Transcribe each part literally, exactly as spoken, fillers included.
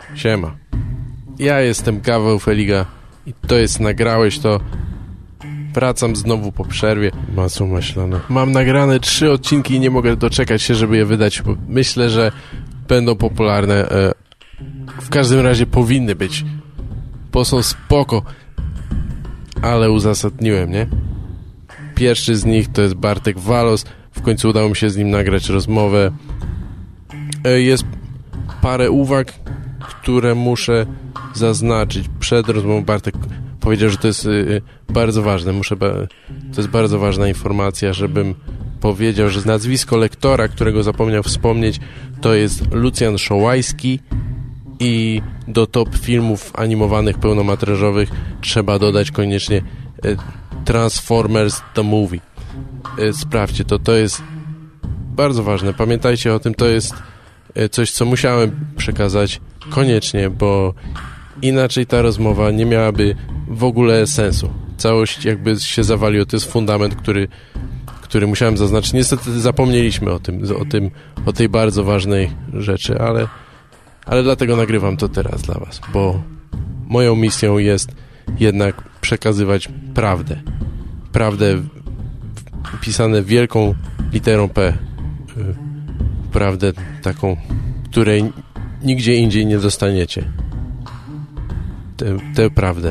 Siema. Ja jestem Gaweł Feliga i to jest Nagrałeś to. Wracam znowu po przerwie. Masło maślane. Mam nagrane trzy odcinki i nie mogę doczekać się, żeby je wydać. Bo myślę, że będą popularne. W każdym razie powinny być. Bo są spoko. Ale uzasadniłem, nie? Pierwszy z nich to jest Bartek Walos. W końcu udało mi się z nim nagrać rozmowę. Jest parę uwag, które muszę zaznaczyć przed rozmową. Bartek powiedział, że to jest y, bardzo ważne. Muszę ba- to jest bardzo ważna informacja, żebym powiedział, że nazwisko lektora, którego zapomniał wspomnieć, to jest Lucjan Szołajski i do top filmów animowanych pełnometrażowych trzeba dodać koniecznie y, Transformers The Movie. Y, sprawdźcie to, to jest bardzo ważne. Pamiętajcie o tym, to jest y, coś, co musiałem przekazać koniecznie, bo inaczej ta rozmowa nie miałaby w ogóle sensu. Całość jakby się zawaliła. To jest fundament, który, który musiałem zaznaczyć. Niestety zapomnieliśmy o tym, o tym, o tej bardzo ważnej rzeczy, ale, ale dlatego nagrywam to teraz dla was, bo moją misją jest jednak przekazywać prawdę. Prawdę pisane wielką literą P. Prawdę taką, której nigdzie indziej nie dostaniecie. Tę, tę prawdę.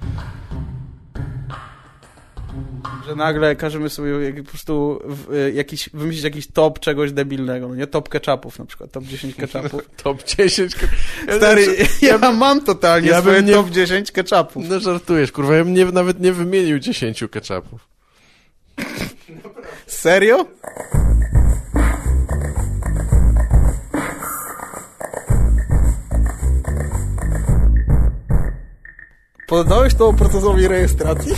Że nagle każemy sobie jak, po prostu w, jakiś, wymyślić jakiś top czegoś debilnego, no nie? Top ketchupów na przykład, top dziesięć ketchupów. Top dziesięć Stary, ja, ja mam totalnie ja swoje nie... top dziesięć ketchupów. No żartujesz, kurwa, ja bym nie, nawet nie wymienił dziesięciu ketchupów. Serio? Poddałeś to procesowi rejestracji?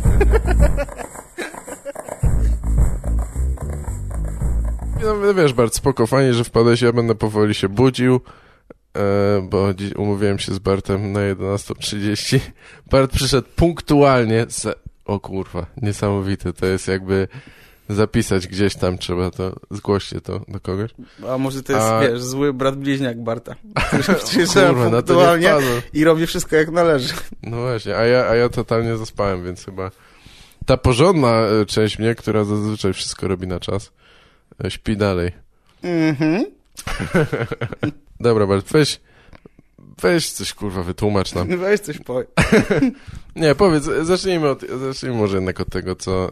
No wiesz, bardzo spoko, fajnie, że wpadłeś, ja będę powoli się budził, e, bo dziś umówiłem się z Bartem na jedenasta trzydzieści. Bart przyszedł punktualnie, z... o kurwa, niesamowite, to jest jakby zapisać gdzieś tam, trzeba to, zgłoście to do kogoś. A może to jest, A... wiesz, zły brat bliźniak Barta. Kurwa, na to nie wpadło. I robi wszystko jak należy. No właśnie, a ja, a ja totalnie zaspałem, więc chyba ta porządna część mnie, która zazwyczaj wszystko robi na czas, śpi dalej. Mhm. Dobra, Bart, weź, weź coś, kurwa, wytłumacz nam. Weź coś powiedz. Nie, powiedz, zacznijmy, od, zacznijmy może jednak od tego, co,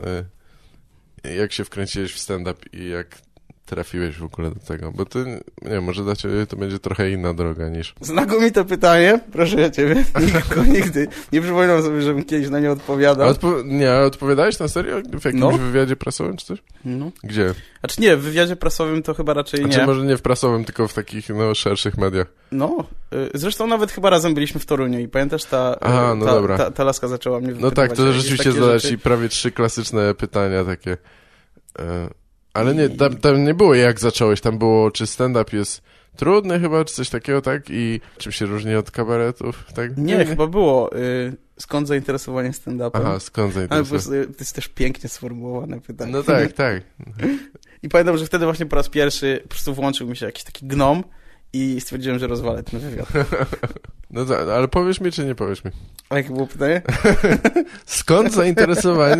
jak się wkręciłeś w stand-up i jak trafiłeś w ogóle do tego, bo to, nie wiem, może dla ciebie to będzie trochę inna droga niż... Znakomite pytanie, proszę ja ciebie, nigdy, nigdy, nie przypominam sobie, żebym kiedyś na nie odpowiadał. Odpo- nie, ale odpowiadałeś na serio? W jakimś no. wywiadzie prasowym czy coś? No. Gdzie? Znaczy nie, w wywiadzie prasowym to chyba raczej nie. Znaczy może nie w prasowym, tylko w takich, no, szerszych mediach. No, zresztą nawet chyba razem byliśmy w Toruniu i pamiętasz, ta, Aha, no ta, dobra. ta, ta laska zaczęła mnie No tak, to rzeczywiście zadać ci prawie trzy klasyczne pytania takie... E- Ale nie, tam, tam nie było jak zacząłeś, tam było, czy stand-up jest trudny chyba, czy coś takiego, tak? I czym się różni od kabaretów, tak? Nie, nie chyba było. Y, skąd zainteresowanie stand-upem? Aha, skąd zainteresowanie? Ale to jest też pięknie sformułowane pytanie. No tak, tak. I pamiętam, że wtedy właśnie po raz pierwszy po prostu włączył mi się jakiś taki gnom i stwierdziłem, że rozwalę ten wywiad. No tak, ale powiesz mi, czy nie powiesz mi? A jakie było pytanie? Skąd zainteresowanie?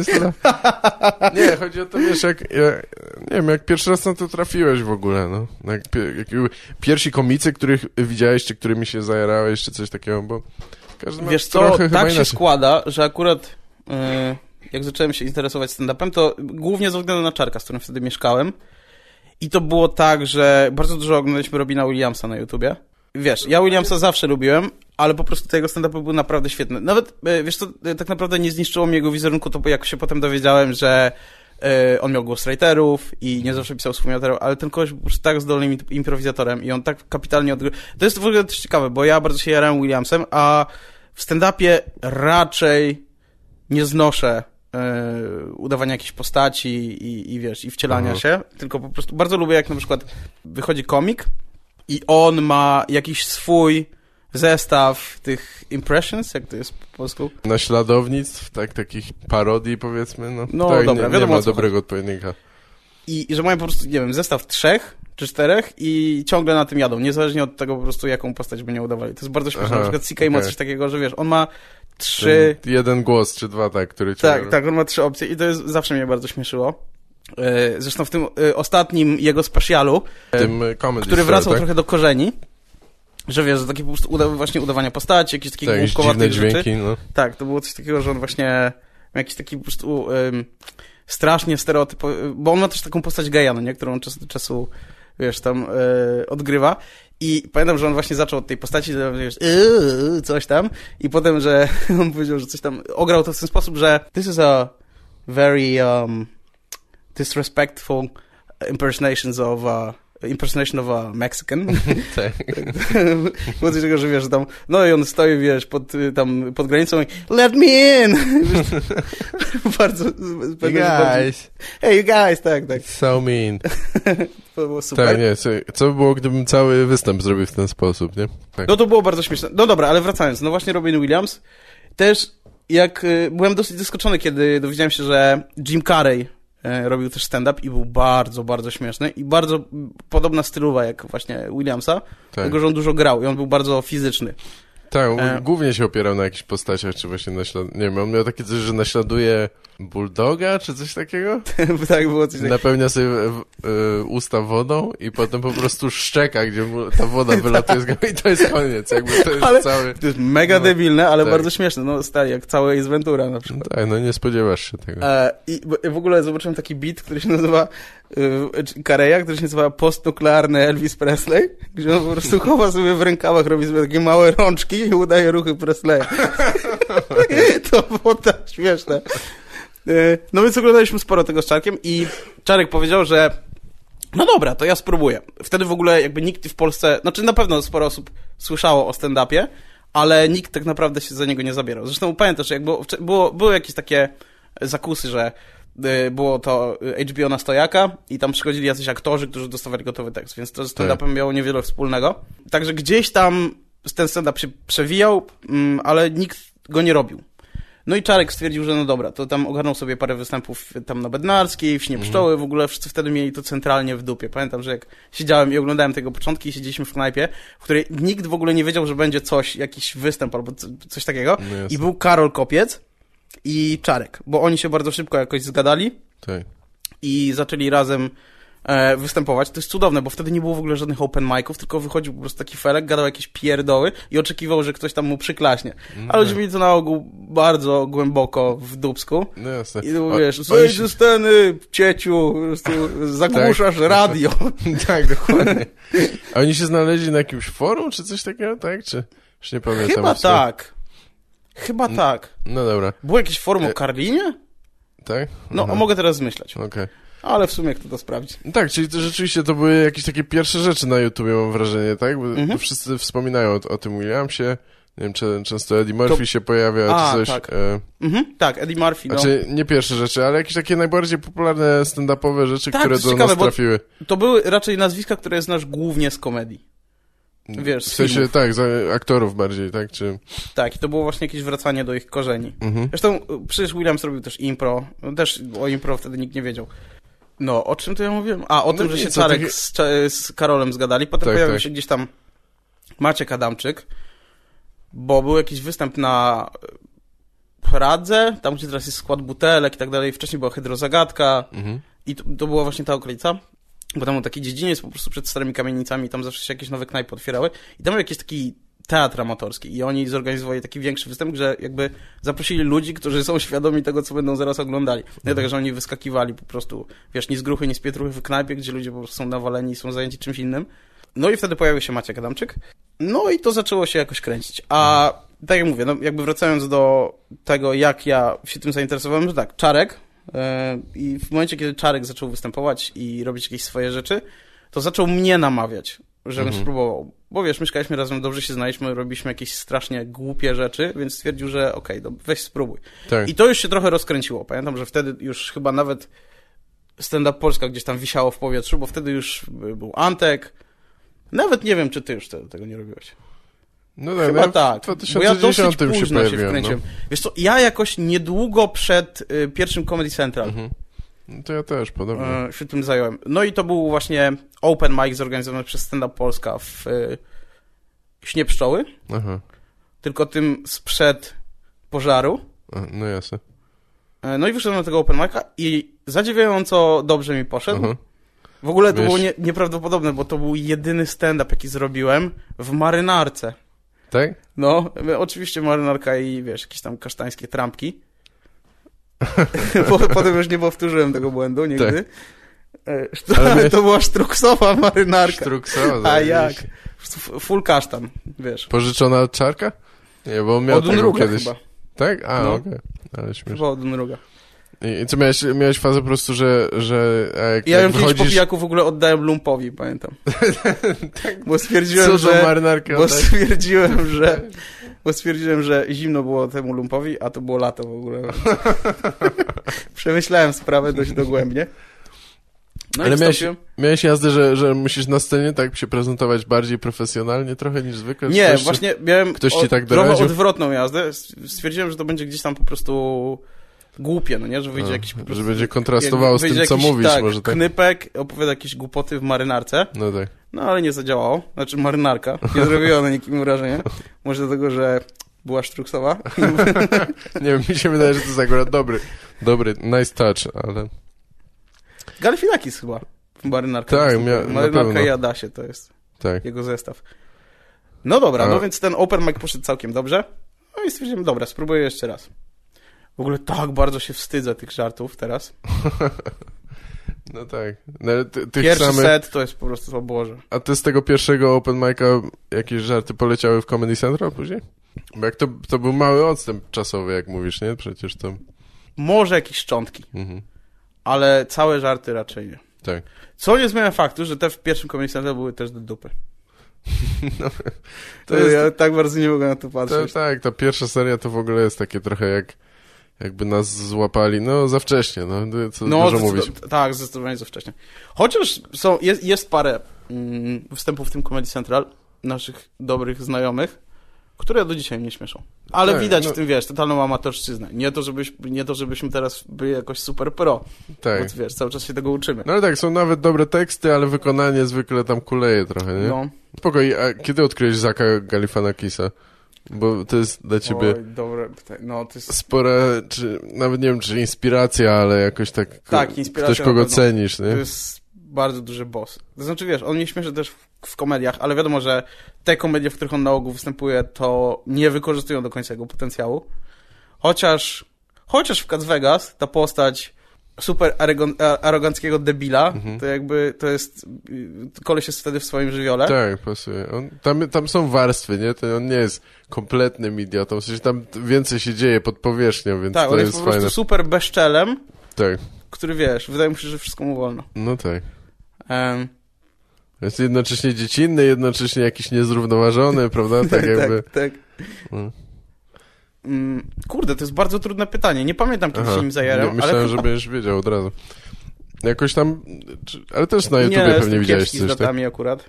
Nie, chodzi o to, wiesz, jak, jak nie wiem, jak pierwszy raz na to trafiłeś w ogóle, no. Jak, jak pierwsi komicy, których widziałeś, czy którymi się zajarałeś, czy coś takiego, bo każdy wiesz co, tak się składa, że akurat yy, jak zacząłem się interesować stand-upem, to głównie ze względu na Czarka, z którym wtedy mieszkałem. I to było tak, że bardzo dużo oglądaliśmy Robina Williamsa na YouTubie. Wiesz, ja Williamsa zawsze lubiłem, ale po prostu te jego stand-upy były naprawdę świetne. Nawet, wiesz co, tak naprawdę nie zniszczyło mi jego wizerunku, to jak się potem dowiedziałem, że y, on miał ghostwriterów i nie zawsze pisał swój materiał, ale ten koleś był po prostu tak zdolnym improwizatorem i on tak kapitalnie odgrywał. To jest w ogóle też ciekawe, bo ja bardzo się jarałem Williamsem, a w stand-upie raczej nie znoszę y, udawania jakichś postaci i, i wiesz, i wcielania Aha. się, tylko po prostu bardzo lubię, jak na przykład wychodzi komik i on ma jakiś swój zestaw tych impressions, jak to jest po polsku? Naśladownictw, tak, takich parodii, powiedzmy, no. No tak, dobra, nie, wiadomo, nie ma dobrego odpowiednika. I, I że mają po prostu, nie wiem, zestaw trzech czy czterech i ciągle na tym jadą, niezależnie od tego po prostu, jaką postać by nie udawali. To jest bardzo śmieszne. Aha, na przykład C K okay. ma coś takiego, że wiesz, on ma trzy... Ten jeden głos, czy dwa, tak, który ciągle... Tak, tak, on ma trzy opcje i to jest, zawsze mnie bardzo śmieszyło. Zresztą w tym ostatnim jego specialu, tym który wracał tak? trochę do korzeni, że wiesz, że takie po prostu uda, właśnie udawania postaci, jakieś takie tak, głupkowate dźwięki, rzeczy. No. Tak, to było coś takiego, że on właśnie miał jakiś taki po prostu um, strasznie stereotypowy, bo on ma też taką postać geja, no nie, którą on czas do czasu, wiesz, tam e, odgrywa. I pamiętam, że on właśnie zaczął od tej postaci, że wiesz, yy, coś tam, i potem, że on powiedział, że coś tam, ograł to w ten sposób, że this is a very um, disrespectful impersonations of uh, impersonation of a Mexican. Tak. Było coś takiego, że wiesz, że tam, no i on stoi, wiesz, pod, tam, pod granicą i let me in! bardzo... You guys. Hey, you guys, tak, tak. So mean. To było super. Tak, nie, co by było, gdybym cały występ zrobił w ten sposób, nie? Tak. No to było bardzo śmieszne. No dobra, ale wracając, no właśnie Robin Williams, też jak, y, byłem dosyć zaskoczony, kiedy dowiedziałem się, że Jim Carrey robił też stand-up i był bardzo, bardzo śmieszny i bardzo podobna stylowa jak właśnie Williamsa, tak. Tylko że on dużo grał i on był bardzo fizyczny. Tak, on e... głównie się opierał na jakichś postaciach, czy właśnie naśladuje, nie wiem, on miał takie coś, że naśladuje bulldoga, czy coś takiego? Tak, było coś takiego. Napełnia sobie y, usta wodą i potem po prostu szczeka, gdzie mu ta woda wylatuje z głowy i to jest koniec, jakby to jest ale cały... To jest mega no, debilne, ale tak. bardzo śmieszne, no stary, jak całe Ace Ventura na przykład. Tak, no nie spodziewasz się tego. E, I w ogóle zobaczyłem taki beat, który się nazywa y, Carreya, który się nazywa postnuklearny Elvis Presley, gdzie on po prostu chowa sobie w rękawach, robi sobie takie małe rączki i udaje ruchy Presleya. To było tak śmieszne. No więc oglądaliśmy sporo tego z Czarkiem i Czarek powiedział, że no dobra, to ja spróbuję. Wtedy w ogóle jakby nikt w Polsce, znaczy na pewno sporo osób słyszało o stand-upie, ale nikt tak naprawdę się za niego nie zabierał. Zresztą pamiętasz, jak było, było, były jakieś takie zakusy, że było to H B O na stojaka i tam przychodzili jacyś aktorzy, którzy dostawali gotowy tekst, więc to z stand-upem miało niewiele wspólnego. Także gdzieś tam ten stand-up się przewijał, ale nikt go nie robił. No i Czarek stwierdził, że no dobra, to tam ogarnął sobie parę występów tam na Bednarskiej, w Śnie Pszczoły, mm. w ogóle wszyscy wtedy mieli to centralnie w dupie. Pamiętam, że jak siedziałem i oglądałem tego początki i siedzieliśmy w knajpie, w której nikt w ogóle nie wiedział, że będzie coś, jakiś występ albo coś takiego. No i był Karol Kopiec i Czarek, bo oni się bardzo szybko jakoś zgadali tak. i zaczęli razem e, występować. To jest cudowne, bo wtedy nie było w ogóle żadnych open miców, tylko wychodził po prostu taki felek, gadał jakieś pierdoły i oczekiwał, że ktoś tam mu przyklaśnie. Mm. Ale ludzie mieli to na ogół bardzo głęboko w dupsku. No jasne. I to wiesz, zejdź ze sceny, cieciu, po prostu zagłuszasz tak. radio. Tak, dokładnie. A oni się znaleźli na jakimś forum, czy coś takiego, tak? Czy już nie pamiętam. Chyba tak. Chyba no, tak. No dobra. Było jakieś forum e... o Karlinie? Tak? No, Aha. mogę teraz zmyślać. Okej. Okay. Ale w sumie kto to sprawdzi. Tak, czyli to rzeczywiście to były jakieś takie pierwsze rzeczy na YouTubie, mam wrażenie, tak? Bo mhm. wszyscy wspominają o, o tym Williamsie. Nie wiem, czy często Eddie Murphy to... się pojawia, A, czy coś. Tak. E... Mhm, tak, Eddie Murphy. No. Znaczy, nie pierwsze rzeczy, ale jakieś takie najbardziej popularne stand-upowe rzeczy, tak, które do ciekawe, nas trafiły. To były raczej nazwiska, które znasz głównie z komedii. Wiesz, w sensie, filmów. tak, za aktorów bardziej, tak? Czy... Tak, i to było właśnie jakieś wracanie do ich korzeni. Mhm. Zresztą przecież Williams robił też impro. Też o impro wtedy nikt nie wiedział. No, o czym to ja mówiłem? A, o no tym, że się Czarek takie... z, z Karolem zgadali. Potem tak, pojawił tak. się gdzieś tam Maciek Adamczyk, bo był jakiś występ na Pradze, tam gdzie teraz jest skład butelek i tak dalej. Wcześniej była Hydrozagadka mhm. i to, to była właśnie ta okolica. Bo tam był taki dziedziniec po prostu przed starymi kamienicami, tam zawsze się jakieś nowe knajpy otwierały i tam był jakiś taki teatr amatorski i oni zorganizowali taki większy występ, że jakby zaprosili ludzi, którzy są świadomi tego, co będą zaraz oglądali. Nie mhm. tak, że oni wyskakiwali po prostu, wiesz, ni z gruchy, ni z pietruchy w knajpie, gdzie ludzie po prostu są nawaleni i są zajęci czymś innym. No i wtedy pojawił się Maciek Adamczyk. No i to zaczęło się jakoś kręcić. A tak jak mówię, no jakby wracając do tego, jak ja się tym zainteresowałem, że tak, Czarek, i w momencie, kiedy Czarek zaczął występować i robić jakieś swoje rzeczy, to zaczął mnie namawiać, żebym mhm. spróbował. Bo wiesz, mieszkaliśmy razem, dobrze się znaliśmy, robiliśmy jakieś strasznie głupie rzeczy, więc stwierdził, że okej, okay, weź spróbuj. Tak. I to już się trochę rozkręciło. Pamiętam, że wtedy już chyba nawet Stand Up Polska gdzieś tam wisiało w powietrzu, bo wtedy już był Antek. Nawet nie wiem, czy ty już te, tego nie robiłeś. No tak, chyba ja tak, w dwa tysiące dziesiątym bo ja dosyć późno się, się wkręciłem. No. Wiesz co, ja jakoś niedługo przed y, pierwszym Comedy Central, mhm. No to ja też, podobnie. E, się tym zająłem. No i to był właśnie open mic zorganizowany przez Stand Up Polska w e, Śnie Pszczoły. Aha. Tylko tym sprzed pożaru. A, no jasne. E, no i wyszedłem na tego open mic'a i zadziwiająco dobrze mi poszedł. Aha. W ogóle to Wiesz... było nie, nieprawdopodobne, bo to był jedyny stand-up, jaki zrobiłem w marynarce. Tak? No, oczywiście marynarka i wiesz, jakieś tam kasztańskie trampki. Potem już nie powtórzyłem tego błędu nigdy. Tak. Ale mnie... to była sztruksowa marynarka. Sztruksowa, a jak? Full kasztan, wiesz. Pożyczona od Czarka? Nie, bo on miał od Unruga kiedyś. Chyba. Tak? A, no. okej. Okay. Ale śmieszne. Chyba od Unruga. I, I co, miałeś, miałeś fazę po prostu, że... że jak, ja ją jak kiedyś wychodzisz... po pijaku w ogóle oddałem lumpowi, pamiętam. tak, bo stwierdziłem, co że... marynarkę bo stwierdziłem, że... Bo stwierdziłem, że zimno było temu lumpowi, a to było lato w ogóle. Przemyślałem sprawę dość dogłębnie. No ale miałeś, miałeś jazdę, że, że musisz na scenie tak się prezentować bardziej profesjonalnie trochę niż zwykle? Nie, ktoś, właśnie miałem ktoś ci od, tak trochę doradził? odwrotną jazdę. Stwierdziłem, że to będzie gdzieś tam po prostu głupie, no nie? Że wyjdzie a, jakiś po prostu... Że będzie kontrastowało z tym, jakiś, co mówisz. Tak, może tak? Knypek opowiada jakieś głupoty w marynarce. No tak. No ale nie zadziałało. Znaczy marynarka. Nie zrobiła na nikim wrażenia. Może dlatego, że była sztruksowa. nie wiem, mi się wydaje, że to jest akurat dobry, dobry, nice touch, ale... Galifianakis chyba. Marynarka. Tak, mia- Marynarka i Adasie to jest tak. jego zestaw. No dobra, A... no więc ten open mic poszedł całkiem dobrze. No i stwierdziłem, dobra, spróbuję jeszcze raz. W ogóle tak bardzo się wstydzę tych żartów teraz. no tak. No, ty, ty Pierwszy samy... set to jest po prostu, o Boże. A ty z tego pierwszego open mic'a jakieś żarty poleciały w Comedy Central później? Bo jak to, to był mały odstęp czasowy, jak mówisz, nie? Przecież to... Może jakieś szczątki. Mhm. Ale całe żarty raczej nie. Tak. Co nie zmienia faktu, że te w pierwszym Comedy Central były też do dupy. no, to to jest... Ja tak bardzo nie mogę na to patrzeć. To, tak, ta pierwsza seria to w ogóle jest takie trochę jak jakby nas złapali, no za wcześnie, no co no, dużo mówić. Tak, zdecydowanie za wcześnie. Chociaż są, jest, jest parę mm, występów w tym Comedy Central, naszych dobrych znajomych, które do dzisiaj mnie śmieszą. Ale tak, widać no... w tym, wiesz, totalną amatorszczyznę. Nie to, żebyś, nie to, żebyśmy teraz byli jakoś super pro. Tak. Bo, wiesz, cały czas się tego uczymy. No ale tak, są nawet dobre teksty, ale wykonanie zwykle tam kuleje trochę, nie? No. Spokojnie, a kiedy odkryłeś Zaka Galifianakisa? Bo to jest dla ciebie Oj, dobre pytanie. No, to jest... spora, czy nawet nie wiem, czy inspiracja, ale jakoś tak, tak inspiracja ktoś, kogo cenisz, nie? To jest bardzo duży boss. To znaczy, wiesz, on mnie śmieszy też w, w komediach, ale wiadomo, że te komedie, w których on na ogół występuje, to nie wykorzystują do końca jego potencjału. Chociaż, chociaż w Cats Vegas ta postać super aroganckiego debila, mhm. to jakby to jest, koleś jest wtedy w swoim żywiole. Tak, pasuje. On, tam, tam są warstwy, nie? To on nie jest kompletnym idiotą, w sensie tam więcej się dzieje pod powierzchnią, więc tak, to on jest jest po fajne. prostu super bezczelem, tak. który, wiesz, wydaje mi się, że wszystko mu wolno. No tak. Um, jest jednocześnie dziecinny, jednocześnie jakiś niezrównoważony, prawda? Tak jakby. tak, tak. No. Kurde, to jest bardzo trudne pytanie. Nie pamiętam, kiedy Aha, się nim zajarłem. Nie, myślałem, ale że chyba... będziesz wiedział od razu. Jakoś tam... Ale też na YouTubie nie, pewnie widziałeś coś. Nie, z datami tak? akurat.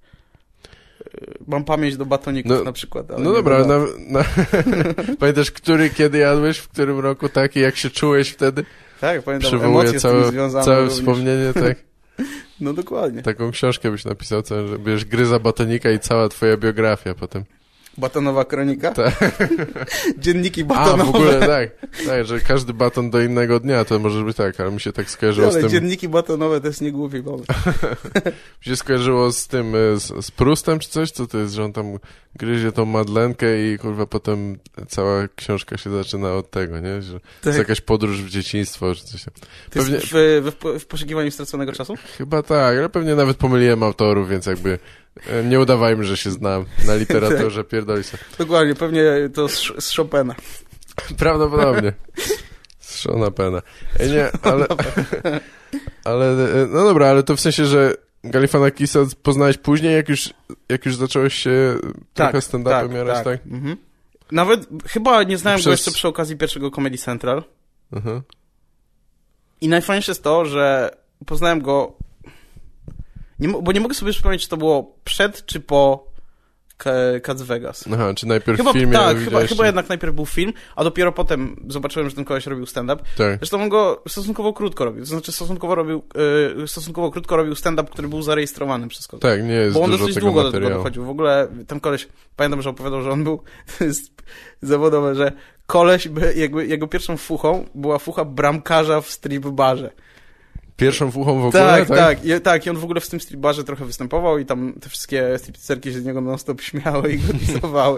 Mam pamięć do batoników no, na przykład. Ale no dobra, na, na... pamiętasz, który, kiedy jadłeś, w którym roku, tak? I jak się czułeś wtedy? Tak, pamiętam. Przywołuje emocje całe, z tym związane całe również. wspomnienie, tak? No dokładnie. Taką książkę byś napisał, co, że bierzesz gryza batonika i cała twoja biografia potem. Batonowa kronika? Tak. Dzienniki batonowe. A, w ogóle tak. Tak, że każdy baton do innego dnia, to może być tak, ale mi się tak skojarzyło ale z tym... dzienniki batonowe to jest niegłupi pomysł. Mi się skojarzyło z tym, z, z Prustem czy coś, co to jest, że on tam gryzie tą madlenkę i kurwa potem cała książka się zaczyna od tego, nie? Że tak. To jest jakaś podróż w dzieciństwo, czy coś. Pewnie... w, w, w poszukiwaniu straconego czasu? Chyba tak, ale pewnie nawet pomyliłem autorów, więc jakby nie udawajmy, że się znam na literaturze, pierdoli się. Dokładnie, pewnie to z, z Chopina. Prawdopodobnie. Z Shona Pena. Ej, nie, ale... ale, no dobra, ale to w sensie, że Galifianakisa poznałeś później, jak już, jak już zacząłeś się tak, trochę stand-upem tak, jarać, tak? tak? Mhm. Nawet chyba nie znałem Przez... go jeszcze przy okazji pierwszego Comedy Central. Mhm. I najfajniejsze jest to, że poznałem go... Nie, bo nie mogę sobie przypomnieć, czy to było przed, czy po Cats Vegas. Aha, czy najpierw chyba, w filmie tak, chyba, widziałeś, chyba czy... jednak najpierw był film, a dopiero potem zobaczyłem, że ten koleś robił stand-up. Tak. Zresztą on go stosunkowo krótko robił. To znaczy stosunkowo robił, yy, stosunkowo krótko robił stand-up, który był zarejestrowany przez kogoś. Tak, nie jest Bo on dużo dosyć tego długo materiału. do tego dochodził. W ogóle ten koleś, pamiętam, że opowiadał, że on był, to jest zawodowe, że koleś, by, jakby jego pierwszą fuchą była fucha bramkarza w strip barze. Pierwszą fuchą w ogóle, Tak, tak? tak, I, tak. I on w ogóle w tym strip barze trochę występował i tam te wszystkie stripteaserki się z niego non-stop śmiały i go disowały.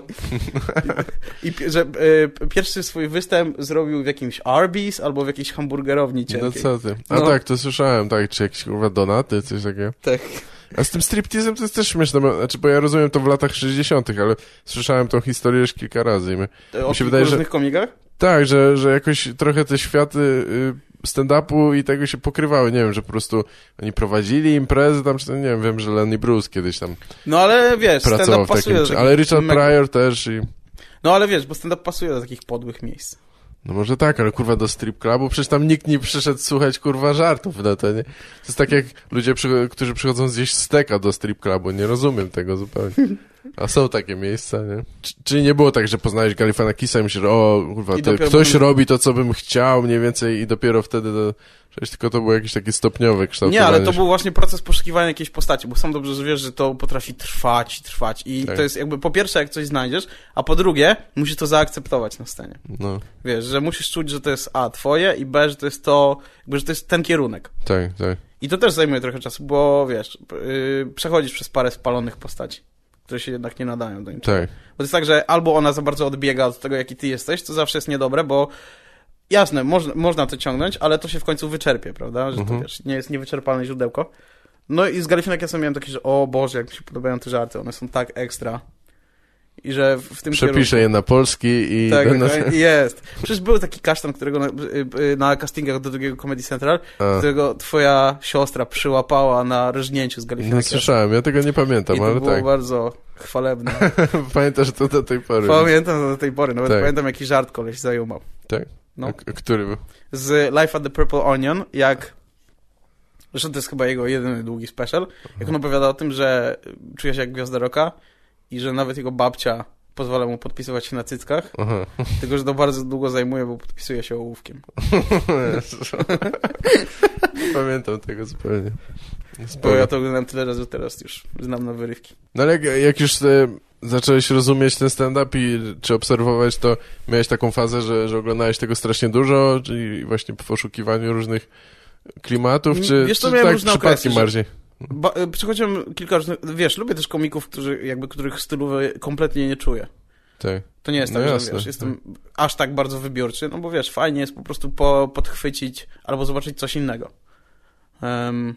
I, i że y, pierwszy swój występ zrobił w jakimś Arby's albo w jakiejś hamburgerowni cienkiej. No co ty? A No. tak, to słyszałem, tak, czy jakieś kurwa donaty, coś takiego. Tak. A z tym striptizem to jest też śmieszne, bo, znaczy, bo ja rozumiem to w latach sześćdziesiątych, ale słyszałem tą historię już kilka razy i my, O mi się wydaje, że różnych komikach? tak, że, że jakoś trochę te światy y, stand-upu i tego się pokrywały, nie wiem, że po prostu oni prowadzili imprezy tam, czy to, nie wiem, wiem, że Lenny Bruce kiedyś tam No ale wiesz, pracował stand-up w takim, pasuje do czy, takich ale Richard mega- Pryor też i... No ale wiesz, bo stand-up pasuje do takich podłych miejsc. No może tak, ale kurwa do strip clubu, przecież tam nikt nie przyszedł słuchać kurwa żartów, no to nie. To jest tak jak ludzie, przy, którzy przychodzą zjeść steka do strip clubu, nie rozumiem tego zupełnie. A są takie miejsca, nie? Czy, czyli nie było tak, że poznałeś Galifianakisa i myślisz, że o kurwa, I to dopiero ktoś bym- robi to, co bym chciał mniej więcej i dopiero wtedy to... Przecież tylko to było jakieś takie stopniowe kształtowanie. Nie, ale to się. był właśnie proces poszukiwania jakiejś postaci, bo sam dobrze wiesz, że to potrafi trwać, trwać i Tak. to jest jakby po pierwsze jak coś znajdziesz, a po drugie musisz to zaakceptować na scenie. No, Wiesz, że musisz czuć, że to jest A, twoje i B, że to jest to, jakby, że to jest ten kierunek. tak, tak. I to też zajmuje trochę czasu, bo wiesz, yy, przechodzisz przez parę spalonych postaci, które się jednak nie nadają do niczego. Tak. Bo to jest tak, że albo ona za bardzo odbiega od tego, jaki ty jesteś, co zawsze jest niedobre, bo jasne, można, można to ciągnąć, ale to się w końcu wyczerpie, prawda? Że Mhm. to wiesz, nie jest niewyczerpalne źródełko. No i z Galifianakisem miałem takie, że o Boże, jak mi się podobają te żarty, one są tak ekstra. I że w, w tym Przepiszę je na polski i... Tak, będę- tak, jest. Przecież był taki kasztan, którego na, y, y, na castingach do drugiego Comedy Central, A. którego twoja siostra przyłapała na rżnięciu z No Galifianakisem. słyszałem, ja tego nie pamiętam, I to ale było tak. bardzo chwalebne. Pamiętasz to do tej pory. Pamiętam to do tej pory, nawet Tak. pamiętam jaki żart koleś zajumał. Tak? No. A k- który był? Z Life at the Purple Onion, jak... Zresztą to jest chyba jego jedyny długi special, jak on opowiada o tym, że czuje się jak gwiazda rocka i że nawet jego babcia pozwala mu podpisywać się na cyckach, Aha. tylko że to bardzo długo zajmuje, bo podpisuje się ołówkiem. Nie pamiętam tego zupełnie. Bo Spoko. ja to oglądam tyle razy, że teraz już znam na wyrywki. No ale jak, jak już e, zacząłeś rozumieć ten stand-up i czy obserwować, to miałeś taką fazę, że, że oglądałeś tego strasznie dużo, czyli właśnie po poszukiwaniu różnych klimatów, czy, Wiesz co, czy miałem tak różne przypadkiem okresy, że- bardziej? Ba- y, przechodziłem kilka różnych... Wiesz, lubię też komików, którzy, jakby, których stylu kompletnie nie czuję. Tak. To nie jest No tak, jasne. że wiesz, jestem aż tak bardzo wybiorczy, no bo wiesz, fajnie jest po prostu po, podchwycić albo zobaczyć coś innego. Um,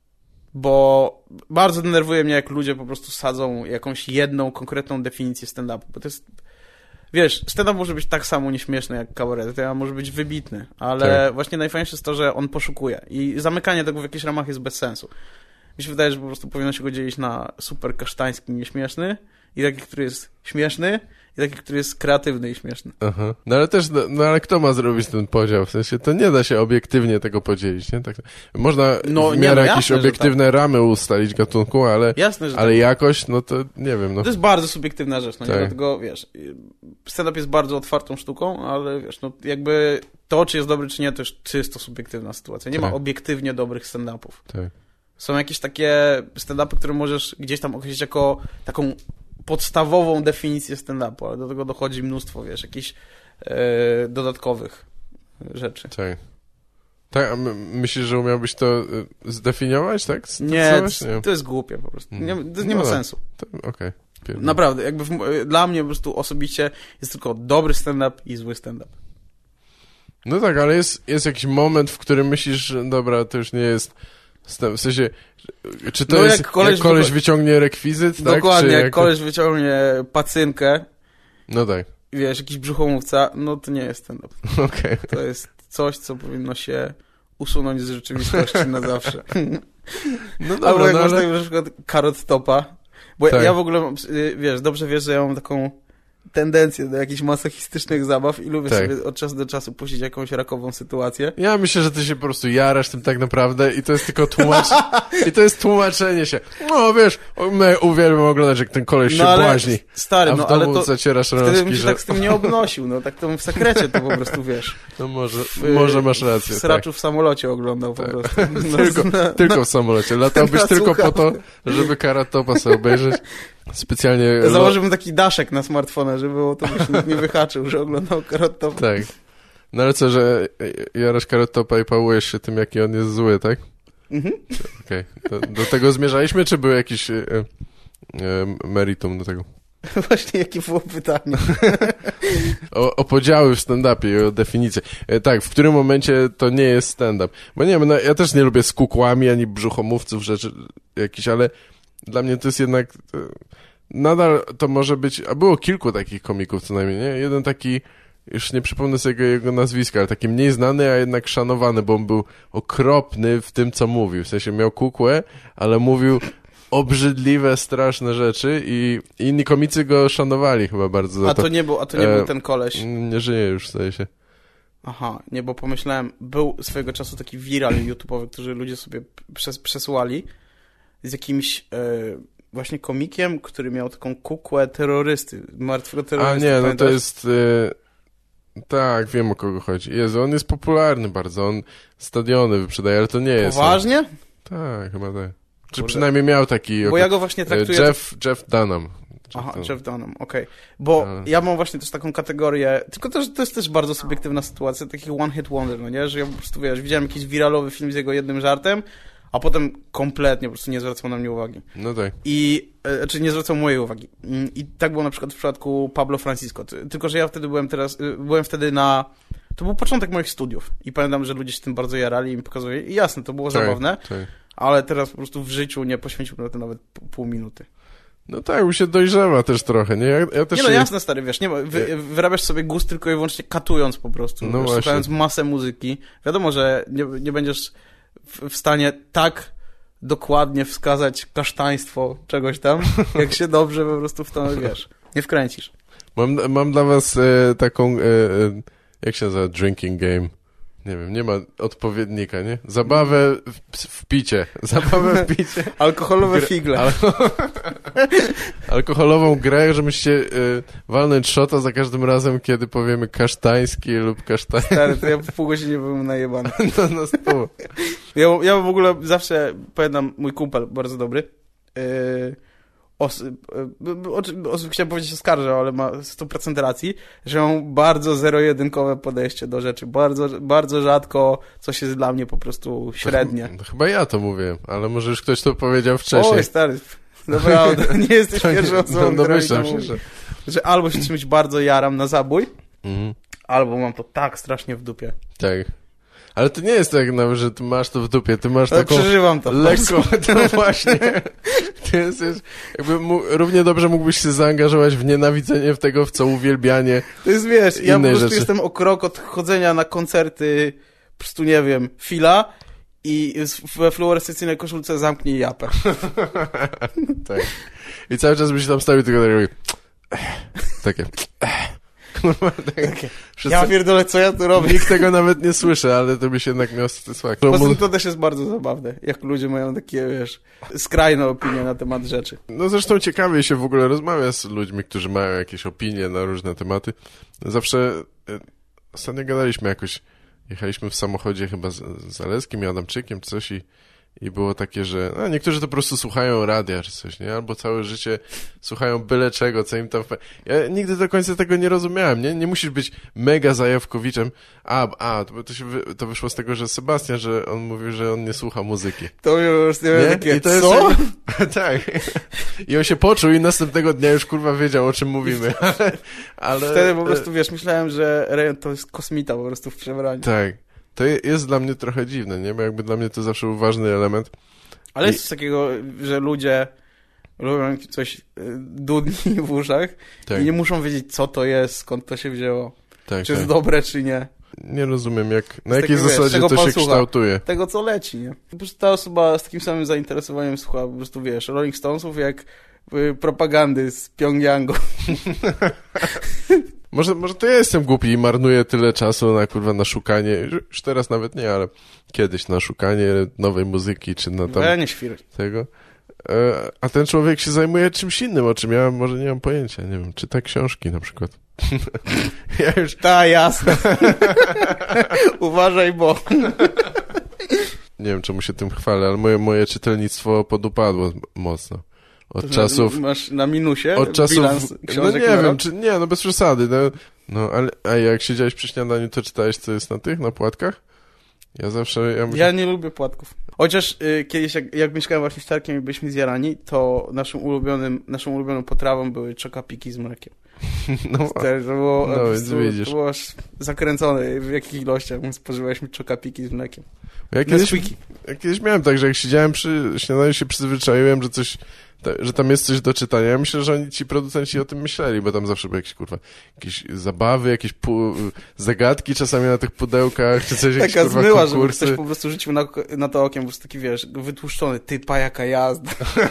bo bardzo denerwuje mnie, jak ludzie po prostu sadzą jakąś jedną konkretną definicję stand-upu, bo to jest... Wiesz, stand-up może być tak samo nieśmieszny jak kabaret, a może być wybitny, ale Tak. właśnie najfajniejsze jest to, że on poszukuje i zamykanie tego w jakichś ramach jest bez sensu. Mi się wydaje, że po prostu powinno się go dzielić na super kasztański, nieśmieszny i taki, który jest śmieszny i taki, który jest kreatywny i śmieszny. Aha. No ale też, no, no ale kto ma zrobić ten podział? W sensie to nie da się obiektywnie tego podzielić, nie? Tak, można No, w nie, miarę no jakieś jasne, że obiektywne ramy ustalić gatunku, ale, Jasne, że ale tak. jakość, no to nie wiem, no. To jest bardzo subiektywna rzecz, no nie? Tak. Dlatego, wiesz, stand-up jest bardzo otwartą sztuką, ale wiesz, no jakby to, czy jest dobry, czy nie, to jest czysto subiektywna sytuacja. Nie Tak. ma obiektywnie dobrych stand-upów. Tak. Są jakieś takie stand-upy, które możesz gdzieś tam określić jako taką podstawową definicję stand-upu, ale do tego dochodzi mnóstwo, wiesz, jakichś e, dodatkowych rzeczy. Tak. Tak, a my, myślisz, że umiałbyś to y, zdefiniować, tak? Z- Nie, coś? to, to jest głupie po prostu. Nie, to nie No ma tak. sensu. To- Okej. Pierdolę. Naprawdę, jakby w, dla mnie po prostu osobiście jest tylko dobry stand-up i zły stand-up. No tak, ale jest, jest jakiś moment, w którym myślisz, że dobra, to już nie jest... sta- W sensie, czy to No jest, jak koleś jak koleś wyko- wyciągnie rekwizyt, tak? Dokładnie, Czy jak koleś wyciągnie pacynkę No tak, i wiesz, jakiś brzuchomówca, no to nie jest stand-up. okej. To jest coś, co powinno się usunąć z rzeczywistości na zawsze. No Albo dobra, jak no masz ale... tak na przykład karot topa, bo Tak. ja w ogóle, mam, y, wiesz, dobrze wiesz, że ja mam taką tendencję do jakichś masochistycznych zabaw i lubię tak. sobie od czasu do czasu puścić jakąś rakową sytuację. Ja myślę, że ty się po prostu jarasz tym tak naprawdę i to jest tylko tłumacz... I to jest tłumaczenie się. No wiesz, my uwielbiam oglądać, jak ten koleś się no, ale, błaźni. Stary, a w no domu ale to zacierasz rączki, wtedy bym się że... tak z tym nie obnosił, no tak to bym w sekrecie to po prostu, wiesz. No może, w, może masz rację. W sraczu tak. w samolocie oglądał po tak. prostu. No, tylko, na, tylko w samolocie. Latałbyś na tylko po to, słuchawkę. żeby Carrot Topa sobie obejrzeć. Specjalnie... Założyłbym taki daszek na smartfona, żeby było to, by się nikt nie wyhaczył, że oglądał Carrot Top. Tak. No ale co, że jarasz Carrot Topa i pałujesz się tym, jaki on jest zły, tak? Mhm. Okej. Okay. Do, do tego zmierzaliśmy, czy był jakiś e, e, meritum do tego? Właśnie, jakie było pytanie? O, o podziały w stand-upie i o definicję. E, tak, w którym momencie to nie jest stand-up. Bo nie wiem, no, ja też nie lubię z kukłami, ani brzuchomówców, rzeczy jakichś, ale dla mnie to jest jednak... E, nadal to może być... A było kilku takich komików co najmniej, nie? Jeden taki... Już nie przypomnę sobie jego, jego nazwiska, ale taki mniej znany, a jednak szanowany, bo on był okropny w tym, co mówił. W sensie miał kukłę, ale mówił obrzydliwe, straszne rzeczy i inni komicy go szanowali chyba bardzo za A to. to nie był, a to nie e, był ten koleś. Nie żyje już, zdaje się. Aha, nie, bo pomyślałem, był swojego czasu taki viral YouTube'owy, który ludzie sobie przes przesyłali z jakimś e, właśnie komikiem, który miał taką kukłę terrorysty, martwego terrorysty. A nie, no pamiętasz? to jest... E, tak, wiem o kogo chodzi. Jezu, on jest popularny bardzo, on stadiony wyprzedaje, ale to nie jest... Poważnie? On. Tak, chyba tak. Czy Kurde. przynajmniej miał taki... Bo ja go właśnie traktuję... Jeff, Jeff Dunham. Jeff Aha, Dunham. Jeff Dunham, okej. Okay. Bo Ale... ja mam właśnie też taką kategorię, tylko też, to jest też bardzo subiektywna sytuacja, takich one hit wonder, no nie? Że ja po prostu, wiesz, widziałem jakiś wiralowy film z jego jednym żartem, a potem kompletnie po prostu nie zwracał na mnie uwagi. No tak. I, e, znaczy nie zwracał mojej uwagi. I tak było na przykład w przypadku Pablo Francisco. Tylko, że ja wtedy byłem teraz, byłem wtedy na... To był początek moich studiów i pamiętam, że ludzie się tym bardzo jarali i mi pokazywali. I jasne, to było tak, zabawne, tak. ale teraz po prostu w życiu nie poświęciłbym na to nawet pół minuty. No tak, już się dojrzewa też trochę, nie? Ja, ja też Nie no, się... jasne, stary, wiesz, nie, wy, wyrabiasz sobie gust tylko i wyłącznie katując po prostu, No wiesz, właśnie. słuchając masę muzyki. Wiadomo, że nie, nie będziesz w, w stanie tak dokładnie wskazać kasztaństwo czegoś tam, jak się dobrze po prostu w to, wiesz, nie wkręcisz. Mam, mam dla was e, taką, e, e, jak się nazywa, drinking game. Nie wiem, nie ma odpowiednika, nie? Zabawę w, w picie. Zabawę w picie. Alkoholowe Gr- figle. Al- Alkoholową grę, że musicie y, walnąć szota za każdym razem, kiedy powiemy kasztański lub kasztański. Stary, to ja po pół godziny byłem najebany. No, no, spół. Ja, ja w ogóle zawsze, pamiętam, mój kumpel, bardzo dobry, yy, os, yy, o, o, chciałem powiedzieć oskarżał, ale ma sto procent racji, że mam bardzo zero-jedynkowe podejście do rzeczy. Bardzo, bardzo rzadko coś jest dla mnie po prostu średnie. To, chyba ja to mówię, ale może już ktoś to powiedział wcześniej. Oj, stary, naprawdę, nie jesteś pierwszą osobą, no, która mi to domyślam się, mówi. że... Że albo się czymś bardzo jaram na zabój, Mhm. albo mam to tak strasznie w dupie. Tak. Ale to nie jest tak nawet, że ty masz to w dupie, ty masz Ale taką przeżywam to. lekko, to właśnie, ty jesteś, jakby mu, równie dobrze mógłbyś się zaangażować w nienawidzenie w tego, w co uwielbianie. To jest, wiesz, ja po innej prostu rzeczy. jestem o krok od chodzenia na koncerty, po prostu nie wiem, Fila i we fluorescencyjnej koszulce zamknij japę. Tak. I cały czas byś tam stawił tylko tak robił. Takie. Kurwa, takie. Wszyscy... Ja pierdolę, co ja tu robię? Nikt tego nawet nie słyszy, ale to byś jednak miał satysfakcję. Poza tym to też jest bardzo zabawne, jak ludzie mają takie, wiesz, skrajne opinie na temat rzeczy. No zresztą ciekawie się w ogóle rozmawia z ludźmi, którzy mają jakieś opinie na różne tematy. Zawsze, e, ostatnio gadaliśmy jakoś, jechaliśmy w samochodzie chyba z, z Zaleskim i Adamczykiem czy coś i, i było takie, że no, niektórzy to po prostu słuchają radia czy coś, nie? Albo całe życie słuchają byle czego, co im tam... Ja nigdy do końca tego nie rozumiałem, nie? Nie musisz być mega zajawkowiczem. A, a to, to, się wy, to wyszło z tego, że Sebastian, że on mówił, że on nie słucha muzyki. To już nie wiem, takie, I to jest co? jak... tak. I on się poczuł i następnego dnia już kurwa wiedział, o czym mówimy. Ale, ale... Wtedy po prostu, wiesz, myślałem, że Rejon to jest kosmita po prostu w przebraniu. Tak. To jest dla mnie trochę dziwne, nie? Bo jakby dla mnie to zawsze był ważny element. Ale I... jest coś takiego, że ludzie lubią coś dudni w uszach tak. i nie muszą wiedzieć, co to jest, skąd to się wzięło. Tak, czy tak. jest dobre, czy nie. Nie rozumiem, jak, na jakiej takiego, wiesz, zasadzie tego to pan się słucha. kształtuje. Tego, co leci, nie? Po prostu ta osoba z takim samym zainteresowaniem słucha, po prostu, wiesz, Rolling Stonesów, jak y, propagandy z Pjongjangu. Może, może to ja jestem głupi i marnuję tyle czasu na kurwa na szukanie, już teraz nawet nie, ale kiedyś na szukanie nowej muzyki, czy na tam Ja nie świruj. tego. E, a ten człowiek się zajmuje czymś innym, o czym ja może nie mam pojęcia, nie wiem, czyta książki na przykład. Ja już... Ta, jasne. Uważaj, bo... Nie wiem, czemu się tym chwalę, ale moje, moje czytelnictwo podupadło mocno. Od to czasów... Masz na minusie od czasów, bilans książek no nie na wiem, rok? czy, nie, no bez przesady. No, no ale a jak siedziałeś przy śniadaniu, to czytałeś, co jest na tych, na płatkach? Ja zawsze... Ja, muszę... ja nie lubię płatków. Chociaż y, kiedyś, jak, jak mieszkałem właśnie z Czarkiem i byliśmy zjarani, to naszym ulubionym, naszą ulubioną potrawą były czokapiki z mlekiem. No, To było, no po więc prostu, widzisz. to było aż zakręcone, w jakich ilościach spożywaliśmy czokapiki z mlekiem. Ja kiedyś, ja kiedyś miałem tak, że jak siedziałem przy śniadaniu, się przyzwyczaiłem, że coś, ta, że tam jest coś do czytania. Ja myślę, że oni, ci producenci o tym myśleli, bo tam zawsze były jakieś, kurwa, jakieś zabawy, jakieś pu- zagadki czasami na tych pudełkach, czy coś, jakieś, Taka kurwa, zmyła, że konkursy. ktoś po prostu rzucił na, na to okiem, po prostu taki, wiesz, wytłuszczony, typa jaka jazda.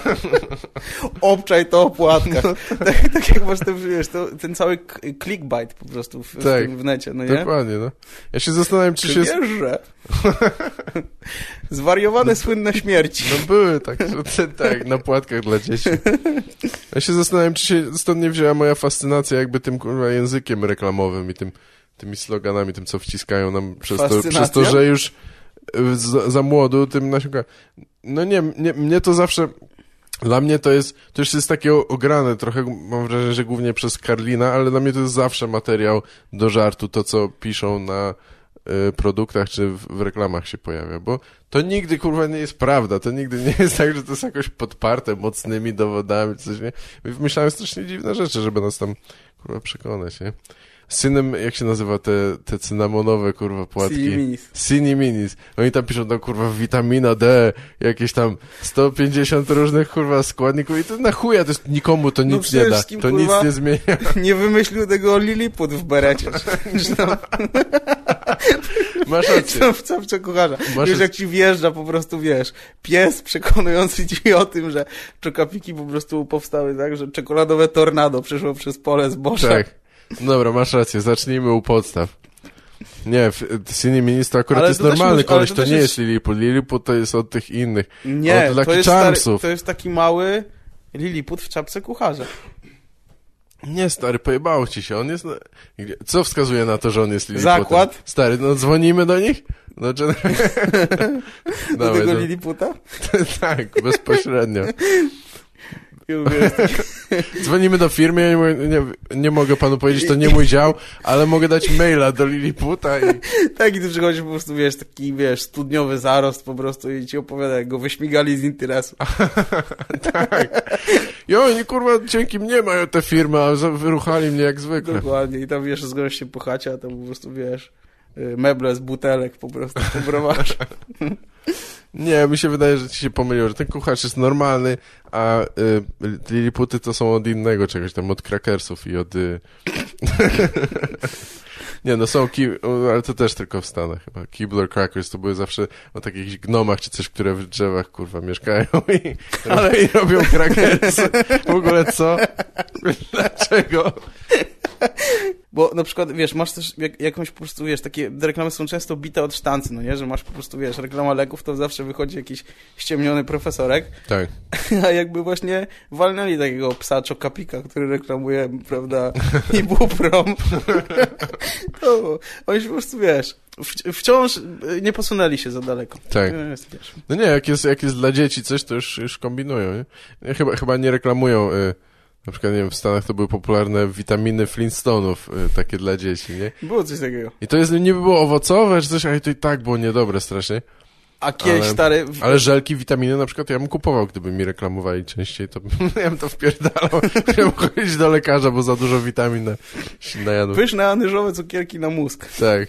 Obczaj to o płatkach. No, tak, tak jak masz ten, wiesz, to, ten cały clickbait po prostu w, tak, w, tym, w necie, no nie? Dokładnie, no. Ja się zastanawiam, czy, Czy się... wiesz, że... Zwariowane, no, słynne śmierci. No były tak, że, tak, na płatkach dla dzieci. Ja się zastanawiam, czy się stąd nie wzięła moja fascynacja jakby tym, kurwa, językiem reklamowym i tym, tymi sloganami, tym, co wciskają nam przez to, przez to, że już za, za młodu tym nasiąka. No nie, nie, mnie to zawsze... Dla mnie to jest, to już jest takie ograne trochę, mam wrażenie, że głównie przez Karlina, ale dla mnie to jest zawsze materiał do żartu, to co piszą na y, produktach czy w, w reklamach się pojawia, bo to nigdy, kurwa, nie jest prawda, to nigdy nie jest tak, że to jest jakoś podparte mocnymi dowodami, coś, nie? Wymyślałem strasznie dziwne rzeczy, żeby nas tam, kurwa, przekonać, nie? Synem, jak się nazywa te, te cynamonowe, kurwa, płatki? Cini Minis. Cini Minis. Oni tam piszą tam, kurwa, witamina D, jakieś tam sto pięćdziesiąt różnych, kurwa, składników i to na chuja, to jest, nikomu to No nic nie da. To kurwa, nic nie zmienia. Nie wymyślił tego Lilliput w berecie. Masz rację. Co, co, co kucharza. Masz Wiesz, jak ci wjeżdża po prostu, wiesz, pies przekonujący ci o tym, że czokapiki po prostu powstały tak, że czekoladowe tornado przeszło przez pole zboża. Tak. Dobra, masz rację, zacznijmy u podstaw. Nie, Cini Minis to akurat ale jest to normalny też, koleś, to, to nie jest... jest Lilliput. Lilliput to jest od tych innych. Nie, od to jest, stary, to jest taki mały Lilliput w czapce kucharza. Nie, stary, pojebało ci się, on jest... Na... Co wskazuje na to, że on jest Lilliputem? Zakład? Stary, no dzwonimy do nich? No, czy... Do Dawaj, tego no. Lilliputa? Tak, bezpośrednio. Dzwonimy do firmy, ja nie, nie, nie mogę panu powiedzieć, to nie mój dział, ale mogę dać maila do Lilliputa i... Tak, i ty przychodzisz po prostu, wiesz, taki, wiesz, studniowy zarost po prostu i ci opowiada, jak go wyśmigali z interesu. Tak. I oni, kurwa, dzięki mnie mają te firmy, a wyruchali mnie jak zwykle. Dokładnie. I tam, wiesz, zgonisz się po chacie, a tam po prostu, wiesz, meble z butelek po prostu poprowadzasz. Nie, mi się wydaje, że ci się pomyliło, że ten kucharz jest normalny, a y, Lilliputy to są od innego czegoś, tam od krakersów i od... Y... Nie, no są, ki... ale to też tylko w Stanach chyba. Keebler Crackers to były zawsze o takich gnomach czy coś, które w drzewach, kurwa, mieszkają i, ale... i robią krakersy. W ogóle co? Dlaczego? Bo na przykład, wiesz, masz też jak, jakąś po prostu, wiesz, takie reklamy są często bite od sztancy, no nie? Że masz po prostu, wiesz, reklama leków, to zawsze wychodzi jakiś ściemniony profesorek. Tak. A jakby właśnie walnęli takiego psa czokapika, który reklamuje, prawda, Ibuprom. To oni się po prostu, wiesz, w, wciąż nie posunęli się za daleko. Tak. Jest, wiesz. No nie, jak jest, jak jest dla dzieci coś, to już, już kombinują, nie? nie chyba, chyba nie reklamują... Y... Na przykład, nie wiem, w Stanach to były popularne witaminy Flintstone'ów, y, takie dla dzieci, nie? Było coś takiego. I to jest, niby było owocowe, czy coś, ale to i tak było niedobre strasznie. A kiedyś, ale, stary... W... Ale żelki, witaminy na przykład ja bym kupował, gdyby mi reklamowali częściej, to ja bym to wpierdalał. Chciałem chodzić do lekarza, bo za dużo witamin na, najadłem. Pyszne anyżowe cukierki na mózg. Tak.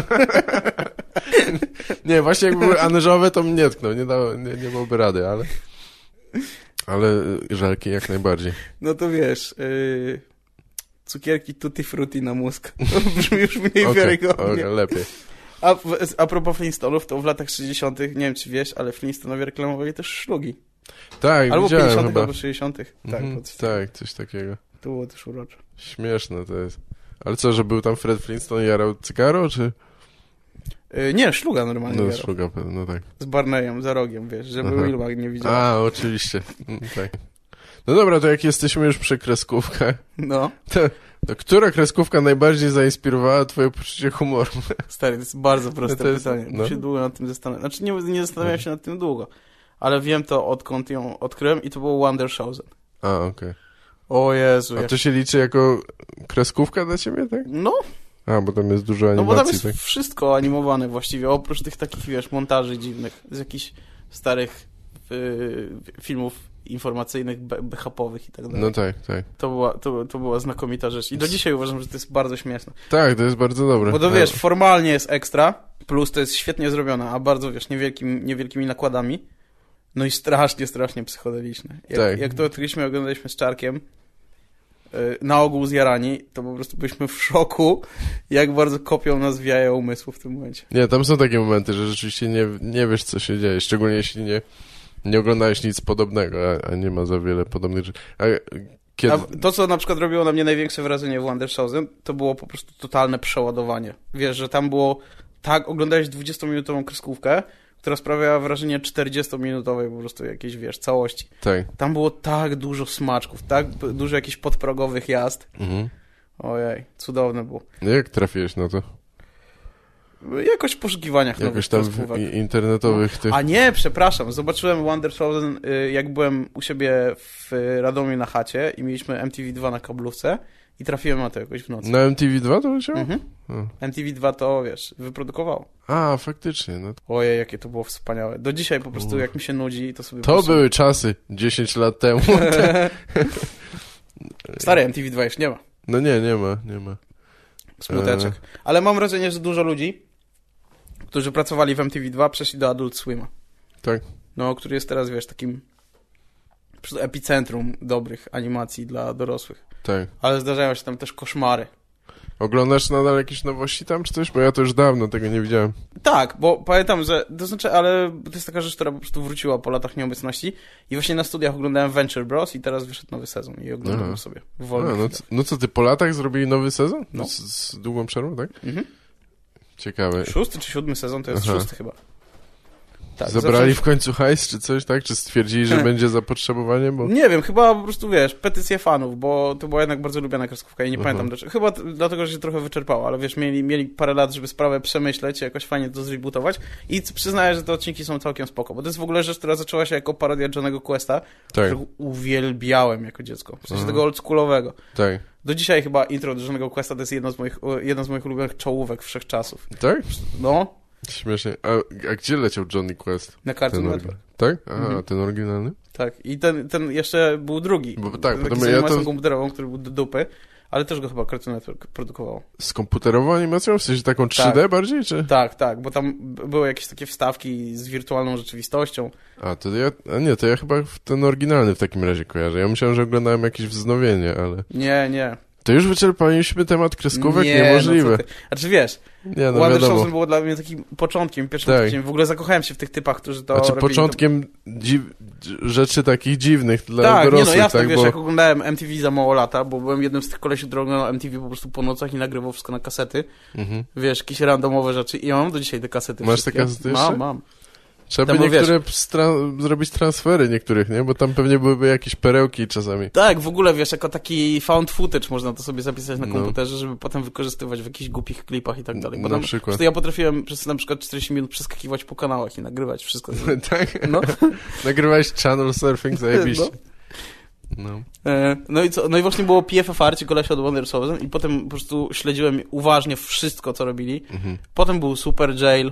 Nie, właśnie jakby były anyżowe, to mnie tknął, nie, dało, nie, nie byłoby rady, ale... Ale żelki jak najbardziej. No to wiesz, yy, cukierki tutti frutti na mózg. To brzmi już mniej okay, wiarygodnie. Okay, lepiej. A, a propos Flintstone'ów, to w latach sześćdziesiątych, nie wiem czy wiesz, ale Flintstone'owie reklamowali też szlugi. Tak, albo widziałem pięćdziesiątych, chyba. albo sześćdziesiątych. Tak, Mhm, coś tak, coś takiego. To było też urocze. Śmieszne to jest. Ale co, że był tam Fred Flintstone i jarał cygaro, czy? Yy, nie, szluga normalnie. No, jarał. szluga, no tak. Z Barneyem, za rogiem, wiesz, żeby Aha. Wilma nie widział. A, oczywiście. Mm, tak. No dobra, to jak jesteśmy już przy kreskówkach, No. to, to która kreskówka najbardziej zainspirowała twoje poczucie humoru? Stary, to jest bardzo proste to jest, pytanie. no. No. się długo nad tym zastanawiam. Znaczy, nie, nie zastanawiałem się nad tym długo. Ale wiem to, odkąd ją odkryłem i to było Wondershausen. A, okej. Okay. O Jezu. A Jak... to się liczy jako kreskówka dla ciebie, tak? No, A, bo tam jest dużo animacji, no bo tam jest tak? wszystko animowane właściwie, oprócz tych takich, wiesz, montaży dziwnych, z jakichś starych y, filmów informacyjnych, be hapowych i tak dalej. No tak, tak. To była, to, to była znakomita rzecz. I do dzisiaj uważam, że to jest bardzo śmieszne. Tak, to jest bardzo dobre. Bo to wiesz, formalnie jest ekstra, plus to jest świetnie zrobione, a bardzo, wiesz, niewielkim, niewielkimi nakładami. No i strasznie, strasznie psychodeliczne. Jak, tak. jak to odkryliśmy, oglądaliśmy z Czarkiem, yy, na ogół zjarani, to po prostu byliśmy w szoku, jak bardzo kopią nas w jaja umysłu w tym momencie. Nie, tam są takie momenty, że rzeczywiście nie, nie wiesz, co się dzieje, szczególnie jeśli nie, nie oglądałeś nic podobnego, a, a nie ma za wiele podobnych rzeczy. A, kiedy... a to, co na przykład robiło na mnie największe wrażenie w Wondershausen, to było po prostu totalne przeładowanie. Wiesz, że tam było tak, oglądałeś dwudziestominutową kreskówkę, która sprawiała wrażenie czterdziestominutowej po prostu jakiejś, wiesz, całości. Tak. Tam było tak dużo smaczków, tak dużo jakichś podprogowych jazd. Mhm. Ojej, cudowne było. No jak trafiłeś na to? Jakoś w poszukiwaniach Jakoś nowych tam w kreskówek. internetowych tych... A nie, przepraszam, zobaczyłem Wondershausen, jak byłem u siebie w Radomiu na chacie i mieliśmy M T V dwa na kablówce i trafiłem na to jakoś w nocy. Na M T V dwa to leciało? Mhm. M T V dwa to, wiesz, wyprodukowało. A, faktycznie. No. Ojej, jakie to było wspaniałe. Do dzisiaj po prostu, jak mi się nudzi, to sobie... To prostu... były czasy, dziesięć lat temu. Stary, M T V dwa już nie ma. No nie, nie ma, nie ma. Smuteczek. Ale mam wrażenie, że dużo ludzi, którzy pracowali w M T V dwa, przeszli do Adult Swima. Tak. No, który jest teraz, wiesz, takim epicentrum dobrych animacji dla dorosłych. Tak. Ale zdarzają się tam też koszmary. Oglądasz nadal jakieś nowości tam, czy coś? Bo ja to już dawno tego nie widziałem. Tak, bo pamiętam, że, to znaczy, ale to jest taka rzecz, która po prostu wróciła po latach nieobecności i właśnie na studiach oglądałem Venture Bros i teraz wyszedł nowy sezon i oglądam Aha. sobie w A, wolnych no, co, no co, ty po latach zrobili nowy sezon? No. Z, z długą przerwą, tak? mhm. Ciekawe. Szósty czy siódmy sezon, to jest Aha. szósty chyba. Tak, Zabrali zawsze... w końcu hajs, czy coś, tak? Czy stwierdzili, że będzie zapotrzebowanie? Bo... Nie wiem, chyba po prostu, wiesz, petycje fanów, bo to była jednak bardzo lubiana kreskówka i nie Aha. pamiętam dlaczego. Chyba t- dlatego, że się trochę wyczerpało, ale wiesz, mieli, mieli parę lat, żeby sprawę przemyśleć, jakoś fajnie to zrebootować i c- przyznaję, że te odcinki są całkiem spoko, bo to jest w ogóle rzecz, która zaczęła się jako parodia Johnnego Questa, Tak, którego uwielbiałem jako dziecko, w sensie Aha. tego oldschoolowego. tak. Do dzisiaj chyba intro do Johnnego Questa to jest jedna z moich, jedna z moich ulubionych czołówek wszechczasów. Tak? No, Śmiesznie. A, a gdzie leciał Johnny Quest? na Cartoon Ten Network. orgi- Tak? A, Mhm. ten oryginalny? Tak, i ten, ten jeszcze był drugi. Bo tak, taki potem z ja animacją to- komputerową, który był do dupy, ale też go chyba Cartoon Network produkowało. Z komputerową animacją? W sensie taką trzy D Tak. bardziej, czy? Tak, tak, bo tam b- były jakieś takie wstawki z wirtualną rzeczywistością. A, to ja... A nie, to ja chyba w ten oryginalny w takim razie kojarzę. Ja myślałem, że oglądałem jakieś wznowienie, ale... Nie, nie. To już wyczerpaliśmy temat kreskówek? nie, Niemożliwe. No co ty. Znaczy wiesz, Nie, no Wonder wiadomo. Showsen było dla mnie takim początkiem, pierwszym Tak. odcinkiem. W ogóle zakochałem się w tych typach, którzy to Znaczy robili. początkiem dziw... rzeczy takich dziwnych dla Tak, nie dorosłych, no jasne, tak? wiesz, Bo... jak oglądałem M T V za mało lata, bo byłem jednym z tych kolesi, który oglądał M T V po prostu po nocach i nagrywał wszystko na kasety. Mhm. Wiesz, jakieś randomowe rzeczy i ja mam do dzisiaj te kasety. Masz te wszystkie. kasety jeszcze? Mam, mam. Trzeba Tam, by no, wiesz- niektóre stra- zrobić transfery niektórych, nie? Bo tam pewnie byłyby jakieś perełki czasami. Tak, w ogóle wiesz, jako taki found footage można to sobie zapisać na No. komputerze, żeby potem wykorzystywać w jakichś głupich klipach i tak dalej. Bo Na tam, przykład. po prostu ja potrafiłem przez na przykład czterdzieści minut przeskakiwać po kanałach i nagrywać wszystko. Tak? No. Nagrywałeś channel surfing zajebiście. No. No. E, No i co? No i właśnie było P F F R, ci kolesia od Wondershausen i potem po prostu śledziłem uważnie wszystko, co robili. Mhm. Potem był Super Jail,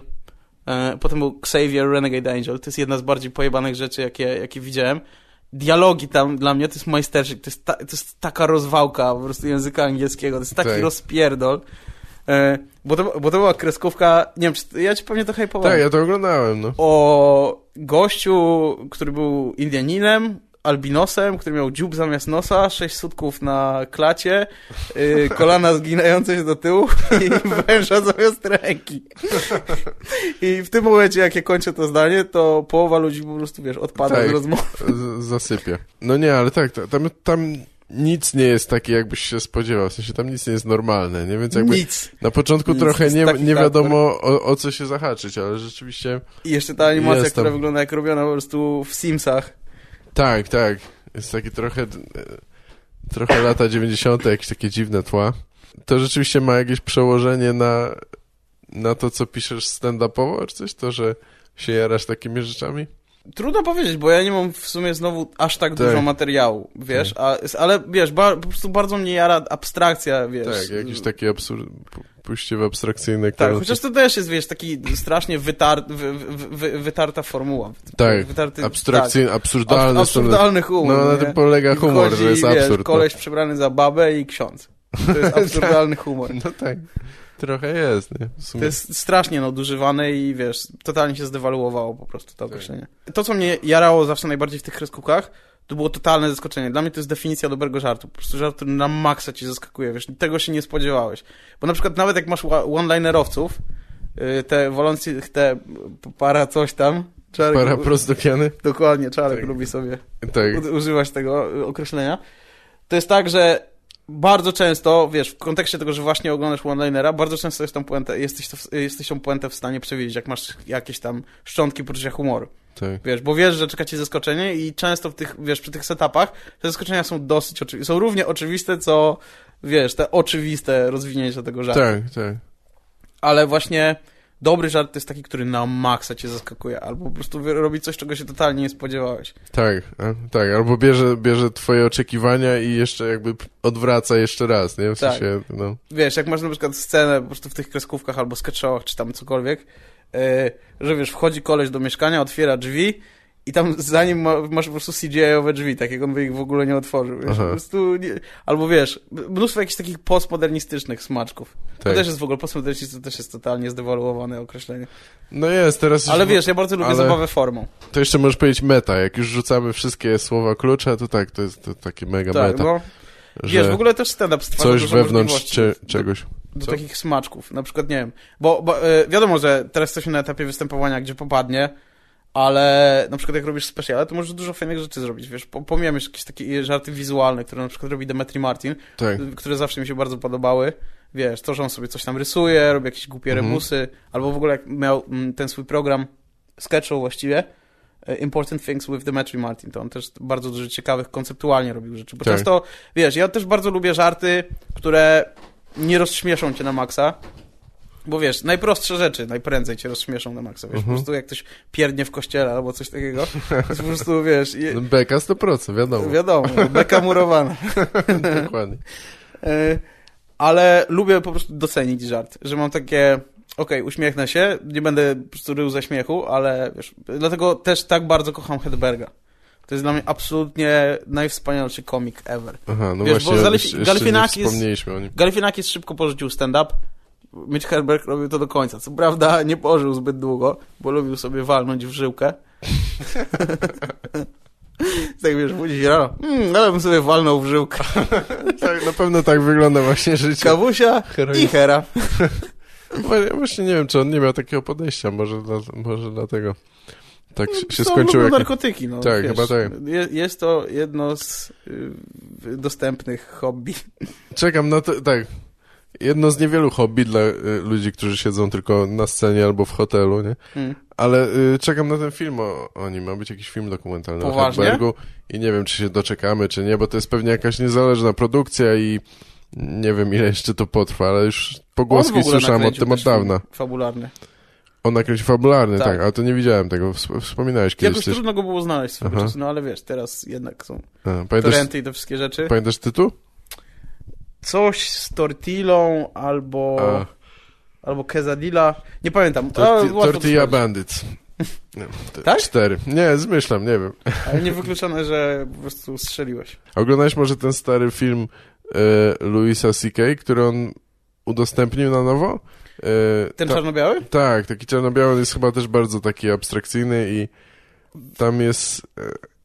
e, potem był Xavier Renegade Angel. To jest jedna z bardziej pojebanych rzeczy, jakie, jakie widziałem. Dialogi tam dla mnie to jest majstersztyk, to jest, ta, to jest taka rozwałka po prostu języka angielskiego, to jest taki Tak. rozpierdol. E, bo, to, bo to była kreskówka, nie wiem, czy, ja ci pewnie to hypowałem. Tak, ja to oglądałem, no. O gościu, który był Indianinem, albinosem, który miał dziób zamiast nosa, sześć sutków na klacie, yy, kolana zginające się do tyłu i węża zamiast ręki. I w tym momencie, jak ja kończę to zdanie, to połowa ludzi po prostu, wiesz, odpada tak, z rozmowy. Z- zasypia. No nie, ale tak, tam, tam nic nie jest takie, jakbyś się spodziewał. W sensie tam nic nie jest normalne, nie? Więc jakby Nic. na początku Nic. trochę Jest nie, taki nie wiadomo o, o co się zahaczyć, ale rzeczywiście... I jeszcze ta animacja, Jest tam. która wygląda jak robiona po prostu w Simsach. Tak, tak. Jest taki trochę... Trochę lata dziewięćdziesiąte, jakieś takie dziwne tła. To rzeczywiście ma jakieś przełożenie na, na to, co piszesz stand-upowo, czy coś? To, że się jarasz takimi rzeczami? Trudno powiedzieć, bo ja nie mam w sumie znowu aż tak, Tak. dużo materiału, wiesz, a, ale wiesz, ba, po prostu bardzo mnie jara abstrakcja, wiesz. Tak, jakieś takie absur... puściwe, abstrakcyjne Tak, klimaty. chociaż to też jest, wiesz, taki strasznie wytar, wy, wy, wy, wytarta formuła. Tak, Wytarty, abstrakcyjny, tak. absurdalny. Ab, absurdalny humor. No na nie? tym polega I humor, wchodzi, że jest wiesz, absurd. koleś przebrany za babę i ksiądz. To jest absurdalny humor. No tak, trochę jest, nie? W sumie. To jest strasznie nadużywane i wiesz, totalnie się zdewaluowało po prostu to określenie. To, co mnie jarało zawsze najbardziej w tych kreskówkach, to było totalne zaskoczenie. Dla mnie to jest definicja dobrego żartu. Po prostu żart, który na maksa ci zaskakuje, wiesz, tego się nie spodziewałeś. Bo na przykład nawet jak masz one-linerowców, te wolących, te para coś tam, Czarek, Para prostokiany? dokładnie, Czarek tak. lubi sobie tak. u- używać tego określenia. To jest tak, że bardzo często, wiesz, w kontekście tego, że właśnie oglądasz one-linera, bardzo często jest tą puentę, jesteś, to, jesteś tą puentę w stanie przewidzieć, jak masz jakieś tam szczątki poczucia humoru. Tak. Wiesz, bo wiesz, że czeka cię zaskoczenie i często w tych, wiesz, przy tych setupach te zaskoczenia są dosyć oczywiste, są równie oczywiste, co, wiesz, te oczywiste rozwinięcia tego żartu. Tak, tak. Ale właśnie dobry żart to jest taki, który na maksa cię zaskakuje, albo po prostu wy- robi coś, czego się totalnie nie spodziewałeś. Tak, a, tak, albo bierze, bierze twoje oczekiwania i jeszcze jakby p- odwraca jeszcze raz, nie? W Tak. sensie, no... Wiesz, jak masz na przykład scenę po prostu w tych kreskówkach albo sketchowach, czy tam cokolwiek, yy, że wiesz, wchodzi koleś do mieszkania, otwiera drzwi i tam za nim ma, masz po prostu C G I-owe drzwi, tak jak on by ich w ogóle nie otworzył. Wiesz, po prostu nie, albo wiesz, mnóstwo jakichś takich postmodernistycznych smaczków. To Tak. też jest w ogóle, postmodernistyczne to też jest totalnie zdewaluowane określenie. No jest, teraz... Ale już- wiesz, ja bardzo lubię ale- zabawę formą. To jeszcze możesz powiedzieć meta, jak już rzucamy wszystkie słowa klucza, to tak, to jest to takie mega Tak, meta. no. że Wiesz, w ogóle też stand-up stwarza coś dużo wewnątrz możliwości cze- do- czegoś. Do Co? takich smaczków. Na przykład, nie wiem, bo, bo e, wiadomo, że teraz jesteśmy na etapie występowania, gdzie popadnie, ale na przykład jak robisz specjale, to możesz dużo fajnych rzeczy zrobić, wiesz, po- pomijam już jakieś takie żarty wizualne, które na przykład robi Demetri Martin, Tak. które zawsze mi się bardzo podobały. Wiesz, to, że on sobie coś tam rysuje, robi jakieś głupie Mhm. rebusy, albo w ogóle jak miał mm, ten swój program sketchow właściwie, e, Important Things with Demetri Martin, to on też bardzo dużo ciekawych, konceptualnie robił rzeczy, bo Tak. często, wiesz, ja też bardzo lubię żarty, które nie rozśmieszą cię na maksa, bo wiesz, najprostsze rzeczy najprędzej cię rozśmieszą na maksa, wiesz, Mhm. po prostu jak ktoś pierdnie w kościele albo coś takiego, to jest po prostu, wiesz, je, No, beka sto procent, wiadomo. wiadomo, beka murowana. Dokładnie. E, ale lubię po prostu docenić żart, że mam takie, okej, uśmiechnę się, nie będę po prostu rył ze śmiechu, ale wiesz, dlatego też tak bardzo kocham Hedberga. To jest dla mnie absolutnie najwspanialszy komik ever. Aha, no Wiesz, bo właśnie, Galif- jeszcze, jeszcze nie Galifianakis- wspomnieliśmy o nim. Galifianakis szybko porzucił stand-up, Mitch Hedberg robił to do końca. Co prawda nie pożył zbyt długo, bo lubił sobie walnąć w żyłkę. Tak wiesz, budzi się rano, mm, ale bym sobie walnął w żyłkę. Tak, na pewno tak wygląda właśnie życie. Kawusia Heroin. i hera. Ja właśnie nie wiem, czy on nie miał takiego podejścia, może, dla, może dlatego tak się, się Są skończyło. lubią Jak... narkotyki, no. Tak, wiesz, chyba tak. Je, jest to jedno z y, dostępnych hobby. Czekam na to, tak, jedno z niewielu hobby dla y, ludzi, którzy siedzą tylko na scenie albo w hotelu, nie? Hmm. Ale y, czekam na ten film o, o nim. Ma być jakiś film dokumentalny Poważnie? o Hedbergu i nie wiem, czy się doczekamy, czy nie, bo to jest pewnie jakaś niezależna produkcja i nie wiem, ile jeszcze to potrwa, ale już pogłoski On w ogóle słyszałem o nakręcił tym od też film dawna. fabularny. On nakręcił fabularny, tak. Tak. ale to nie widziałem tego. Wsp- wspominałeś kiedyś Jakoś coś. trudno go było znaleźć swego Aha. czasu, no ale wiesz, teraz jednak są A, pamiętasz, torenty i te wszystkie rzeczy. pamiętasz tytuł? Coś z tortillą albo A, albo quesadilla. Nie pamiętam. torti- ale łatwo Tortilla to Bandits. Nie, te- Tak? Cztery. Nie, zmyślam, nie wiem. Ale niewykluczone, że po prostu strzeliłeś. A oglądałeś może ten stary film e, Louisa C K, który on udostępnił na nowo? E, Ten ta- czarno-biały? Tak, taki czarno-biały, on jest chyba też bardzo taki abstrakcyjny i tam jest... E,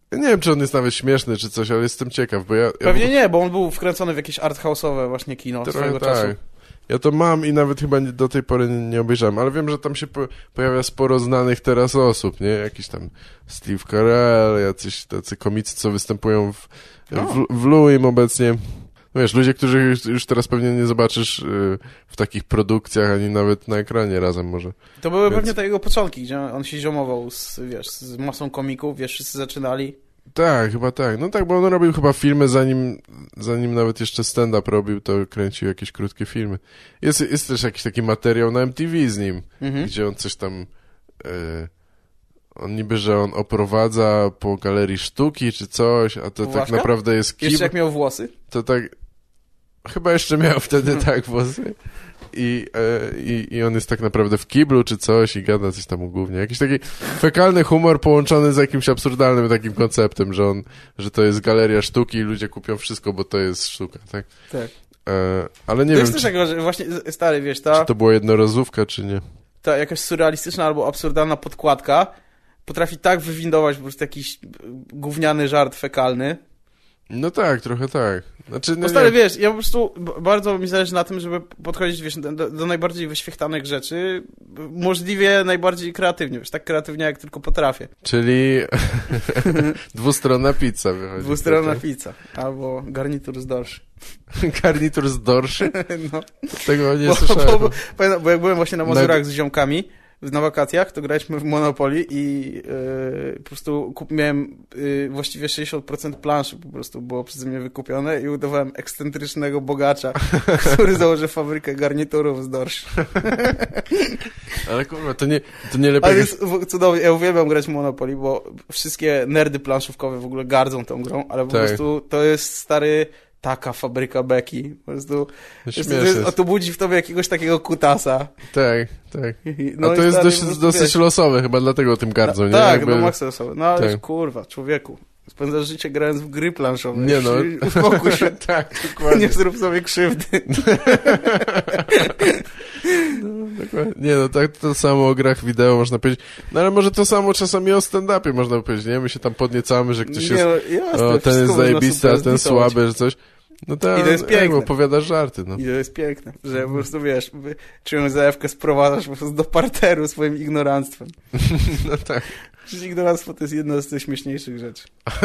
Nie wiem, czy on jest nawet śmieszny, czy coś, ale jestem ciekaw, bo ja... ja Pewnie bo... nie, bo on był wkręcony w jakieś arthouse'owe właśnie kino Trochę swojego tak. czasu. Ja to mam i nawet chyba nie, do tej pory nie, nie obejrzałem, ale wiem, że tam się po, pojawia sporo znanych teraz osób, nie? Jakiś tam Steve Carell, jacyś tacy komicy, co występują w, No. w, w Luim obecnie. No wiesz, ludzie, których już teraz pewnie nie zobaczysz y, w takich produkcjach, ani nawet na ekranie razem może. To były Więc... pewnie te jego początki, gdzie on się ziomował z, wiesz, z masą komików, wiesz, wszyscy zaczynali. Tak, chyba tak. No tak, bo on robił chyba filmy, zanim, zanim nawet jeszcze stand-up robił, to kręcił jakieś krótkie filmy. Jest, jest też jakiś taki materiał na M T V z nim, Mhm. gdzie on coś tam... Y, on niby, że on oprowadza po galerii sztuki czy coś, a to Poważka? tak naprawdę jest kim. Jeszcze jak miał włosy? To tak... Chyba jeszcze miał wtedy tak włosy. I, e, i, I on jest tak naprawdę w kiblu czy coś i gada coś tam głównie. Jakiś taki fekalny humor połączony z jakimś absurdalnym takim konceptem, że on, że to jest galeria sztuki i ludzie kupią wszystko, bo to jest sztuka, tak? Tak. E, ale nie To wiem, jest też czy, tego, że właśnie, stary, wiesz, ta, czy to była jednorazówka, czy nie. ta jakaś surrealistyczna albo absurdalna podkładka potrafi tak wywindować po prostu jakiś gówniany żart fekalny. No tak, trochę tak. Znaczy, no No stary, nie, wiesz, ja po prostu b- bardzo mi zależy na tym, żeby podchodzić, wiesz, do, do najbardziej wyświechtanych rzeczy, możliwie najbardziej kreatywnie, wiesz, tak kreatywnie jak tylko potrafię. czyli dwustronna pizza wychodzi. Dwustronna tak? pizza, albo garnitur z dorszy. Garnitur z dorszy? No. Tego nie Bo, słyszałem. bo, bo, pamiętam, bo jak byłem właśnie na Mazurach Na- z ziomkami na wakacjach, to graliśmy w Monopoly i yy, po prostu kup, miałem yy, właściwie sześćdziesiąt procent planszy po prostu było przeze mnie wykupione i udawałem ekscentrycznego bogacza, który założy fabrykę garniturów z dorszy. Ale kurwa, to nie, to nie lepiej... Ale jest w- cudownie, ja uwielbiam grać w Monopoly, bo wszystkie nerdy planszówkowe w ogóle gardzą tą grą, ale po Tak. prostu to jest stary... Taka fabryka beki. Po prostu jest, to Śmieszne. jest, o, to budzi w tobie jakiegoś takiego kutasa. Tak, tak. No A i to jest stary, dość, po prostu, dosyć wiesz, losowe, chyba dlatego o tym gardzą, no, nie? tak, Jakby... no maksa losowe. No ale Tak. kurwa, człowieku. Spędzasz życie grając w gry planszowe. Nie no. Uspokój się. Tak, dokładnie. Nie zrób sobie krzywdy. No, dokładnie. Nie no, tak to samo o grach wideo można powiedzieć. No ale może to samo czasami o stand-upie można powiedzieć, nie? My się tam podniecamy, że ktoś Nie, jest... no, jasne, O, ten wszystko jest można zajebisty, a super ten zdisować. słaby, że coś... No tak, I to jest piękne. opowiadasz żarty, no. I to jest piękne, że po prostu wiesz, czyjąś zajawkę sprowadzasz po prostu do parteru swoim ignoranstwem. No tak. Przecież ignoranstwo to jest jedna z tych śmieszniejszych rzeczy.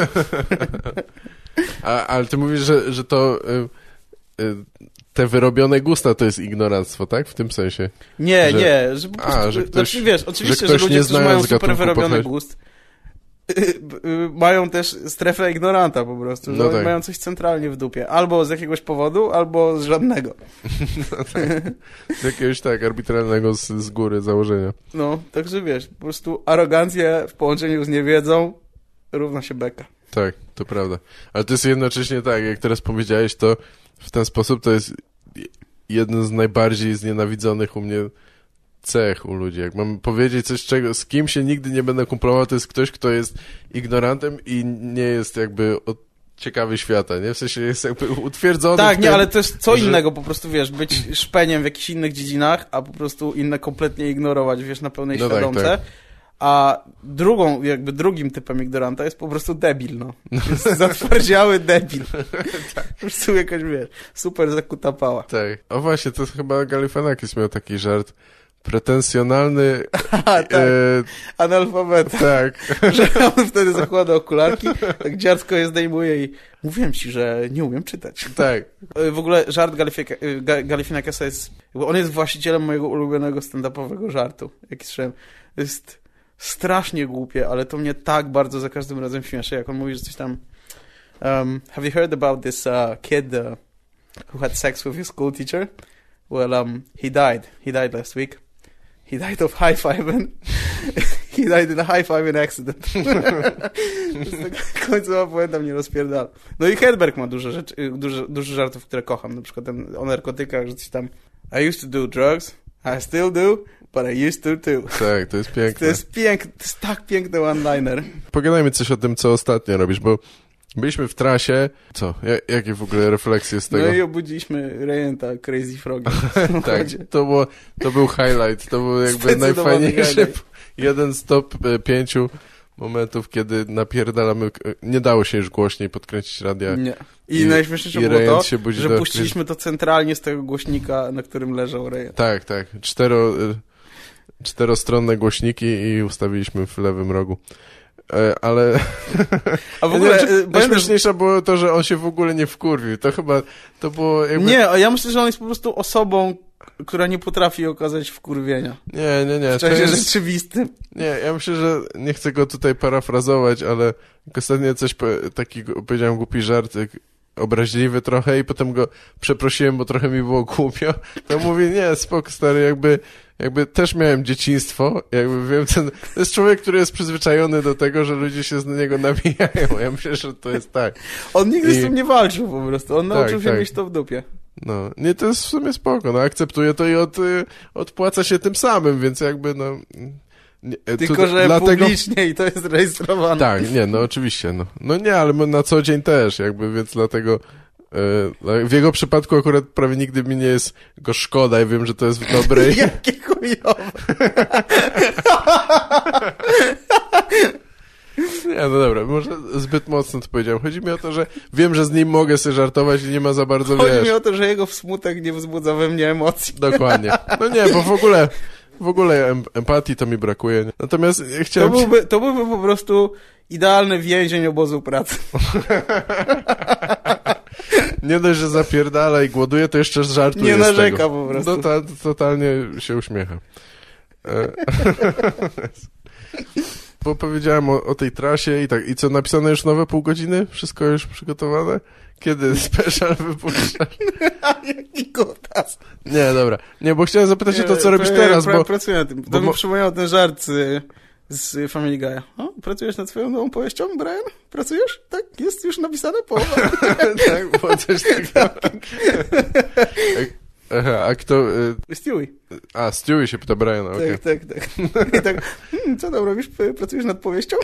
A, ale ty mówisz, że, że to... Y, y, te wyrobione gusta to jest ignoranstwo, tak? W tym sensie. Nie, Że- nie, że po prostu, A, że ktoś- znaczy, wiesz, oczywiście, że że, ktoś ludzie, nie którzy mają znając super gatunku wyrobiony podchodzi- gust, y, y, mają też strefę ignoranta po prostu, że No oni tak. mają coś centralnie w dupie. Albo z jakiegoś powodu, albo z żadnego. Z jakiegoś tak arbitralnego z, z góry założenia. No, także wiesz, po prostu arogancja w połączeniu z niewiedzą równa się beka. Tak, to prawda. Ale to jest jednocześnie tak, jak teraz powiedziałeś, to w ten sposób to jest jeden z najbardziej znienawidzonych u mnie cech u ludzi. Jak mam powiedzieć coś, czego, z kim się nigdy nie będę kumplował, to jest ktoś, kto jest ignorantem i nie jest jakby od ciekawy świata, nie? W sensie jest jakby utwierdzony Tak, w nie, tym, ale to jest co że- innego po prostu, wiesz, być szpeniem w jakichś innych dziedzinach, a po prostu inne kompletnie ignorować, wiesz, na pełnej No tak, świadomce. tak. A drugą, jakby drugim typem ignoranta jest po prostu debil, no. Jest zatwardziały debil. Po prostu jakaś, wiesz, super zakuta pała. Tak. O właśnie, to chyba Galifianakis miał taki żart pretensjonalny A, tak, e, analfabeta. tak. Że on wtedy zakłada okularki, tak dziarsko je zdejmuje i mówiłem ci, że nie umiem czytać. tak. W ogóle żart Galifika- Ga- Galifianakisa jest... On jest właścicielem mojego ulubionego stand-upowego żartu, jaki słyszałem. Jest strasznie głupie, ale to mnie tak bardzo za każdym razem śmieszy, jak on mówi, że coś tam... Um, have you heard about this uh, kid uh, who had sex with his school teacher? Well, um, he died. He died last week. He died of high-fiving. He died in a high-fiving accident. Końcowa puenta mnie rozpierdala. No i Hedberg ma dużo, rzeczy, dużo, dużo żartów, które kocham. Na przykład ten o narkotykach, że coś tam I used to do drugs, I still do, but I used to too. Tak, to jest piękne. To jest piękny, to jest tak piękny one-liner. Pogadajmy coś o tym, co ostatnio robisz, bo byliśmy w trasie. Co? Ja, jakie w ogóle refleksje z tego? No i obudziliśmy Rejenta Crazy Frog. Tak, to, było, to był highlight, to był jakby Zdecydowany najfajniejszy highlight. jeden z top e, pięciu momentów, kiedy napierdalamy, nie dało się już głośniej podkręcić radia. Nie. I, I najśmieszniejsze i było to, się że do... puściliśmy to centralnie z tego głośnika, na którym leżał rejent. Tak, tak. Cztero, czterostronne głośniki i ustawiliśmy w lewym rogu. Ale... A w ogóle... Nie, najśmieszniejsze było to, że on się w ogóle nie wkurwił. To chyba, to było jakby... Nie, a ja myślę, że on jest po prostu osobą, która nie potrafi okazać wkurwienia. Nie, nie, nie. W czasie jest... rzeczywistym. Nie, ja myślę, że nie chcę go tutaj parafrazować, ale jak ostatnio coś takiego powiedziałem, głupi żart, obraźliwy trochę i potem go przeprosiłem, bo trochę mi było głupio, to mówi, nie, spoko stary, jakby, jakby też miałem dzieciństwo, jakby wiem, ten, to jest człowiek, który jest przyzwyczajony do tego, że ludzie się z niego nabijają. Ja myślę, że to jest tak. On nigdy I... z tym nie walczył po prostu, on tak, nauczył się tak. mieć to w dupie. No, nie, to jest w sumie spoko, no akceptuje to i od, odpłaca się tym samym, więc jakby no... Nie, Tylko, tu, że dlatego... publicznie i to jest rejestrowane. Tak, nie, no oczywiście, no. No nie, ale na co dzień też, jakby, więc dlatego yy, w jego przypadku akurat prawie nigdy mi nie jest go szkoda i wiem, że to jest w dobrej... Jakie chujowe. Nie, no dobra, może zbyt mocno to powiedziałem. Chodzi mi o to, że wiem, że z nim mogę sobie żartować i nie ma za bardzo, Chodzi wiesz... mi o to, że jego smutek nie wzbudza we mnie emocji. Dokładnie. No nie, bo w ogóle... W ogóle em, empatii to mi brakuje. Natomiast chciałem... To byłby, to byłby po prostu idealny więzień obozu pracy. Nie dość, że zapierdala i głoduje, to jeszcze żartuje Nie z narzeka tego. po prostu. No, to, totalnie się uśmiecha. Bo powiedziałem o, o tej trasie i tak. I co, napisane już nowe pół godziny? Wszystko już przygotowane? Kiedy special wypuszczasz? Jaki kutas. Nie, dobra. Nie, bo chciałem zapytać się to, co robisz teraz, bo... Pracuję nad tym. To mi przypomniał ten żart z, z Family Guy'a. O, pracujesz nad swoją nową powieścią, Brian? Pracujesz? Tak, jest już napisane połowa. Tak, było coś takiego. Aha, a kto... Y... Stewie. A, Stewie się pyta Briana, okej. Tak, tak, tak. I tak, hmm, co tam robisz? Pracujesz nad powieścią?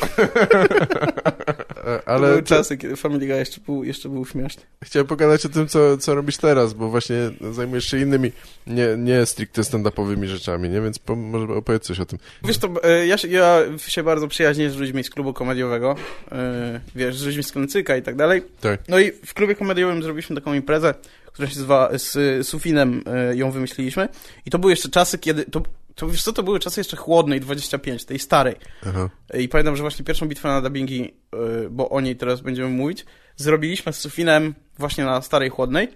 Ale to były to... czasy, kiedy Family Guy jeszcze był, jeszcze był śmieszny. Chciałem pogadać o tym, co, co robisz teraz, bo właśnie zajmujesz się innymi, nie, nie stricte stand-upowymi rzeczami, nie? Więc po, może opowiedz coś o tym. Wiesz, to ja się, ja się bardzo przyjaźnię z ludźmi z klubu komediowego, yy, wiesz, z ludźmi z Klęcyka i tak dalej. Tak. No i w klubie komediowym zrobiliśmy taką imprezę, która się nazywa z Sufinem, yy, ją wymyśliliśmy. I to były jeszcze czasy, kiedy... To, to wiesz co, to były czasy jeszcze chłodnej, dwadzieścia pięć, tej starej. Aha. I pamiętam, że właśnie pierwszą bitwę na dubbingi, yy, bo o niej teraz będziemy mówić, zrobiliśmy z Sufinem właśnie na starej chłodnej.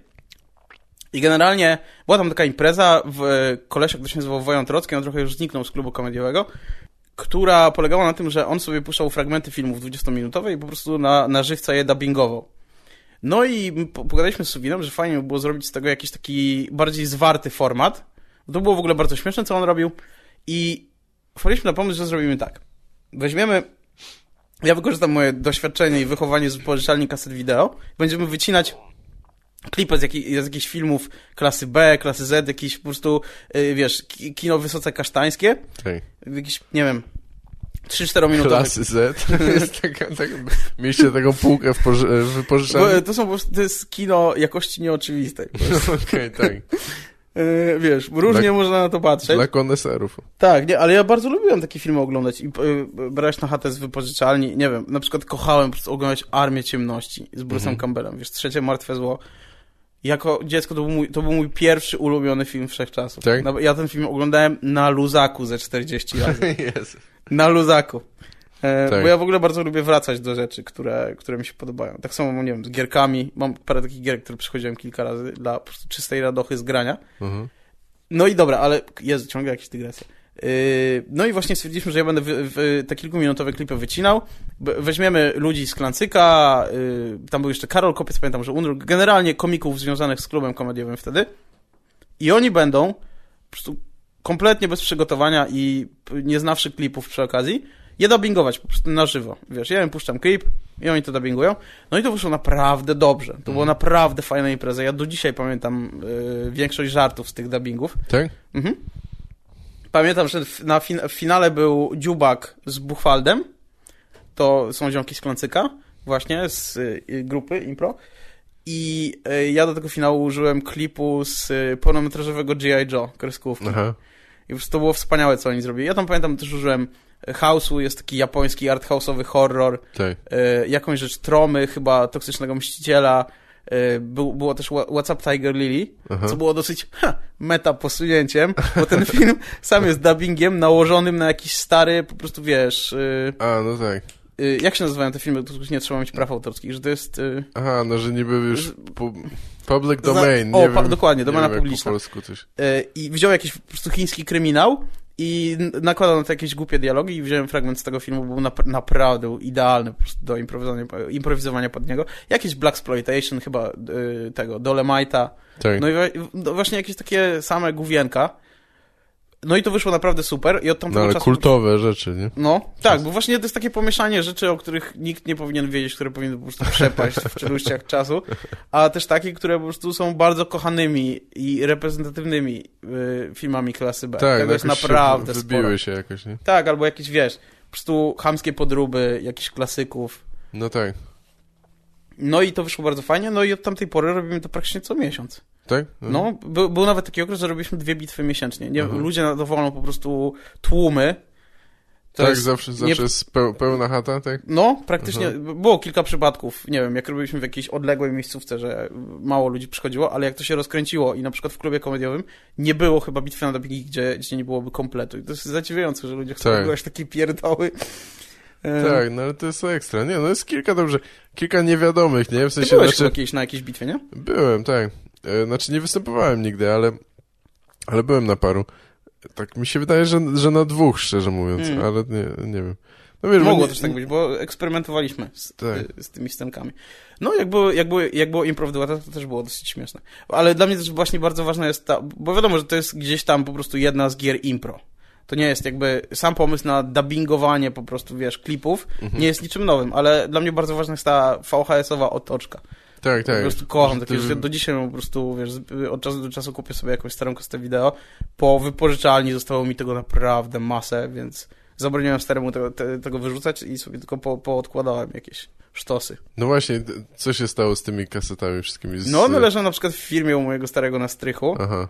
I generalnie była tam taka impreza w kolesie, który się nazywał Wojan Trocki, on trochę już zniknął z klubu komediowego, która polegała na tym, że on sobie puszczał fragmenty filmów dwudziestominutowe i po prostu na, na żywca je dubbingował. No i pogadaliśmy z Sufinem, że fajnie by było zrobić z tego jakiś taki bardziej zwarty format. To było w ogóle bardzo śmieszne, co on robił. I wpadliśmy na pomysł, że zrobimy tak. Weźmiemy... Ja wykorzystam moje doświadczenie i wychowanie z wypożyczalni kaset wideo. Będziemy wycinać klipy z, jakich, z jakichś filmów klasy B, klasy Z, jakieś po prostu, yy, wiesz, kino wysoce kasztańskie. Okay. Jakieś, nie wiem, trzy czterominutowe. Klasy Z? To jest taka, taka, mieliście taką półkę w, w wypożyczalni? To są po prostu, to jest kino jakości nieoczywistej. Okej, okay, tak. Yy, wiesz, różnie dla, można na to patrzeć. Dla koneserów. Tak, nie, ale ja bardzo lubiłem takie filmy oglądać i yy, brać na chatę z wypożyczalni, nie wiem, na przykład kochałem po prostu oglądać Armię Ciemności z Bruce'em mm-hmm. Campbellem, wiesz, Trzecie Martwe Zło. Jako dziecko to był mój, to był mój pierwszy ulubiony film wszechczasów. Tak? Ja ten film oglądałem na luzaku ze czterdzieści razy. Yes. Na luzaku. E, tak. Bo ja w ogóle bardzo lubię wracać do rzeczy, które, które mi się podobają. Tak samo, nie wiem, z gierkami. Mam parę takich gier, które przechodziłem kilka razy dla po prostu czystej radochy z grania. Uh-huh. No i dobra, ale Jezu, ciągle jakieś dygresje. Yy, no i właśnie stwierdziliśmy, że ja będę w, w, te kilkuminutowe klipy wycinał. Weźmiemy ludzi z Klancyka, yy, tam był jeszcze Karol Kopiec, pamiętam, że Unruk, generalnie komików związanych z klubem komediowym wtedy. I oni będą po prostu kompletnie bez przygotowania i nie znawszy klipów przy okazji, je dubbingować po prostu na żywo. Wiesz, ja im puszczam klip i oni to dubbingują. No i to wyszło naprawdę dobrze. To mm. było naprawdę fajna impreza. Ja do dzisiaj pamiętam yy, większość żartów z tych dubbingów. Tak? Mhm. Pamiętam, że na fin- w finale był Dziubak z Buchwaldem. To są ziomki z Klancyka, właśnie, z y, grupy Impro. I y, ja do tego finału użyłem klipu z y, pełnometrażowego G I. Joe, kreskówki. Aha. I po prostu to było wspaniałe, co oni zrobili. Ja tam pamiętam, też użyłem House'u jest taki japoński art-house'owy horror. Tak. E, jakąś rzecz Tromy, chyba Toksycznego Mściciela. E, był, było też What's Up Tiger Lily, Aha. co było dosyć ha, meta posunięciem, bo ten film sam jest dubbingiem nałożonym na jakiś stary, po prostu wiesz... E, A, no tak. Jak się nazywają te filmy, do których nie trzeba mieć praw autorskich? Że to jest... Yy... Aha, no, że niby już pu public domain. Za... O, nie pa wiem, dokładnie, domena nie publiczna. Po polsku coś. Yy, I wziął jakiś po prostu chiński kryminał i nakładał na to jakieś głupie dialogi i wziąłem fragment z tego filmu, był nap naprawdę idealny po prostu do improwizowania, improwizowania pod niego. Jakieś Blaxploitation chyba yy, tego, Dolemite'a. Tak. No i no właśnie jakieś takie same główienka. No i to wyszło naprawdę super i od tamtego no, ale czasu... kultowe rzeczy, nie? No, tak, bo właśnie to jest takie pomieszanie rzeczy, o których nikt nie powinien wiedzieć, które powinny po prostu przepaść w czeluściach czasu, a też takie, które po prostu są bardzo kochanymi i reprezentatywnymi y, filmami klasy B. Tak, tego jest naprawdę się wybiły sporo. się jakoś, nie? Tak, albo jakieś, wiesz, po prostu chamskie podróby jakichś klasyków. No tak. No i to wyszło bardzo fajnie, no i od tamtej pory robimy to praktycznie co miesiąc. Tak? Mhm. No, był, był nawet taki okres, że robiliśmy dwie bitwy miesięcznie. Nie, ludzie nadawolą po prostu tłumy. To tak, jest, zawsze, zawsze nie... jest peł, pełna chata, tak? No, praktycznie. Aha. Było kilka przypadków, nie wiem, jak robiliśmy w jakiejś odległej miejscówce, że mało ludzi przychodziło, ale jak to się rozkręciło i na przykład w klubie komediowym nie było chyba bitwy na dubbingi, gdzie, gdzie nie byłoby kompletu. I to jest zadziwiające, że ludzie chcą tak. oglądać takie pierdoły. Tak, no ale to jest ekstra. Nie, no jest kilka dobrze, kilka niewiadomych, nie? W sensie, Ty byłeś znaczy... jakieś, na jakiejś bitwie, nie? Byłem, tak. Znaczy nie występowałem nigdy, ale, ale byłem na paru. Tak mi się wydaje, że, że na dwóch, szczerze mówiąc, mm. ale nie, nie wiem. No wiesz, Mogło nie... też tak być, bo eksperymentowaliśmy z, tak. z tymi scenkami. No, jak było, jak było, jak było improv dueta, to też było dosyć śmieszne. Ale dla mnie też właśnie bardzo ważna jest ta, bo wiadomo, że to jest gdzieś tam po prostu jedna z gier impro. To nie jest jakby, sam pomysł na dubbingowanie po prostu, wiesz, klipów, mhm. nie jest niczym nowym, ale dla mnie bardzo ważna jest ta V H S-owa otoczka. Tak, tak. Po prostu kocham takie, że do dzisiaj po prostu, wiesz, od czasu do czasu kupię sobie jakąś starą kasetę wideo. Po wypożyczalni zostało mi tego naprawdę masę, więc zabroniłem staremu tego, te, tego wyrzucać i sobie tylko po, poodkładałem jakieś sztosy. No właśnie, co się stało z tymi kasetami wszystkimi? Z... No one leżą na przykład w firmie u mojego starego na strychu. Aha.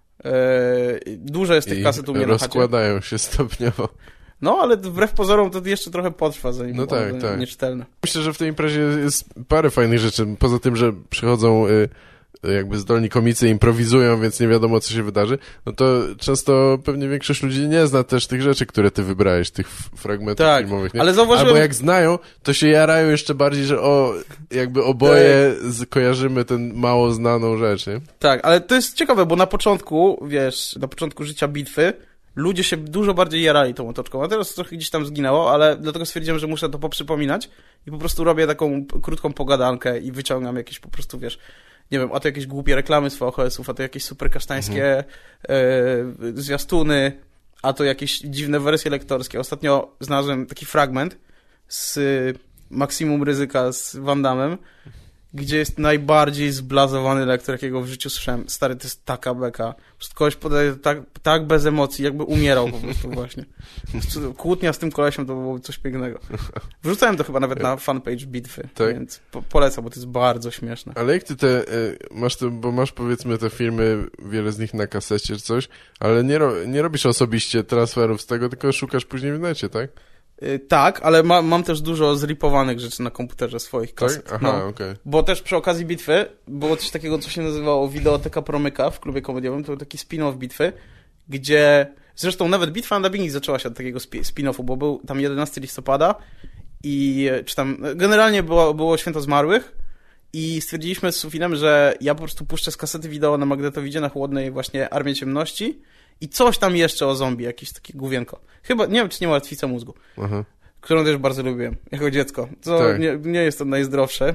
Eee, dużo jest tych kaset u mnie na chacie. Rozkładają się stopniowo. No, ale wbrew pozorom to jeszcze trochę potrwa, zanim no tak, będą tak. nieczytelne. Myślę, że w tej imprezie jest parę fajnych rzeczy. Poza tym, że przychodzą y, jakby zdolni komicy, improwizują, więc nie wiadomo, co się wydarzy, no to często pewnie większość ludzi nie zna też tych rzeczy, które ty wybrałeś, tych fragmentów tak, filmowych. Nie? Ale zauważyłem... Albo jak znają, to się jarają jeszcze bardziej, że o, jakby oboje tak. kojarzymy tę mało znaną rzecz, nie? Tak, ale to jest ciekawe, bo na początku, wiesz, na początku życia bitwy ludzie się dużo bardziej jarali tą otoczką, a teraz trochę gdzieś tam zginęło, ale dlatego stwierdziłem, że muszę to poprzypominać i po prostu robię taką krótką pogadankę i wyciągam jakieś po prostu, wiesz, nie wiem, a to jakieś głupie reklamy z V H S-ów, a to jakieś super kasztańskie mhm. e, zwiastuny, a to jakieś dziwne wersje lektorskie. Ostatnio znalazłem taki fragment z Maksimum Ryzyka z Van Damme, gdzie jest najbardziej zblazowany lektor, jakiego w życiu słyszałem. Stary, to jest taka beka. Kogoś podaje tak, tak bez emocji, jakby umierał po prostu właśnie. Kłótnia z tym kolesiem to było coś pięknego. Wrzucałem to chyba nawet na fanpage bitwy, tak? Więc po polecam, bo to jest bardzo śmieszne. Ale jak ty te, masz to, bo masz powiedzmy te filmy, wiele z nich na kasecie czy coś, ale nie, ro, nie robisz osobiście transferów z tego, tylko szukasz później w necie, tak? Yy, tak, ale ma, mam też dużo zripowanych rzeczy na komputerze swoich kaset. Tak? Aha, no, okej. Okay. Bo też przy okazji bitwy było coś takiego, co się nazywało Wideoteka Promyka w klubie komediowym. To był taki spin-off bitwy, gdzie... Zresztą nawet bitwa na dubbingi zaczęła się od takiego spin-offu, bo był tam jedenastego listopada i czy tam... Generalnie było, było Święto Zmarłych i stwierdziliśmy z Sufinem, że ja po prostu puszczę z kasety wideo na magnetowidzie na chłodnej właśnie Armię Ciemności i coś tam jeszcze o zombie, jakieś takie główienko. Chyba, nie wiem, czy nie Martwica Mózgu, Aha. którą też bardzo lubiłem, jako dziecko. Co tak. nie, nie jest to najzdrowsze,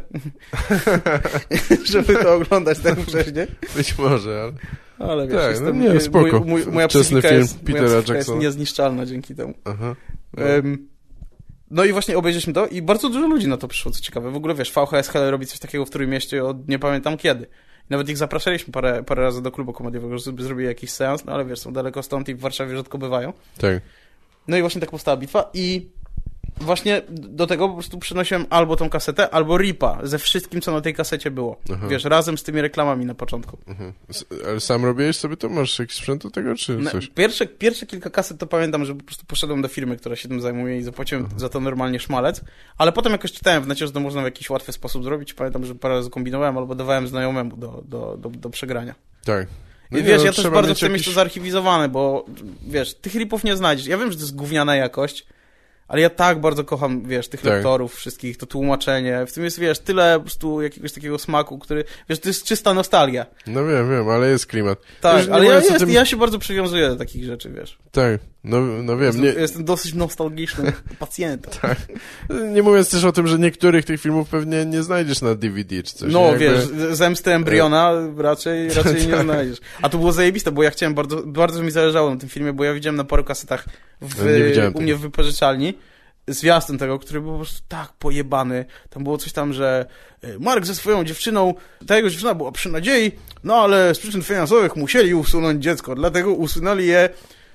żeby to oglądać tak wcześnie. Być może, ale... Ale wiesz, tak, jestem, no nie, spoko. Mój, mój, moja Wczesny psychika, film jest, Petera moja psychika Jacksona. jest niezniszczalna dzięki temu. Aha. No. Um, no i właśnie obejrzeliśmy to i bardzo dużo ludzi na to przyszło, co ciekawe. W ogóle wiesz, V H S Hell robi coś takiego w którym mieście od nie pamiętam kiedy. Nawet ich zapraszaliśmy parę, parę razy do klubu komediowego, żeby zrobili jakiś seans, no ale wiesz, są daleko stąd i w Warszawie rzadko bywają. Tak. No i właśnie tak powstała bitwa i właśnie do tego po prostu przynosiłem albo tą kasetę, albo ripa ze wszystkim, co na tej kasecie było. Aha. Wiesz, razem z tymi reklamami na początku. Aha. Ale sam robiłeś sobie to? Masz jakiś sprzęt do tego, czy coś? No, pierwsze, pierwsze kilka kaset to pamiętam, że po prostu poszedłem do firmy, która się tym zajmuje i zapłaciłem Aha. za to normalnie szmalec, ale potem jakoś czytałem w necie, że to można w jakiś łatwy sposób zrobić. Pamiętam, że parę razy kombinowałem albo dawałem znajomemu do, do, do, do przegrania. Tak. No I wiesz, nie, no, ja też bardzo chcę jakiś... mieć to zarchiwizowane, bo wiesz, tych ripów nie znajdziesz. Ja wiem, że to jest gówniana jakość, ale ja tak bardzo kocham, wiesz, tych tak. lektorów wszystkich, to tłumaczenie. W tym jest, wiesz, tyle po prostu jakiegoś takiego smaku, który, wiesz, to jest czysta nostalgia. No wiem, wiem, ale jest klimat. Tak, ale ja, jest, tym... ja się bardzo przywiązuję do takich rzeczy, wiesz. Tak, no, no wiem. Jestem, nie... jestem dosyć nostalgicznym pacjentem. Tak. Nie mówiąc też o tym, że niektórych tych filmów pewnie nie znajdziesz na D V D czy coś. No jakby... wiesz, Zemsty Embriona raczej, raczej nie znajdziesz. A to było zajebiste, bo ja chciałem bardzo, bardzo mi zależało na tym filmie, bo ja widziałem na paru kasetach w, u mnie w wypożyczalni zwiastun tego, który był po prostu tak pojebany. Tam było coś tam, że Mark ze swoją dziewczyną, ta jego dziewczyna była przy nadziei, no ale z przyczyn finansowych musieli usunąć dziecko, dlatego usunęli je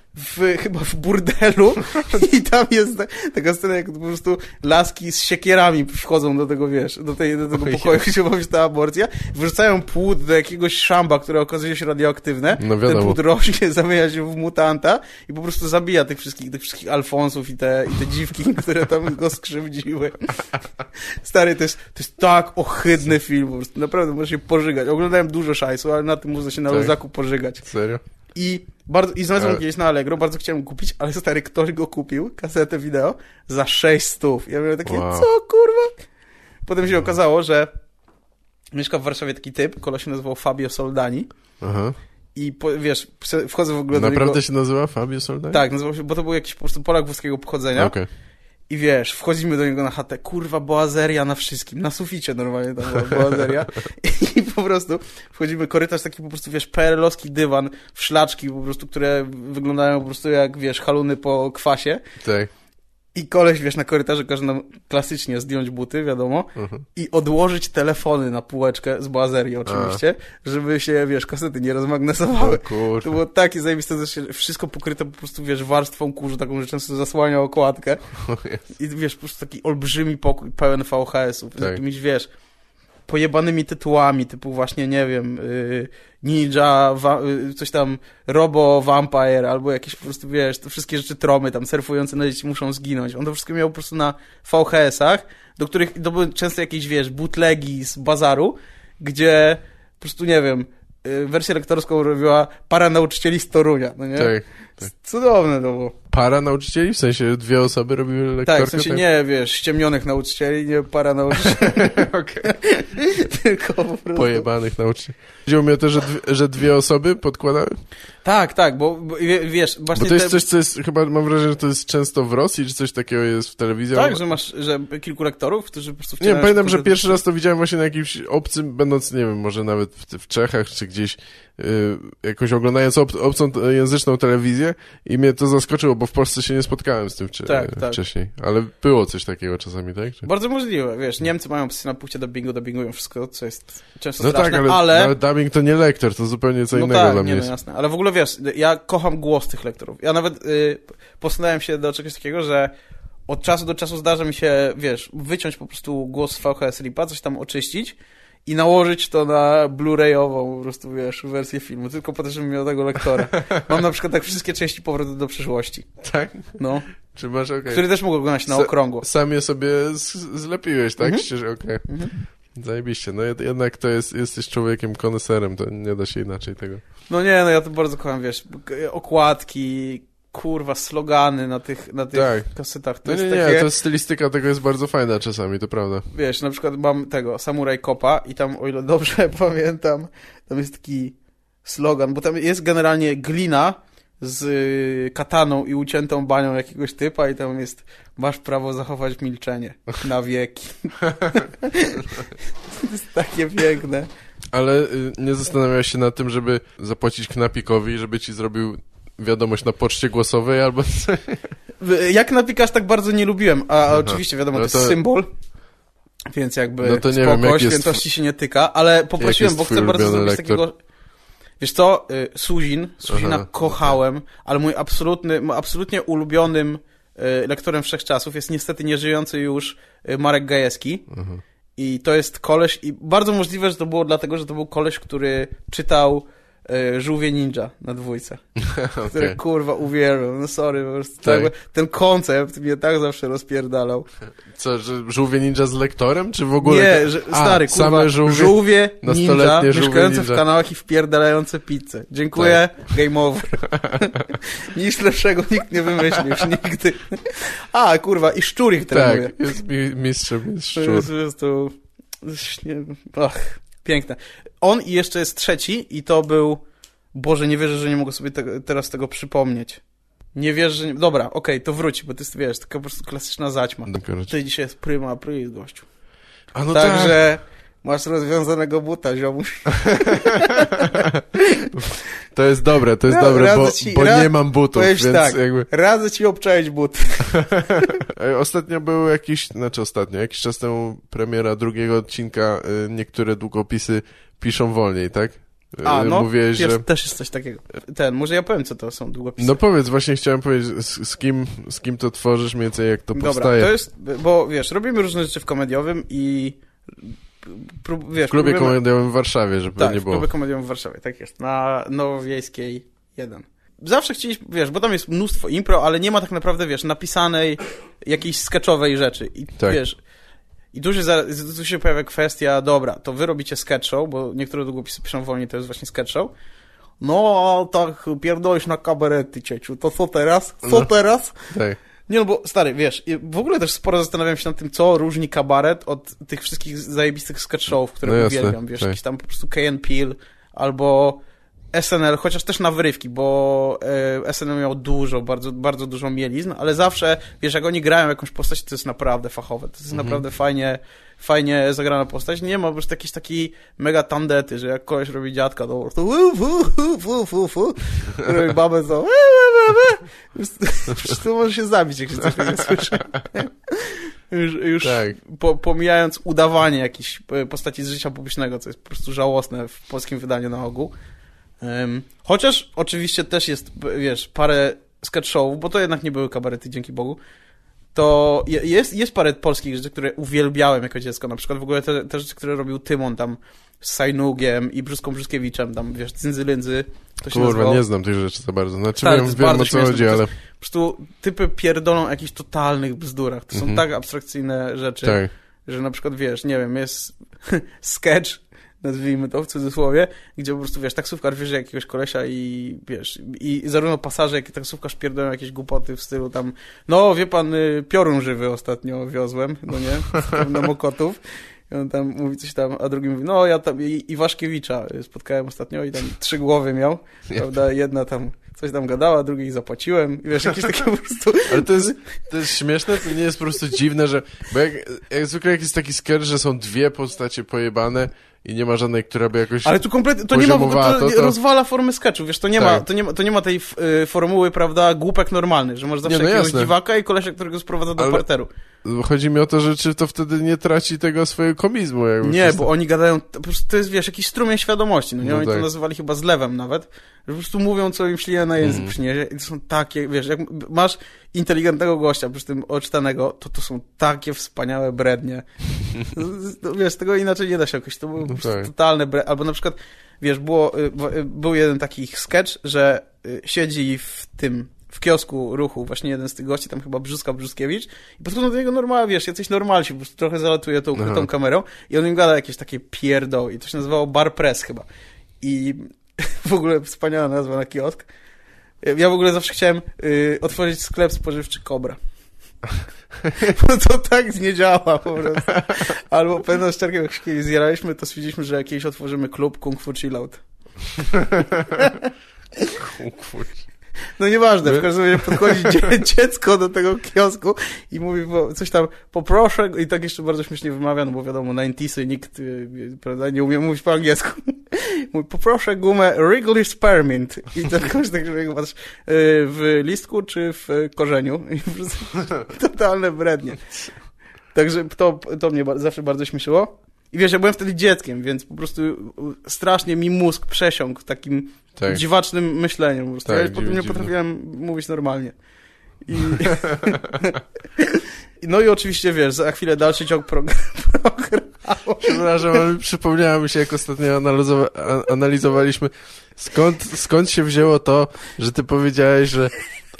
w, chyba w burdelu i tam jest ta, taka scena, jak po prostu laski z siekierami wchodzą do tego, wiesz, do, tej, do tego pokoju, gdzie ma być ta aborcja, wrzucają płód do jakiegoś szamba, które okazuje się radioaktywne, no ten płód rośnie, zamienia się w mutanta i po prostu zabija tych wszystkich, tych wszystkich Alfonsów i te, i te dziwki, które tam go skrzywdziły. Stary, to jest, to jest tak ohydny film, po prostu, naprawdę możesz się pożygać. Oglądałem dużo szajsu, ale na tym można się na tak? luzaku pożygać. Serio? I bardzo, i znalazłem ale... kiedyś na Allegro, bardzo chciałem kupić, ale stary, ktoś go kupił, kasetę wideo, za sześć stów. Ja miałem takie, wow. co kurwa? Potem się okazało, że mieszka w Warszawie taki typ, koleś się nazywał Fabio Soldani. Aha. I po, wiesz, wchodzę w ogóle Naprawdę do niego... się nazywa Fabio Soldani? Tak, nazywał się, bo to był jakiś po prostu Polak włoskiego pochodzenia. Okay. I wiesz, wchodzimy do niego na chatę, kurwa, boazeria na wszystkim, na suficie normalnie tam była boazeria. I po prostu wchodzimy, korytarz taki po prostu, wiesz, P R L-owski dywan w szlaczki po prostu, które wyglądają po prostu jak, wiesz, haluny po kwasie. Tak. I koleś, wiesz, na korytarzu każe nam klasycznie zdjąć buty, wiadomo, uh-huh. i odłożyć telefony na półeczkę z boazerii oczywiście, A. żeby się, wiesz, kasety nie rozmagnesowały. O, to było takie zajebiste, że wszystko pokryte po prostu, wiesz, warstwą kurzu, taką, że często zasłania okładkę. I wiesz, po prostu taki olbrzymi pokój pełen V H S-ów, tak. z jakimiś, wiesz, pojebanymi tytułami, typu właśnie, nie wiem, yy, Ninja, wa- yy, coś tam, Robo Vampire, albo jakieś po prostu, wiesz, to wszystkie rzeczy tromy tam surfujące na dzieci muszą zginąć. On to wszystko miał po prostu na V H S-ach, do których to były często jakieś, wiesz, bootlegi z bazaru, gdzie po prostu, nie wiem, yy, wersję lektorską robiła para nauczycieli z Torunia, no nie? Tak, tak. Cudowne to było. Para nauczycieli? W sensie dwie osoby robiły lektorkę? Tak, w sensie tak? nie, wiesz, ściemnionych nauczycieli, nie para nauczycieli. Okej. Tylko po prostu. Pojebanych nauczycieli. Chodziło mi o to, że dwie, że dwie osoby podkładały? Tak, tak, bo, bo wiesz... Właśnie bo to jest te... coś, co jest, chyba mam wrażenie, że to jest często w Rosji, czy coś takiego jest w telewizji. Tak, że masz że kilku lektorów, którzy po prostu... Nie, pamiętam, że pierwszy raz to widziałem właśnie na jakimś obcym, będąc, nie wiem, może nawet w, w Czechach, czy gdzieś yy, jakoś oglądając ob, obcą języczną telewizję i mnie to zaskoczyło, bo w Polsce się nie spotkałem z tym czy, tak, tak. wcześniej. Ale było coś takiego czasami, tak? Czy... Bardzo możliwe, wiesz, Niemcy mają psy na punkcie dubbingu, dubbingują wszystko, co jest często no straszne, tak, ale, ale... ale dubbing to nie lektor, to zupełnie co no innego tak, dla mnie nie, jest. No jasne, ale w ogóle wiesz, ja kocham głos tych lektorów. Ja nawet yy, postanowiłem się do czegoś takiego, że od czasu do czasu zdarza mi się, wiesz, wyciąć po prostu głos z V H S ripa, coś tam oczyścić i nałożyć to na Blu-rayową po prostu, wiesz, wersję filmu, tylko po to, żebym miał tego lektora. Mam na przykład tak wszystkie części Powrotu do przyszłości. Tak? No. Czy masz, okej. Okay. Który też mógł oglądać na okrągło. Sam je sobie z- zlepiłeś, tak? Mhm. Szczerze, okej. Okay. Mhm. Zajebiście. No jednak to jest, jesteś człowiekiem koneserem, to nie da się inaczej tego. No nie, no ja to bardzo kocham, wiesz, okładki, kurwa, slogany na tych, na tych tak. kasetach. To no jest nie, takie... nie, to stylistyka tego jest bardzo fajna czasami, to prawda. Wiesz, na przykład mam tego, Samurai Copa i tam, o ile dobrze pamiętam, tam jest taki slogan, bo tam jest generalnie glina z kataną i uciętą banią jakiegoś typa i tam jest: masz prawo zachować milczenie na wieki. To jest takie piękne. Ale y, nie zastanawiałeś się nad tym, żeby zapłacić knapikowi, żeby ci zrobił wiadomość na poczcie głosowej albo... Jak napikasz tak bardzo nie lubiłem, a Aha. oczywiście wiadomo, no to jest symbol, więc jakby no to nie spoko, wiem, świętości jest... się nie tyka, ale poprosiłem, bo chcę bardzo zrobić lektor? takiego... Wiesz co, y, Suzin, Suzina Aha, kochałem, okay. ale mój absolutny, mój absolutnie ulubionym lektorem wszechczasów jest niestety nieżyjący już Marek Gajewski. Mhm. I to jest koleś, i bardzo możliwe, że to było dlatego, że to był koleś, który czytał y, Żółwie Ninja na dwójce. Okay. Który kurwa uwielbiam. No sorry, po prostu tak. tak, ten koncept mnie tak zawsze rozpierdalał. Co, że Żółwie Ninja z lektorem, czy w ogóle? Nie, że, A, stary, kurwa, same żółwie, żółwie ninja, mieszkające ninja. w kanałach i wpierdalające pizzę. Dziękuję, tak. Game over. Nic lepszego nikt nie wymyślił już nigdy. A, kurwa, i szczur ich trenuje. Tak, jest mi, mistrzem, jest szczur. To jest, jest to... Nie, ach, piękne. On i jeszcze jest trzeci i to był... Boże, nie wierzę, że nie mogę sobie te, teraz tego przypomnieć. Nie wierzę, że nie... Dobra, okej, okay, to wróci, bo to jest, wiesz, taka po prostu klasyczna zaćma. Tutaj dzisiaj jest prima aprilis, gościu. A no Także tak. masz rozwiązanego buta, ziomuś. To jest dobre, to jest no, dobre, bo, ci, bo ra... nie mam butów, więc tak, jakby... radzę ci obczaić buty. Ostatnio był jakiś, znaczy ostatnio, jakiś czas temu premiera drugiego odcinka, niektóre długopisy piszą wolniej, tak? A, no, Mówiłeś, jest, że... też jest coś takiego. Ten, może ja powiem, co to są długopisy. No powiedz, właśnie chciałem powiedzieć, z, z, kim, z kim to tworzysz, mniej więcej jak to Dobra, powstaje. To jest, bo wiesz, robimy różne rzeczy w komediowym i prób, wiesz... W klubie próbujemy... komediowym w Warszawie, żeby tak, nie było. Tak, w klubie komediowym w Warszawie, tak jest, na Nowowiejskiej jeden. Zawsze chcieliśmy, wiesz, bo tam jest mnóstwo impro, ale nie ma tak naprawdę, wiesz, napisanej jakiejś sketchowej rzeczy. I tak. Wiesz... I tu się, za, tu się pojawia kwestia, dobra, to wy robicie sketch show, bo niektóre długopisy piszą wolniej, to jest właśnie sketch show. No, tak, pierdolisz na kabarety, cieciu, to co teraz? Co no, teraz? Tak. Nie no, bo stary, wiesz, w ogóle też sporo zastanawiam się nad tym, co różni kabaret od tych wszystkich zajebistych sketch showów, które no uwielbiam, wiesz, tak. Jakiś tam po prostu Key and Peele, albo S N L, chociaż też na wyrywki, bo y, S N L miał dużo, bardzo, bardzo dużo mielizn, ale zawsze, wiesz, jak oni grają jakąś postać, to jest naprawdę fachowe, to jest mhm. naprawdę fajnie, fajnie zagrana postać. Nie ma po prostu jakiejś takiej mega tandety, że jak koleś robi dziadka, to po prostu robi babę, to przecież to może się zabić, jak się coś takiego słyszy. Już, już tak. po, pomijając udawanie jakiejś postaci z życia publicznego, co jest po prostu żałosne w polskim wydaniu na ogół. Um, chociaż oczywiście też jest, wiesz, parę sketch showów, bo to jednak nie były kabarety, dzięki Bogu, to jest, jest parę polskich rzeczy, które uwielbiałem jako dziecko, na przykład w ogóle te, te rzeczy, które robił Tymon tam z Sajnugiem i Brzuską Brzuskiewiczem, tam, wiesz, Cyndzy-Lędzy. Kurwa, nie znam tych rzeczy za bardzo. Znaczy tak, wiem, wiem o co chodzi, ale... Po prostu typy pierdolą o jakichś totalnych bzdurach. To są mhm. tak abstrakcyjne rzeczy, tak. że na przykład, wiesz, nie wiem, jest sketch, nazwijmy to w cudzysłowie, gdzie po prostu, wiesz, taksówkarz wiezie jakiegoś kolesia i, wiesz, i zarówno pasażer, jak i taksówkarz pierdolą jakieś głupoty w stylu tam, no, wie pan, piorun żywy ostatnio wiozłem, no nie, na Mokotów. I on tam mówi coś tam, a drugi mówi, no, ja tam i, Iwaszkiewicza spotkałem ostatnio i tam trzy głowy miał, prawda, jedna tam coś tam gadała, drugiej zapłaciłem i wiesz, jakieś takie po prostu... Ale to jest, to jest śmieszne, to nie jest po prostu dziwne, że... Bo jak, jak zwykle jak jest taki sketch, że są dwie postacie pojebane i nie ma żadnej, która by jakoś... Ale tu kompletnie, to nie ma, to, to, to rozwala formy sketchu, wiesz, to nie, tak. ma, to, nie ma, to nie ma tej y, formuły, prawda, głupek normalnych, że masz zawsze nie, no jakiegoś jasne. dziwaka i kolesia, którego sprowadza do Ale... parteru. Chodzi mi o to, że czy to wtedy nie traci tego swojego komizmu. Jakby nie, bo oni gadają, po prostu to jest, wiesz, jakiś strumień świadomości, no nie? No oni tak. to nazywali chyba zlewem nawet, że po prostu mówią, co im ślina na język mm. przyniesie i to są takie, wiesz, jak masz inteligentnego gościa, przy tym oczytanego, to to są takie wspaniałe brednie. No, wiesz, tego inaczej nie da się jakoś, to było po prostu tak. totalne brednie, albo na przykład, wiesz, było, był jeden taki sketch, że siedzi w tym w kiosku ruchu właśnie jeden z tych gości, tam chyba Brzuska Brzuskiewicz i podchodzą do niego normalnie, wiesz, jacyś normalsi, po prostu trochę zalatuje tą ukrytą kamerą i on im gada jakieś takie pierdoły i to się nazywało Bar Press chyba. I w ogóle wspaniała nazwa na kiosk. Ja w ogóle zawsze chciałem y, otworzyć sklep spożywczy Kobra. Bo to tak nie działa po prostu. Albo pewną szczerkę, jak kiedyś zjaraliśmy, to stwierdziliśmy, że kiedyś otworzymy klub Kung Fu Chillout. Kung Fu No nieważne, w każdym razie podchodzi dziecko do tego kiosku i mówi coś tam, poproszę, i tak jeszcze bardzo śmiesznie wymawia, no bo wiadomo, dziewięćdziesiąte nikt, prawda, nie umie mówić po angielsku. Mówi, poproszę gumę Wrigley Spearmint. I to jakoś tak, że masz w listku czy w korzeniu. I po prostu totalne brednie. Także to, to mnie zawsze bardzo śmieszyło. I wiesz, ja byłem wtedy dzieckiem, więc po prostu strasznie mi mózg przesiąkł takim tak. dziwacznym myśleniem. Po prostu. Tak, ja potem nie potrafiłem mówić normalnie. I... No i oczywiście, wiesz, za chwilę dalszy ciąg prog- programu. Przepraszam, ale przypomniało mi się, jak ostatnio analizowa- analizowaliśmy, skąd, skąd się wzięło to, że ty powiedziałeś, że...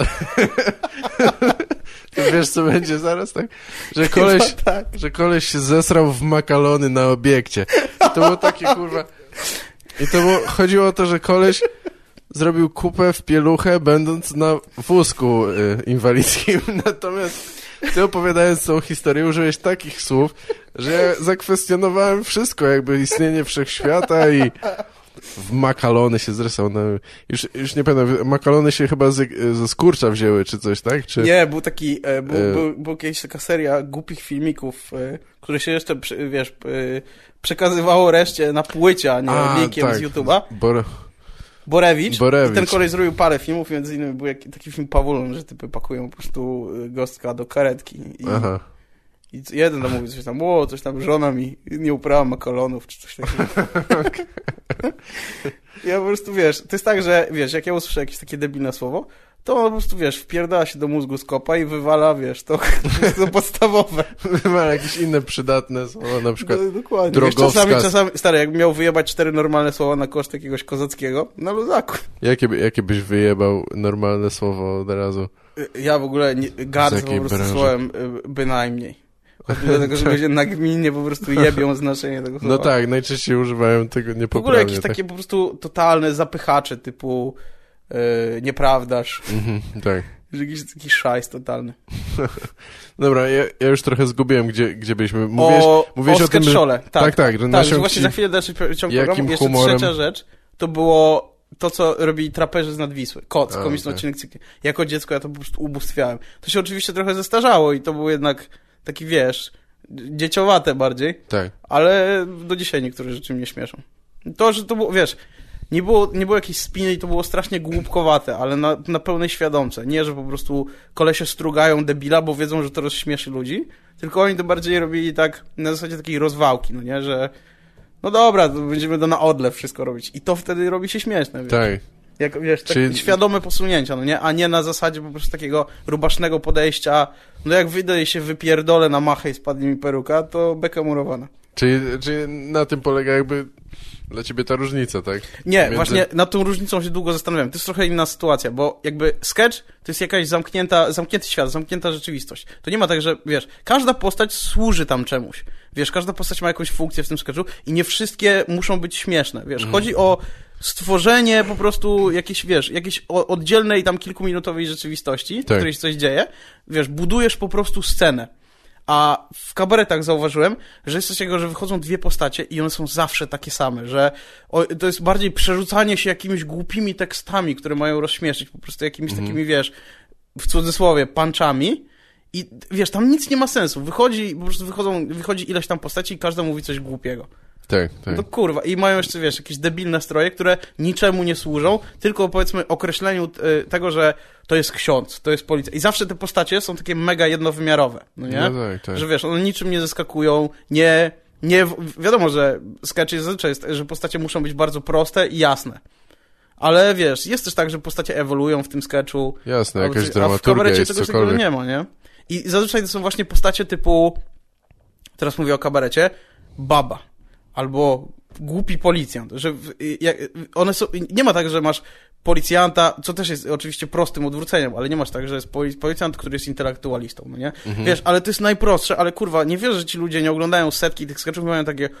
Ty wiesz, co będzie zaraz, tak? Że koleś, tak. że koleś się zesrał w makalony na obiekcie. I to było takie, kurwa... I to było, chodziło o to, że koleś zrobił kupę w pieluchę, będąc na wózku y, inwalidzkim. Natomiast ty, opowiadając tą historię, użyłeś takich słów, że ja zakwestionowałem wszystko, jakby istnienie wszechświata i w makalony się zresztą. No, już, już nie pamiętam, makalony się chyba ze, ze skurcza wzięły, czy coś, tak? Czy... Nie, był taki, e, był, e... był, był kiedyś taka seria głupich filmików, e, które się jeszcze, wiesz, e, przekazywało reszcie na płycie, a nie a, linkiem tak. z YouTube'a. Bor... Borewicz. Borewicz. I ten kolej zrobił parę filmów, między innymi był jak, taki film Pawulon, że typy pakują po prostu gostka do karetki. I, Aha. I jeden tam mówi coś tam, o, coś tam, żona mi nie uprała makalonów, czy coś takiego. Ja po prostu, wiesz, to jest tak, że, wiesz, jak ja usłyszę jakieś takie debilne słowo, to on po prostu, wiesz, wpierdala się do mózgu z kopa i wywala, wiesz, to, to podstawowe. Wywala jakieś inne przydatne słowa, na przykład no, dokładnie. drogowskaz. Wiesz, czasami, czasami, stary, jakbym miał wyjebać cztery normalne słowa na koszt jakiegoś kozackiego, na luzaku. Jakie, jakie byś wyjebał normalne słowo od razu? Ja w ogóle nie, gardzę po prostu branży? Słowem bynajmniej. Dlatego, że ludzie nagminnie po prostu jebią znaczenie tego słowa. No tak, najczęściej używają tego niepoprawnie. W ogóle jakieś tak. takie po prostu totalne zapychacze typu yy, nieprawdaż. Mhm, tak. Jakiś taki szajs totalny. Dobra, ja, ja już trochę zgubiłem, gdzie, gdzie byliśmy. Mówiłeś o mówiłeś o, o tym, że... Tak, tak, tak. Że tak że właśnie za chwilę dalszy ciąg programu. Jeszcze humorem... trzecia rzecz, to było to, co robili traperzy z Nadwisły. Koc, A, komiczny tak. odcinek cykli. Jako dziecko ja to po prostu ubóstwiałem. To się oczywiście trochę zestarzało i to był jednak taki, wiesz, dzieciowate bardziej. Tak. Ale do dzisiaj niektóre rzeczy mnie śmieszą. To, że to było, wiesz, nie było, nie było jakiejś spiny i to było strasznie głupkowate, ale na, na pełnej świadomce. Nie, że po prostu kolesie strugają debila, bo wiedzą, że to rozśmieszy ludzi, tylko oni to bardziej robili tak na zasadzie takiej rozwałki, no nie, że no dobra, to będziemy to na odlew wszystko robić. I to wtedy robi się śmieszne, wiesz. Tak. Jak, wiesz, tak Czyli... świadome posunięcia, no nie? A nie na zasadzie po prostu takiego rubasznego podejścia, no jak wyjdę i się wypierdolę na machę i spadnie mi peruka, to beka murowana. Czyli, czyli na tym polega jakby dla ciebie ta różnica, tak? Nie, Między... właśnie nad tą różnicą się długo zastanawiałem. To jest trochę inna sytuacja, bo jakby sketch to jest jakaś zamknięta, zamknięty świat, zamknięta rzeczywistość. To nie ma tak, że, wiesz, każda postać służy tam czemuś. Wiesz, każda postać ma jakąś funkcję w tym sketchu i nie wszystkie muszą być śmieszne, wiesz. Mm. Chodzi o stworzenie po prostu jakiejś, wiesz, jakiejś oddzielnej tam kilkuminutowej rzeczywistości, tak. w której się coś dzieje. Wiesz, budujesz po prostu scenę. A w kabaretach zauważyłem, że jest coś takiego, że wychodzą dwie postacie i one są zawsze takie same, że o, to jest bardziej przerzucanie się jakimiś głupimi tekstami, które mają rozśmieszyć, po prostu jakimiś mm. takimi, wiesz, w cudzysłowie, punchami i wiesz, tam nic nie ma sensu. Wychodzi, po prostu wychodzą, wychodzi ileś tam postaci i każda mówi coś głupiego. Tak, tak. No kurwa. I mają jeszcze, wiesz, jakieś debilne stroje, które niczemu nie służą, tylko powiedzmy określeniu y, tego, że to jest ksiądz, to jest policja. I zawsze te postacie są takie mega jednowymiarowe, no nie? No tak, tak. Że wiesz, one niczym nie zaskakują, nie... nie wiadomo, że sketch jest zazwyczaj, jest, że postacie muszą być bardzo proste i jasne. Ale wiesz, jest też tak, że postacie ewoluują w tym sketchu. Jasne, jakaś coś, dramaturgia a w kabarecie jest, czegoś cokolwiek. takiego nie ma, nie? I zazwyczaj to są właśnie postacie typu, teraz mówię o kabarecie, baba. Albo głupi policjant, że jak, one są, nie ma tak, że masz policjanta, co też jest oczywiście prostym odwróceniem, ale nie masz tak, że jest policjant, który jest intelektualistą, no nie? Mhm. Wiesz, ale to jest najprostsze, ale kurwa, nie wierzę, że ci ludzie nie oglądają setki tych sketchów i mają takie,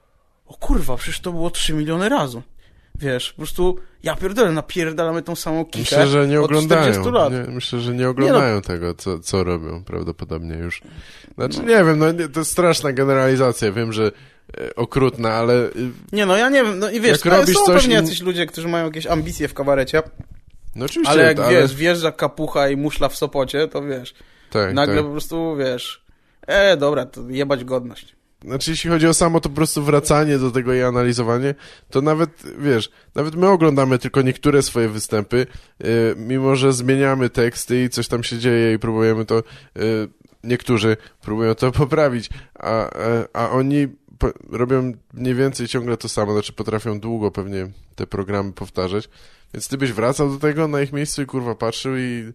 o kurwa, przecież to było trzy miliony razy. Wiesz, po prostu, ja pierdolę, napierdalamy tą samą kikę. Myślę, że nie oglądają. Lat. Nie, myślę, że nie oglądają nie no. tego, co, co robią prawdopodobnie już. Znaczy, no. nie wiem, no nie, to jest straszna generalizacja, wiem, że e, okrutna, ale... Nie no, ja nie wiem, no i wiesz, jak robisz są coś pewnie in... jacyś ludzie, którzy mają jakieś ambicje w kabarecie, no oczywiście, ale jak ale... wiesz, wjeżdża kapucha i muszla w Sopocie, to wiesz, tak, nagle tak. po prostu, wiesz, e, dobra, to jebać godność. Znaczy, jeśli chodzi o samo to po prostu wracanie do tego i analizowanie, to nawet, wiesz, nawet my oglądamy tylko niektóre swoje występy, yy, mimo że zmieniamy teksty i coś tam się dzieje i próbujemy to, yy, niektórzy próbują to poprawić, a, a, a oni po, robią mniej więcej ciągle to samo, znaczy potrafią długo pewnie te programy powtarzać, więc ty byś wracał do tego na ich miejscu i kurwa patrzył i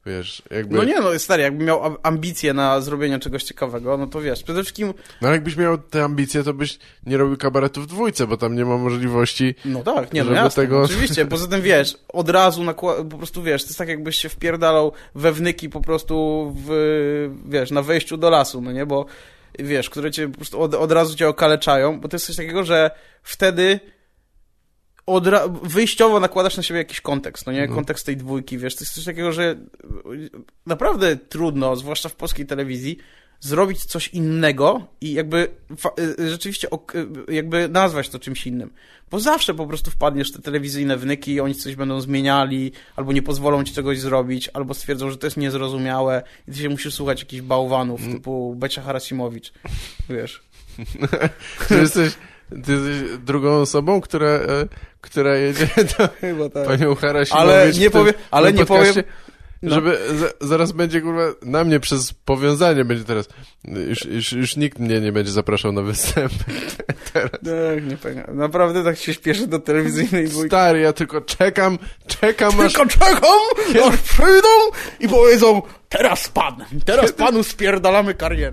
wiesz, jakby... No nie, no stary, jakby miał ambicje na zrobienie czegoś ciekawego, no to wiesz, przede wszystkim... No ale jakbyś miał te ambicje, to byś nie robił kabaretu w dwójce, bo tam nie ma możliwości... No tak, nie, no żeby jasne, tego... oczywiście, poza tym wiesz, od razu nakła- po prostu wiesz, to jest tak jakbyś się wpierdalał we wnyki po prostu w, wiesz, na wejściu do lasu, no nie, bo wiesz, które cię po prostu od, od razu cię okaleczają, bo to jest coś takiego, że wtedy odra- wyjściowo nakładasz na siebie jakiś kontekst, no nie? No. Kontekst tej dwójki, wiesz, to jest coś takiego, że naprawdę trudno, zwłaszcza w polskiej telewizji, zrobić coś innego i jakby fa- rzeczywiście ok- jakby nazwać to czymś innym. Bo zawsze po prostu wpadniesz w te telewizyjne wnyki i oni coś będą zmieniali, albo nie pozwolą ci czegoś zrobić, albo stwierdzą, że to jest niezrozumiałe i ty się musisz słuchać jakichś bałwanów Mm. typu Becia Harasimowicz, wiesz. Ty jesteś, ty jesteś drugą osobą, która, e, która jedzie do Chyba tak. panią Harasimowicz. Ale nie w tym- powiem, ale w tym nie powiem... podcaście, No. Żeby z, zaraz będzie, kurwa, na mnie przez powiązanie będzie teraz. Już, już, już nikt mnie nie będzie zapraszał na występy. Teraz. Tak, nie powiem. Naprawdę tak się śpieszy do telewizyjnej dwójki. Stary, ja tylko czekam, czekam aż... Tylko czekam, aż przyjdą i powiedzą, teraz pan, teraz panu spierdalamy karierę.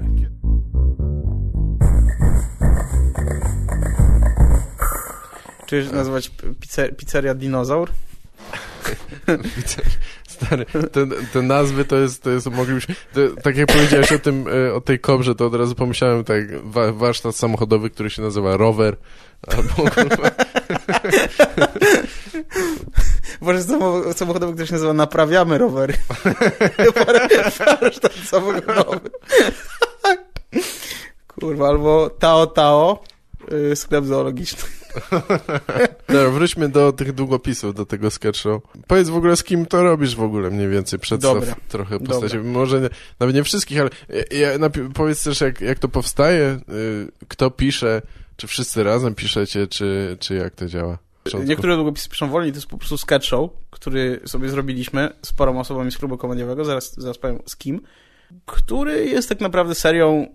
Czyż nazywać pizzer- pizzeria Dinozaur? Stary, te, te nazwy to jest, to jest moglibyśmy... To, tak jak powiedziałeś o tym, e, o tej kobrze, to od razu pomyślałem, tak, wa, warsztat samochodowy, który się nazywa Rower, albo kurwa... Warsztat samochodowy, który się nazywa Naprawiamy rowery. Warsztat samochodowy. Kurwa, albo Tao Tao, yy, sklep zoologiczny. Dobra, wróćmy do tych długopisów, do tego sketch show. Powiedz w ogóle, z kim to robisz w ogóle mniej więcej, przedstaw Dobra. trochę postaci. Dobra. Może nie, nawet nie wszystkich, ale ja, ja, napi- powiedz też, jak, jak to powstaje, y, kto pisze, czy wszyscy razem piszecie, czy, czy jak to działa? W początku. Niektóre długopisy piszą wolniej, to jest po prostu sketch show, który sobie zrobiliśmy z paroma osobami z klubu komediowego, zaraz, zaraz powiem z kim, który jest tak naprawdę serią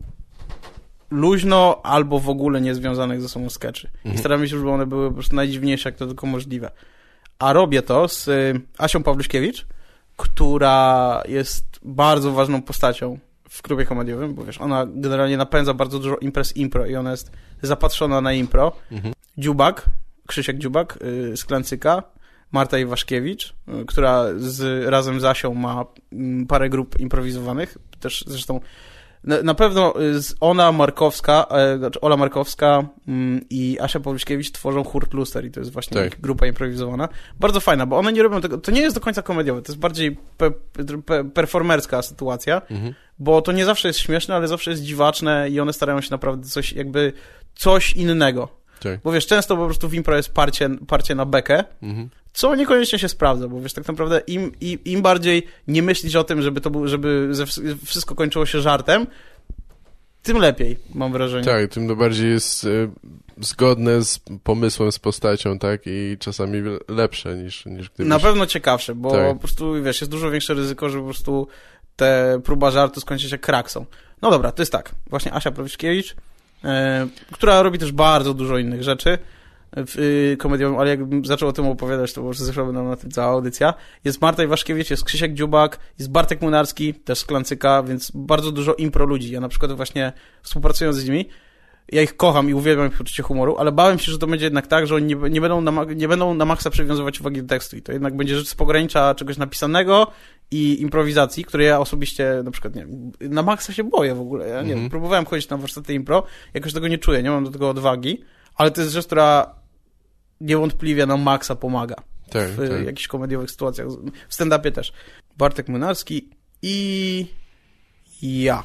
luźno albo w ogóle niezwiązanych ze sobą sketchy. Mhm. I staramy się, żeby one były po prostu najdziwniejsze, jak to tylko możliwe. A robię to z y, Asią Pawluszkiewicz, która jest bardzo ważną postacią w klubie komediowym, bo wiesz, ona generalnie napędza bardzo dużo imprez impro i ona jest zapatrzona na impro. Mhm. Dziubak, Krzysiek Dziubak y, z Klancyka, Marta Iwaszkiewicz, y, która z, razem z Asią ma y, parę grup improwizowanych, też zresztą na, na pewno y, z ona Markowska, y, znaczy Ola Markowska y, i Asia Pawluszkiewicz tworzą Hurt Luster i to jest właśnie Tak. ich grupa improwizowana. Bardzo fajna, bo one nie robią tego, to nie jest do końca komediowe, to jest bardziej pe, pe, performerska sytuacja, Mhm. bo to nie zawsze jest śmieszne, ale zawsze jest dziwaczne i one starają się naprawdę coś, jakby coś innego. Tak. Bo wiesz, często po prostu w impro jest parcie, parcie na bekę, Mhm. co niekoniecznie się sprawdza, bo wiesz, tak naprawdę im, im, im bardziej nie myślisz o tym, żeby to był, żeby ze, wszystko kończyło się żartem, tym lepiej, mam wrażenie. Tak, tym to bardziej jest y, zgodne z pomysłem, z postacią, tak? I czasami lepsze niż, niż gdybyś... Na pewno ciekawsze, bo Tak. po prostu, wiesz, jest dużo większe ryzyko, że po prostu te próba żartu skończy się kraksą. No dobra, to jest tak. Właśnie Asia Pawluszkiewicz, e, która robi też bardzo dużo innych rzeczy w y, komediowym, ale jakbym zaczął o tym opowiadać, to po prostu zeszłaby nam na tym cała audycja. Jest Marta Iwaszkiewicz, jest Krzysiek Dziubak, jest Bartek Młynarski, też z Klancyka, więc bardzo dużo impro ludzi. Ja na przykład właśnie współpracując z nimi, ja ich kocham i uwielbiam ich poczucie humoru, ale bałem się, że to będzie jednak tak, że oni nie, nie, będą, na, nie będą na maksa przywiązywać uwagi do tekstu i to jednak będzie rzecz z pogranicza czegoś napisanego i improwizacji, które ja osobiście na przykład, nie na maksa się boję w ogóle. Ja nie Mhm. wiem, próbowałem chodzić na warsztaty impro, jakoś tego nie czuję, nie mam do tego odwagi, ale to jest rzecz, która niewątpliwie na maksa pomaga Tak, w tak. jakichś komediowych sytuacjach, w stand-upie też. Bartek Młynarski i ja.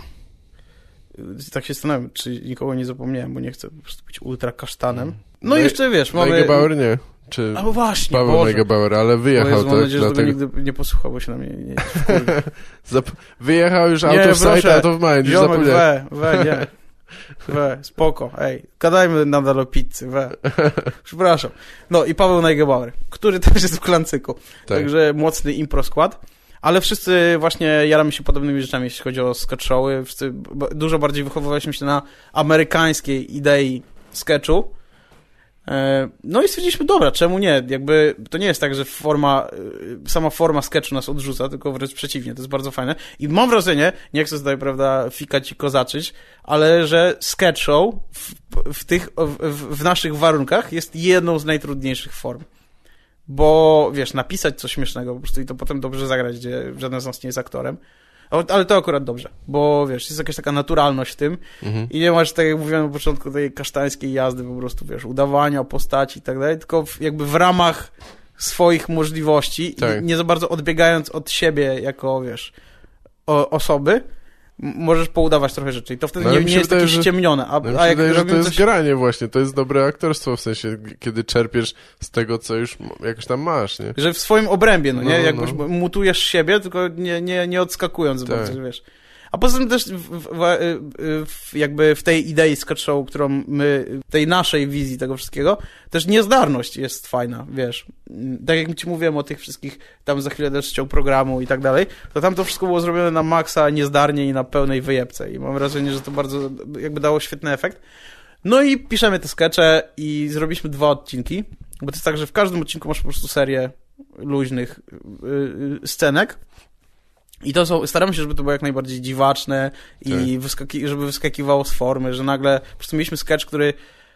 Tak się zastanawiam, czy nikogo nie zapomniałem, bo nie chcę po prostu być ultra kasztanem. No i jeszcze, wiesz, mamy... Neugebauer nie. Czy A właśnie, Paweł Boże. Neugebauer, ale wyjechał, Jezu, tak? mam nadzieję, że dlatego... tego nigdy nie posłuchał, bo się na mnie nie... nie Zap... Wyjechał już out Nie, of sight, proszę. out of mind, już Ziomek, zapomniałem. we, we, nie. We, spoko, ej. Gadajmy nadal o pizzy, we. Przepraszam. No i Paweł Neugebauer, który też jest w Klancyku. Tak. Także mocny impro skład. Ale wszyscy właśnie jaramy się podobnymi rzeczami, jeśli chodzi o sketch showy. Wszyscy b- dużo bardziej wychowywaliśmy się na amerykańskiej idei sketchu. No i stwierdziliśmy, dobra, czemu nie? Jakby to nie jest tak, że forma, sama forma sketchu nas odrzuca, tylko wręcz przeciwnie, to jest bardzo fajne. I mam wrażenie, nie chcę tutaj, prawda, fikać i kozaczyć, ale że sketch show w, w tych, w, w naszych warunkach jest jedną z najtrudniejszych form. Bo, wiesz, napisać coś śmiesznego po prostu i to potem dobrze zagrać, gdzie żaden z nas nie jest aktorem. Ale to akurat dobrze, bo wiesz, jest jakaś taka naturalność w tym mhm. i nie masz, tak jak mówiłem na początku, tej kasztańskiej jazdy po prostu, wiesz, udawania postaci i tak dalej, tylko w, jakby w ramach swoich możliwości, tak. nie za bardzo odbiegając od siebie jako, wiesz, o, osoby, możesz poudawać trochę rzeczy i to wtedy no, nie, nie jest wydaje, takie że, ściemnione. A, no, a jak wydaje, że to jest coś... granie właśnie, to jest dobre aktorstwo, w sensie, kiedy czerpiesz z tego, co już jakoś tam masz, nie? Że w swoim obrębie, no, no nie? Jakbyś no. mutujesz siebie, tylko nie, nie, nie odskakując tak. bardzo, wiesz. A poza tym też w, w, w, jakby w tej idei sketch show, którą my, tej naszej wizji tego wszystkiego, też niezdarność jest fajna, wiesz. Tak jak ci mówiłem o tych wszystkich, tam za chwilę też ściął programu i tak dalej, to tam to wszystko było zrobione na maksa, niezdarnie i na pełnej wyjebce i mam wrażenie, że to bardzo jakby dało świetny efekt. No i piszemy te skecze i zrobiliśmy dwa odcinki, bo to jest tak, że w każdym odcinku masz po prostu serię luźnych yy, scenek. I to są, staramy się, żeby to było jak najbardziej dziwaczne i tak. wyskaki, żeby wyskakiwało z formy, że nagle po prostu mieliśmy sketch, który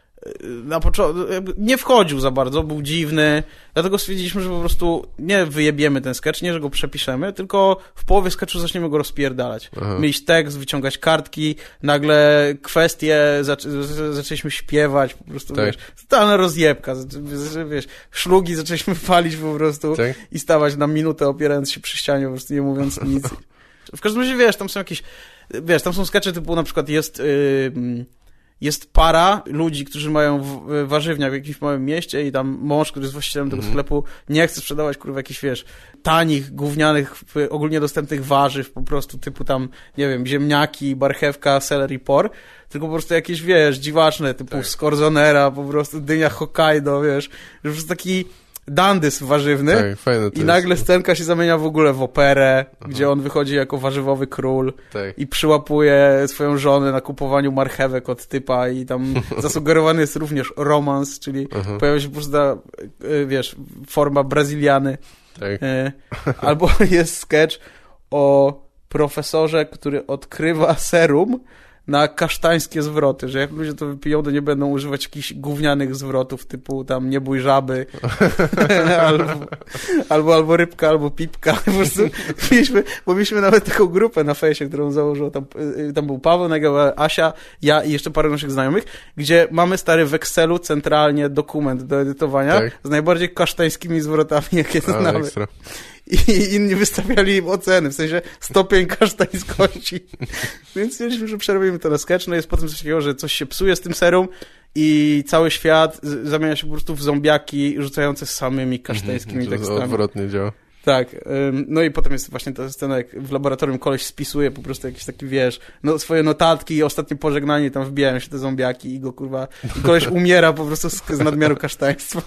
na początku nie wchodził za bardzo, był dziwny, dlatego stwierdziliśmy, że po prostu nie wyjebiemy ten sketch, nie, że go przepiszemy, tylko w połowie sketchu zaczniemy go rozpierdalać. Aha. Mieć tekst, wyciągać kartki, nagle kwestie, zac- zaczęliśmy śpiewać, po prostu, tak. wiesz, totalna rozjebka, wiesz, szlugi zaczęliśmy palić po prostu tak. i stawać na minutę opierając się przy ścianie, po prostu nie mówiąc nic. W każdym razie, wiesz, tam są jakieś, wiesz, tam są skecze typu na przykład jest... Yy, Jest para ludzi, którzy mają warzywnia w jakimś małym mieście i tam mąż, który jest właścicielem tego mm. sklepu, nie chce sprzedawać, kurwa, jakichś, wiesz, tanich, gównianych, ogólnie dostępnych warzyw, po prostu typu tam, nie wiem, ziemniaki, marchewka, celery, por, tylko po prostu jakieś, wiesz, dziwaczne, typu tak. scorzonera, po prostu dynia Hokkaido, wiesz, że po prostu taki dandys warzywny tak, fajne to i nagle jest. Scenka się zamienia w ogóle w operę, Aha. gdzie on wychodzi jako warzywowy król tak. i przyłapuje swoją żonę na kupowaniu marchewek od typa i tam zasugerowany jest również romans, czyli Aha. pojawia się po prostu ta, wiesz, forma Brazyliany. Tak. Albo jest sketch o profesorze, który odkrywa serum na kasztańskie zwroty, że jak ludzie to wypiją, to nie będą używać jakichś gównianych zwrotów typu tam nie bój żaby albo, albo, albo rybka, albo pipka. Po prostu mieliśmy, bo mieliśmy nawet taką grupę na fejsie, którą założył tam, tam był Paweł, Nagała, Asia, ja i jeszcze parę naszych znajomych, gdzie mamy stary w Excelu centralnie dokument do edytowania tak. z najbardziej kasztańskimi zwrotami, jakie znamy. Ekstra. I inni wystawiali im oceny, w sensie stopień kasztańskości. Więc stwierdziliśmy, że przerobimy to na sketch. No jest potem coś takiego, że coś się psuje z tym serum i cały świat zamienia się po prostu w zombiaki rzucające samymi kasztańskimi mm-hmm, tekstami. Odwrotnie działa. Tak, no i potem jest właśnie ta scena, jak w laboratorium koleś spisuje po prostu jakieś takie, wiesz, no, swoje notatki i ostatnie pożegnanie i tam wbijają się te zombiaki i go, kurwa, i koleś umiera po prostu z, z nadmiaru kasztaństwa.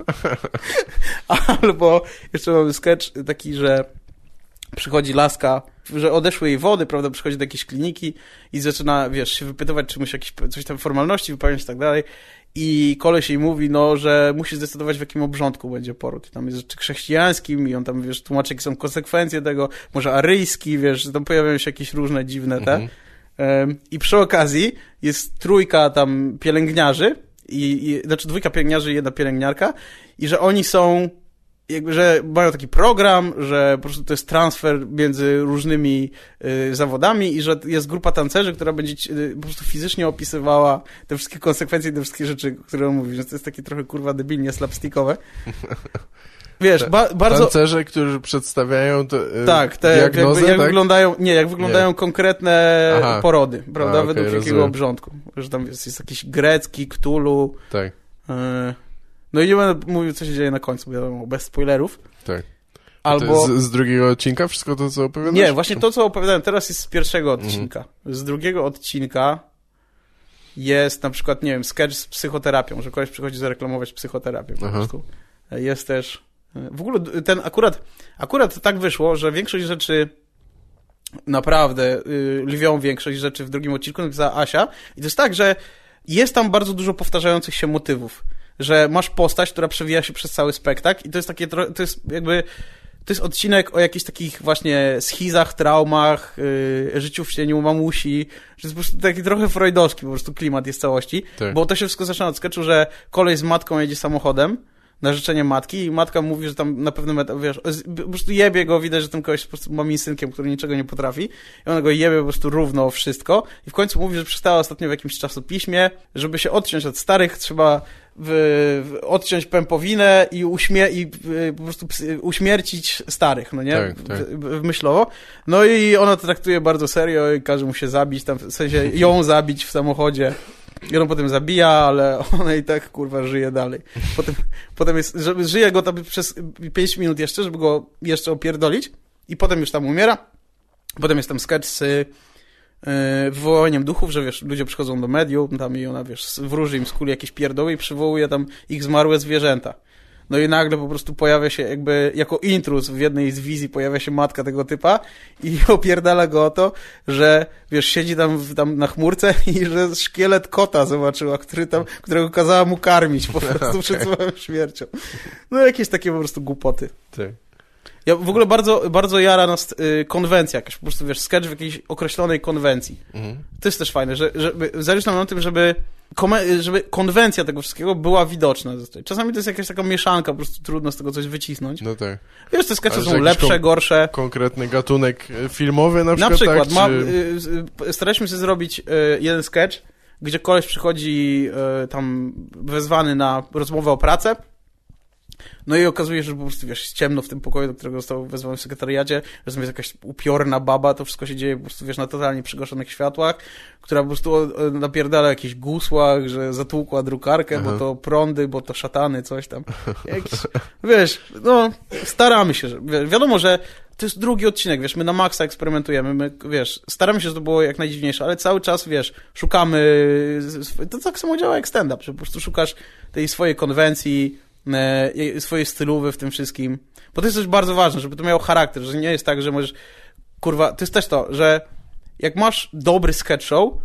Albo jeszcze mamy sketch taki, że przychodzi laska, że odeszły jej wody, prawda, przychodzi do jakiejś kliniki i zaczyna, wiesz, się wypytywać, czy musi jakieś coś tam formalności wypełniać i tak dalej. I koleś jej mówi, no, że musi zdecydować, w jakim obrządku będzie poród. I tam jest, czy chrześcijańskim i on tam, wiesz, tłumaczy, jakie są konsekwencje tego, może aryjski, wiesz, tam pojawiają się jakieś różne dziwne te. Mhm. Um, I przy okazji jest trójka tam pielęgniarzy, i, i, znaczy dwójka pielęgniarzy i jedna pielęgniarka i że oni są jakby, że mają taki program, że po prostu to jest transfer między różnymi y, zawodami i że jest grupa tancerzy, która będzie y, po prostu fizycznie opisywała te wszystkie konsekwencje i te wszystkie rzeczy, które on mówi, że to jest takie trochę kurwa debilnie slapstickowe. Wiesz, ba- bardzo... Tancerze, którzy przedstawiają te, y, tak, te, diagnozę, jak, jak tak? wyglądają, nie, jak wyglądają nie. konkretne Aha. porody, prawda, A, okay, według rozumiem. jakiego obrządku. Że tam jest, jest jakiś grecki, Cthulhu. Tak. Y- No i nie będę mówił, co się dzieje na końcu, bo wiadomo, bez spoilerów. Tak. Albo... Z, z drugiego odcinka wszystko to, co opowiadasz? Nie, właśnie to, co opowiadałem teraz jest z pierwszego odcinka. Mhm. Z drugiego odcinka jest na przykład, nie wiem, sketch z psychoterapią, że koleś przychodzi zareklamować psychoterapię po Aha. prostu. Jest też... W ogóle ten akurat, akurat tak wyszło, że większość rzeczy naprawdę, yy, lwią większość rzeczy w drugim odcinku napisała Asia i to jest tak, że jest tam bardzo dużo powtarzających się motywów. że masz postać, która przewija się przez cały spektakl i to jest takie, to jest jakby, to jest odcinek o jakichś takich właśnie schizach, traumach, yy, życiu w cieniu mamusi, że to jest po prostu taki trochę freudowski po prostu klimat jest całości, tak. Bo to się wszystko zaczyna od sketchu, że kolej z matką jedzie samochodem na życzenie matki i matka mówi, że tam na pewnym etapie, wiesz, po prostu jebie go, widać, że ten koleś po prostu mamim synkiem, który niczego nie potrafi i ona go jebie po prostu równo o wszystko i w końcu mówi, że przeczytała ostatnio w jakimś czasopiśmie, żeby się odciąć od starych, trzeba w, w, odciąć pępowinę i, uśmie i y, po prostu psy, uśmiercić starych, no nie? Tak, tak. W, w, myślowo. No i ona to traktuje bardzo serio i każe mu się zabić, tam w sensie ją zabić w samochodzie. I on potem zabija, ale ona i tak, kurwa, żyje dalej. Potem, potem jest, żeby żyje go tam przez pięć minut jeszcze, żeby go jeszcze opierdolić i potem już tam umiera. Potem jest tam sketch z yy, wywołaniem duchów, że wiesz, ludzie przychodzą do medium tam i ona, wiesz, wróży im z kuli jakieś pierdoły i przywołuje tam ich zmarłe zwierzęta. No i nagle po prostu pojawia się jakby, jako intruz w jednej z wizji pojawia się matka tego typa i opierdala go o to, że wiesz, siedzi tam, tam na chmurce i że szkielet kota zobaczyła, który tam, którego kazała mu karmić po prostu okay. przed swoją śmiercią. No jakieś takie po prostu głupoty. Tak. Ja w ogóle bardzo, bardzo jara nas y, konwencja jakaś, po prostu wiesz, sketch w jakiejś określonej konwencji. Mhm. To jest też fajne, że, że zależy nam na tym, żeby, kome, żeby konwencja tego wszystkiego była widoczna. Czasami to jest jakaś taka mieszanka, po prostu trudno z tego coś wycisnąć. No tak. Wiesz, te sketche są lepsze, kon- gorsze. Konkretny gatunek filmowy na przykład, Na przykład, tak, ma, czy... y, y, staraliśmy się zrobić y, jeden sketch, gdzie koleś przychodzi y, tam wezwany na rozmowę o pracę. No i okazuje się, że po prostu, wiesz, jest ciemno w tym pokoju, do którego został wezwany w sekretariacie, że jest jakaś upiorna baba, to wszystko się dzieje po prostu, wiesz, na totalnie przygaszonych światłach, która po prostu napierdala o jakichś gusłach, że zatłukła drukarkę, Aha. bo to prądy, bo to szatany, coś tam. Jakiś, wiesz, no, staramy się, że, wi- wiadomo, że to jest drugi odcinek, wiesz, my na maksa eksperymentujemy, my, wiesz, staramy się, żeby to było jak najdziwniejsze, ale cały czas, wiesz, szukamy, to tak samo działa jak stand-up, że po prostu szukasz tej swojej konwencji, swojej stylowy w tym wszystkim, bo to jest też bardzo ważne, żeby to miało charakter, że nie jest tak, że możesz, kurwa, to jest też to, że jak masz dobry sketch show,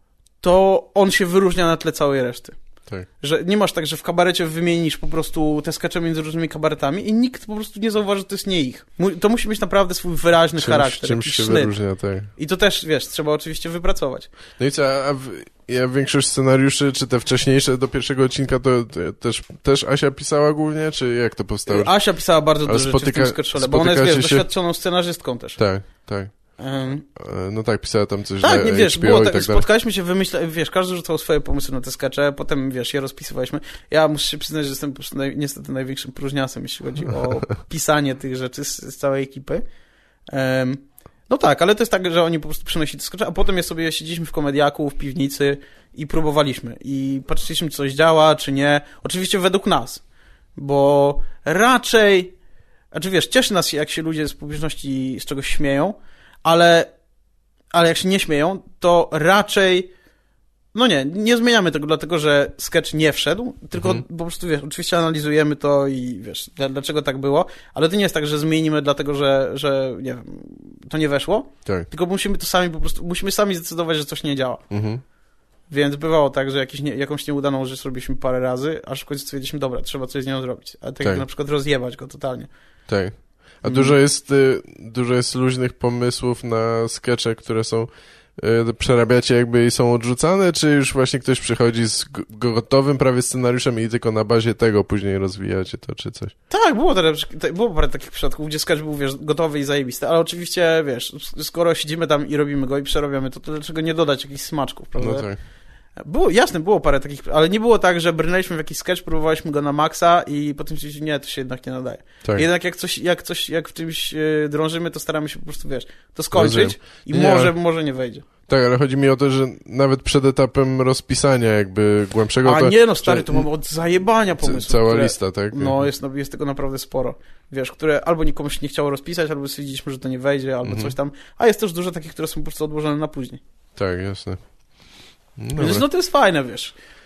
to on się wyróżnia na tle całej reszty. Tak. Że nie masz tak, że w kabarecie wymienisz po prostu te skecze między różnymi kabaretami i nikt po prostu nie zauważy, że to jest nie ich. To musi mieć naprawdę swój wyraźny czymś, charakter. Czymś się sznyt. wyróżnia, tak. I to też, wiesz, trzeba oczywiście wypracować. No i co, a w, ja większość scenariuszy, czy te wcześniejsze do pierwszego odcinka, to, to też, też Asia pisała głównie, czy jak to powstało? Asia pisała bardzo dużo rzeczy w tym sketchole, bo ona jest, wiesz, się... doświadczoną scenarzystką też. Tak, tak. Um, no tak, pisała tam coś tak, dla nie, wiesz, H B O było i tak, tak spotkaliśmy się, wymyśla, wiesz, każdy rzucał swoje pomysły na te skecze, potem, wiesz, je rozpisywaliśmy. Ja muszę się przyznać, że jestem po prostu naj, niestety największym próżniasem, jeśli chodzi o pisanie tych rzeczy z, z całej ekipy. Um, no tak, ale to jest tak, że oni po prostu przynosili te skecze, a potem ja sobie siedzieliśmy w komediaku, w piwnicy i próbowaliśmy. I patrzyliśmy, czy coś działa, czy nie. Oczywiście według nas, bo raczej, znaczy wiesz, cieszy nas, jak się ludzie z publiczności z czegoś śmieją, ale, ale jak się nie śmieją, to raczej, no nie, nie zmieniamy tego dlatego, że sketch nie wszedł, tylko mhm. po prostu, wiesz, oczywiście analizujemy to i wiesz, dlaczego tak było, ale to nie jest tak, że zmienimy dlatego, że, że nie wiem, to nie weszło, tak. Tylko musimy to sami po prostu, musimy sami zdecydować, że coś nie działa. Mhm. Więc bywało tak, że jakieś nie, jakąś nieudaną rzecz robiliśmy parę razy, aż w końcu stwierdziliśmy, dobra, trzeba coś z nią zrobić, a tak, tak. Jak na przykład rozjebać go totalnie. Tak. A dużo jest, y, dużo jest luźnych pomysłów na skecze, które są, y, przerabiacie jakby i są odrzucane, czy już właśnie ktoś przychodzi z g- gotowym prawie scenariuszem i tylko na bazie tego później rozwijacie to, czy coś? Tak, było, te, było parę takich przypadków, gdzie sketch był, wiesz, gotowy i zajebisty, ale oczywiście, wiesz, skoro siedzimy tam i robimy go i przerabiamy to, to dlaczego nie dodać jakichś smaczków, prawda? No tak. Było, jasne, było parę takich, ale nie było tak, że brnęliśmy w jakiś sketch, próbowaliśmy go na maksa i potem stwierdziliśmy, nie, to się jednak nie nadaje. Tak. Jednak jak coś, jak coś, jak w czymś yy, drążymy, to staramy się po prostu, wiesz, to skończyć Rozumiem. i nie, może, ale... może nie wejdzie. Tak, ale chodzi mi o to, że nawet przed etapem rozpisania jakby głębszego... A to, nie no, stary, że... to mamy od zajebania pomysłów. C- cała które... lista, tak? No, jest, no, jest tego naprawdę sporo. Wiesz, które albo nikomu się nie chciało rozpisać, albo stwierdziliśmy, że to nie wejdzie, albo mhm. coś tam. A jest też dużo takich, które są po prostu odłożone na później. Tak, jasne. Dobra. Więc no to jest fajne, wiesz.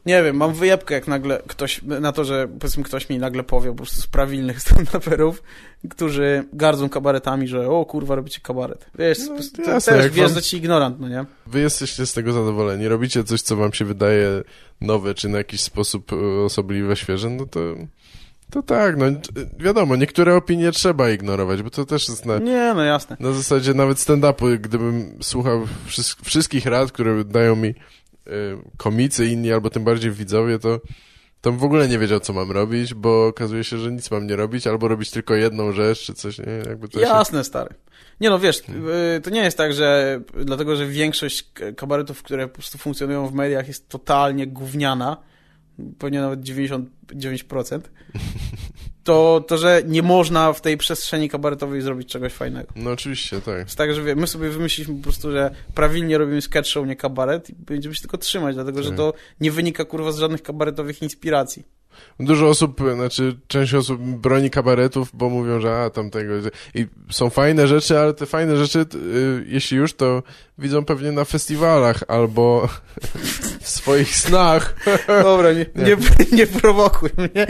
Nie wiem, mam wyjebkę, jak nagle ktoś, na to, że powiedzmy ktoś mi nagle powie po prostu z prawilnych stand-uperów, którzy gardzą kabaretami, że o kurwa, robicie kabaret. Wiesz, No, to jasne, też jak wiesz, wam- że ci ignorant, no nie? Wy jesteście z tego zadowoleni, robicie coś, co wam się wydaje nowe, czy na jakiś sposób e, osobliwe, świeże, no to... To tak, no wiadomo, niektóre opinie trzeba ignorować, bo to też jest na, Nie, no jasne. na zasadzie nawet stand-upu, gdybym słuchał wszy- wszystkich rad, które dają mi y, komicy inni, albo tym bardziej widzowie, to, to bym w ogóle nie wiedział, co mam robić, bo okazuje się, że nic mam nie robić, albo robić tylko jedną rzecz, czy coś, nie? Jakby to Jasne, się... stary. Nie no, wiesz, y, to nie jest tak, że dlatego, że większość k- kabaretów, które po prostu funkcjonują w mediach jest totalnie gówniana, pewnie nawet dziewięćdziesiąt dziewięć procent, to, to, że nie można w tej przestrzeni kabaretowej zrobić czegoś fajnego. No oczywiście, tak. Jest tak, że wie, my sobie wymyśliliśmy po prostu, że prawilnie robimy sketch show, nie kabaret i będziemy się tylko trzymać, dlatego, Tak. że to nie wynika, kurwa, z żadnych kabaretowych inspiracji. Dużo osób, znaczy część osób broni kabaretów, bo mówią, że a, tamtego... I są fajne rzeczy, ale te fajne rzeczy, y, jeśli już, to widzą pewnie na festiwalach albo w swoich snach. Dobra, nie, nie. nie, nie prowokuj mnie.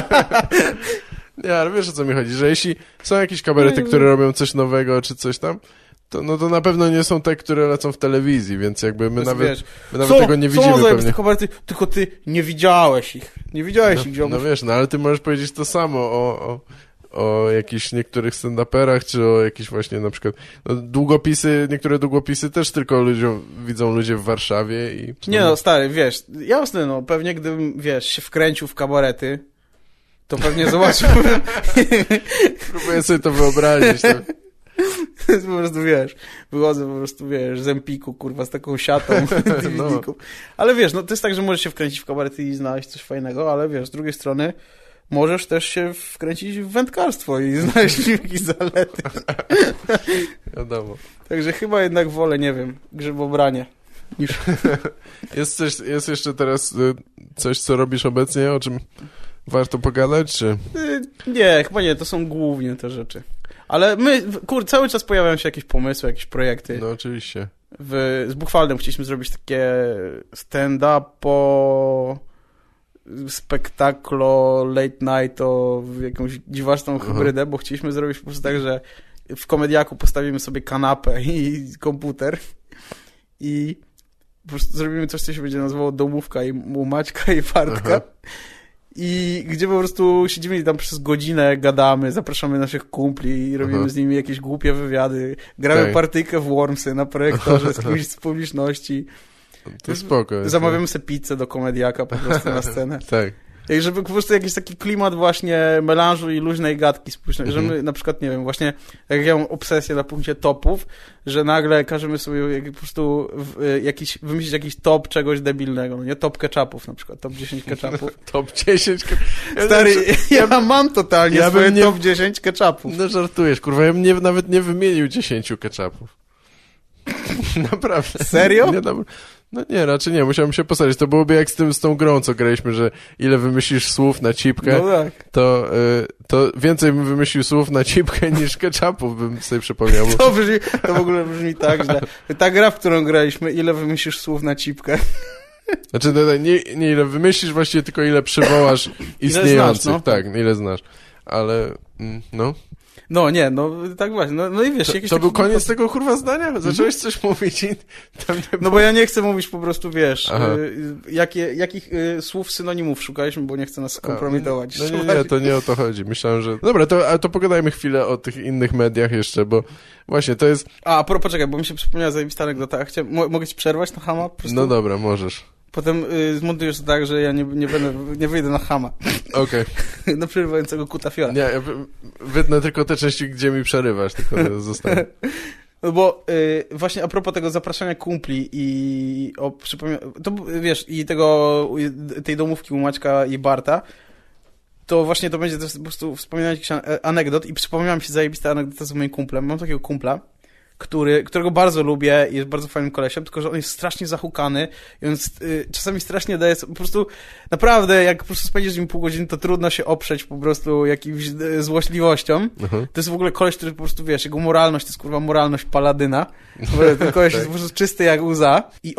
Nie, ale wiesz, o co mi chodzi, że jeśli są jakieś kabarety, które robią coś nowego czy coś tam, to, no to na pewno nie są te, które lecą w telewizji, więc jakby my Więc nawet, wiesz, my nawet są, tego nie są widzimy zajebiste pewnie. kabarety, tylko ty nie widziałeś ich. Nie widziałeś No, ich, ziomuś. no wiesz, no ale ty możesz powiedzieć to samo o, o, o jakichś niektórych stand-uperach, czy o jakichś właśnie na przykład no, długopisy, niektóre długopisy też tylko ludziom, widzą ludzie w Warszawie i... Nie no, stary, wiesz, jasne, no, pewnie gdybym, wiesz, się wkręcił w kabarety, to pewnie zobaczyłbym... Próbuję sobie to wyobrazić. To... po prostu, wiesz, wychodzę po prostu, wiesz, z Empiku, kurwa, z taką siatą D V D-ków. Ale wiesz, no to jest tak, że możesz się wkręcić w kabarety i znaleźć coś fajnego, ale wiesz, z drugiej strony możesz też się wkręcić w wędkarstwo i znaleźć jakieś zalety. Wiadomo. Także chyba jednak wolę, nie wiem, grzybobranie. Niż... Jest, coś, jest jeszcze teraz y, coś, co robisz obecnie, o czym warto pogadać, czy... Nie, chyba nie, to są głównie te rzeczy. Ale my, kur, cały czas pojawiają się jakieś pomysły, jakieś projekty. No oczywiście. W, z Buchwaldem chcieliśmy zrobić takie stand-up po spektaklo late night o jakąś dziwaczną hybrydę, bo chcieliśmy zrobić po prostu tak, że w komediaku postawimy sobie kanapę i komputer i po prostu zrobimy coś, co się będzie nazywało domówka i u Maćka i Bartka. Aha. I gdzie po prostu siedzimy i tam przez godzinę gadamy, zapraszamy naszych kumpli i robimy Aha. z nimi jakieś głupie wywiady. Gramy tak. partyjkę w Wormsy na projektorze z kimś z publiczności. To spoko. Zamawiamy sobie pizzę do komediaka po prostu na scenę. Tak. I żeby po prostu jakiś taki klimat właśnie melanżu i luźnej gadki społecznej, mhm. że my na przykład, nie wiem, właśnie jak ja mam obsesję na punkcie topów, że nagle każemy sobie jak, po prostu w, jakiś, wymyślić jakiś top czegoś debilnego, no nie? Top ketchupów na przykład, top dziesięć ketchupów. top dziesięć ketchupów. Stary, ja, ja mam totalnie ja swoje nie... top dziesięć ketchupów. No żartujesz, kurwa, ja bym nie, nawet nie wymienił dziesięciu ketchupów. Naprawdę. Serio? Nie, no, no nie, raczej nie, musiałem się posadzić. To byłoby jak z tym, z tą grą, co graliśmy, że ile wymyślisz słów na cipkę, no tak. to, y, to więcej bym wymyślił słów na cipkę niż ketchupów, bym sobie przypomniał. To, brzmi, to w ogóle brzmi tak, że ta gra, w którą graliśmy, ile wymyślisz słów na cipkę. Znaczy, nie, nie ile wymyślisz, właściwie tylko ile przywołasz istniejących. Znasz, no? Tak, ile znasz. Ale, no... No nie, no tak właśnie, no, no i wiesz... To, jakiś to taki... był koniec tego kurwa zdania? Zacząłeś coś mówić i tam nie No bo ja nie chcę mówić po prostu, wiesz, y, jakie, jakich y, słów synonimów szukaliśmy, bo nie chcę nas skompromitować. No nie, nie, to nie o to chodzi. Myślałem, że... Dobra, to, ale to pogadajmy chwilę o tych innych mediach jeszcze, bo właśnie to jest... A, a propos, poczekaj, bo mi się przypomniała zajebista anegdota. Chciałem, mo- mogę ci przerwać na chama? Po prostu? No dobra, możesz. Potem y, zmontujesz to tak, że ja nie, nie będę, nie wyjdę na chama. Okej. Okay. Na przerywającego kutafiora. Nie, ja wytnę tylko te części, gdzie mi przerywasz, tylko zostanę. No bo y, właśnie a propos tego zapraszania kumpli i o, przypomina- to wiesz, i tego, tej domówki u Maćka i Barta, to właśnie to będzie też po prostu wspominać jakiś anegdot i przypomniała mi się zajebista anegdota z moim kumplem. Mam takiego kumpla, który, którego bardzo lubię i jest bardzo fajnym kolesiem, tylko że on jest strasznie zahukany i on y, czasami strasznie daje, po prostu naprawdę, jak po prostu spędzisz z nim pół godziny, to trudno się oprzeć po prostu jakimś y, złośliwością. Uh-huh. To jest w ogóle koleś, który po prostu, wiesz, jego moralność to jest kurwa moralność paladyna. Ten koleś jest po prostu czysty jak łza i on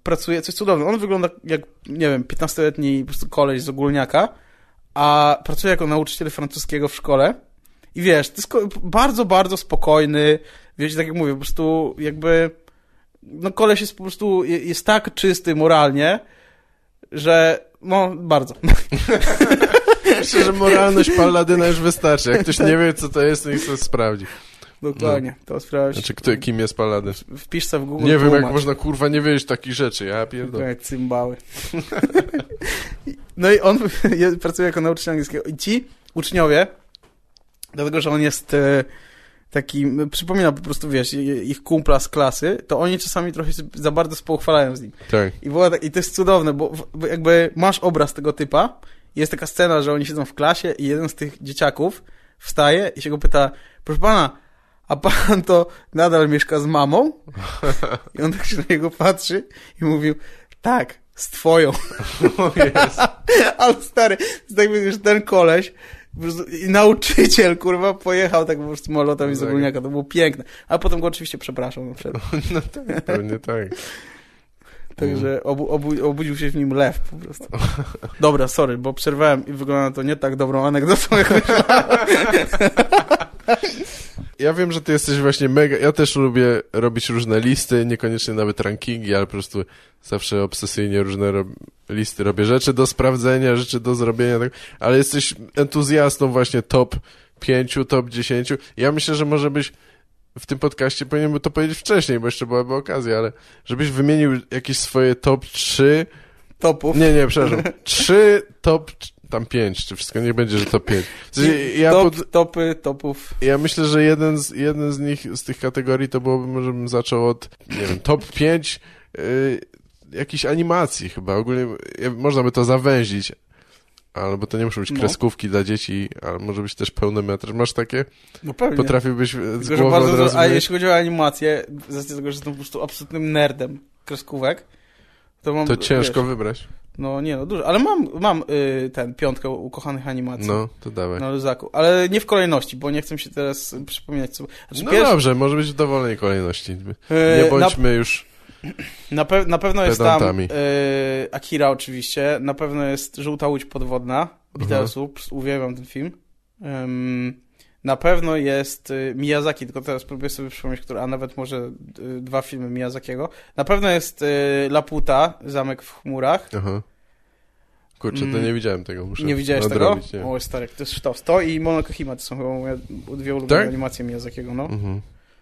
pracuje, coś cudowne, on wygląda jak, nie wiem, piętnastoletni po prostu koleś z ogólniaka, a pracuje jako nauczyciel francuskiego w szkole i wiesz, to jest ko- bardzo, bardzo spokojny, wiecie, tak jak mówię, po prostu jakby, no koleś jest po prostu, jest tak czysty moralnie, że, no, bardzo. Myślę, że moralność Palladyna już wystarczy. Jak ktoś nie wie, co to jest, to niech to sprawdzi. Dokładnie, no. To sprawdź. Znaczy, kto, kim jest Palladyn? Wpisz sobie w Google. Nie wiem, tłumacz. jak można, kurwa, nie wiedzieć takich rzeczy. Ja pierdolę. Jak cymbały. No i on pracuje jako nauczyciel angielskiego. I ci uczniowie, dlatego, że on jest e, taki, przypomina po prostu, wiesz, ich kumpla z klasy, to oni czasami trochę się za bardzo spochwalają z nim. Tak. I, było tak, I to jest cudowne, bo, bo jakby masz obraz tego typa, jest taka scena, że oni siedzą w klasie i jeden z tych dzieciaków wstaje i się go pyta, proszę pana, a pan to nadal mieszka z mamą? I on tak się na niego patrzy i mówił, tak, z twoją. O jest. Ale stary, to tak wiesz, ten koleś po prostu, i nauczyciel, kurwa, pojechał tak po prostu samolotami z ogólniaka, to było piękne. A potem go oczywiście przepraszam na przykład. No tak, pewnie tak. Także obu, obu, obudził się w nim lew po prostu. Dobra, sorry, bo przerwałem i wygląda to nie tak dobrą anegdotą, jak myślałem. Ja wiem, że ty jesteś właśnie mega... Ja też lubię robić różne listy, niekoniecznie nawet rankingi, ale po prostu zawsze obsesyjnie różne rob... listy robię. Rzeczy do sprawdzenia, rzeczy do zrobienia, tak. Ale jesteś entuzjastą właśnie top pięciu, top dziesięciu. Ja myślę, że może byś w tym podcaście powinien to powiedzieć wcześniej, bo jeszcze byłaby okazja, ale żebyś wymienił jakieś swoje top trzy... Topów. Nie, nie, przepraszam. trzy top... tam pięć, czy wszystko nie będzie, że to pięć. W sensie ja Top, pod... Topy, topów. Ja myślę, że jeden z, jeden z nich, z tych kategorii to byłoby, może bym zaczął od, nie wiem, top pięć y, jakichś animacji chyba. Ogólnie y, można by to zawęzić, albo to nie muszą być No. kreskówki dla dzieci, ale może być też pełnometraż. Masz takie? No pewnie. Potrafiłbyś z Tylko, że głowy bardzo od razu dużo, a wymienić? jeśli chodzi o animację, z racji tego, że jestem po prostu absolutnym nerdem kreskówek, to mam... To ciężko wiesz, wybrać. No nie no, dużo, ale mam, mam y, ten, piątkę ukochanych animacji. No, to dawaj. Na luzaku, ale nie w kolejności, bo nie chcę mi się teraz przypominać co... Znaczy, No pierwszy, dobrze, może być w dowolnej kolejności. Yy, Nie bądźmy na, już... Na, pe na pewno jest tam pedantami. y, Akira oczywiście, na pewno jest Żółta Łódź Podwodna, Beatlesów, uwielbiam ten film. Um, na pewno jest y, Miyazaki, tylko teraz próbuję sobie przypomnieć, który, a nawet może y, dwa filmy Miyazakiego. Na pewno jest y, Laputa, Zamek w chmurach. Aha. Kurczę, to Mm. nie widziałem tego, muszę Nie widziałeś nadrobić, tego? nie. O, stary, to jest sztos. To i Mononoke Hime to są chyba moje dwie ulubione Tak? animacje Miyazakiego, no. Mhm.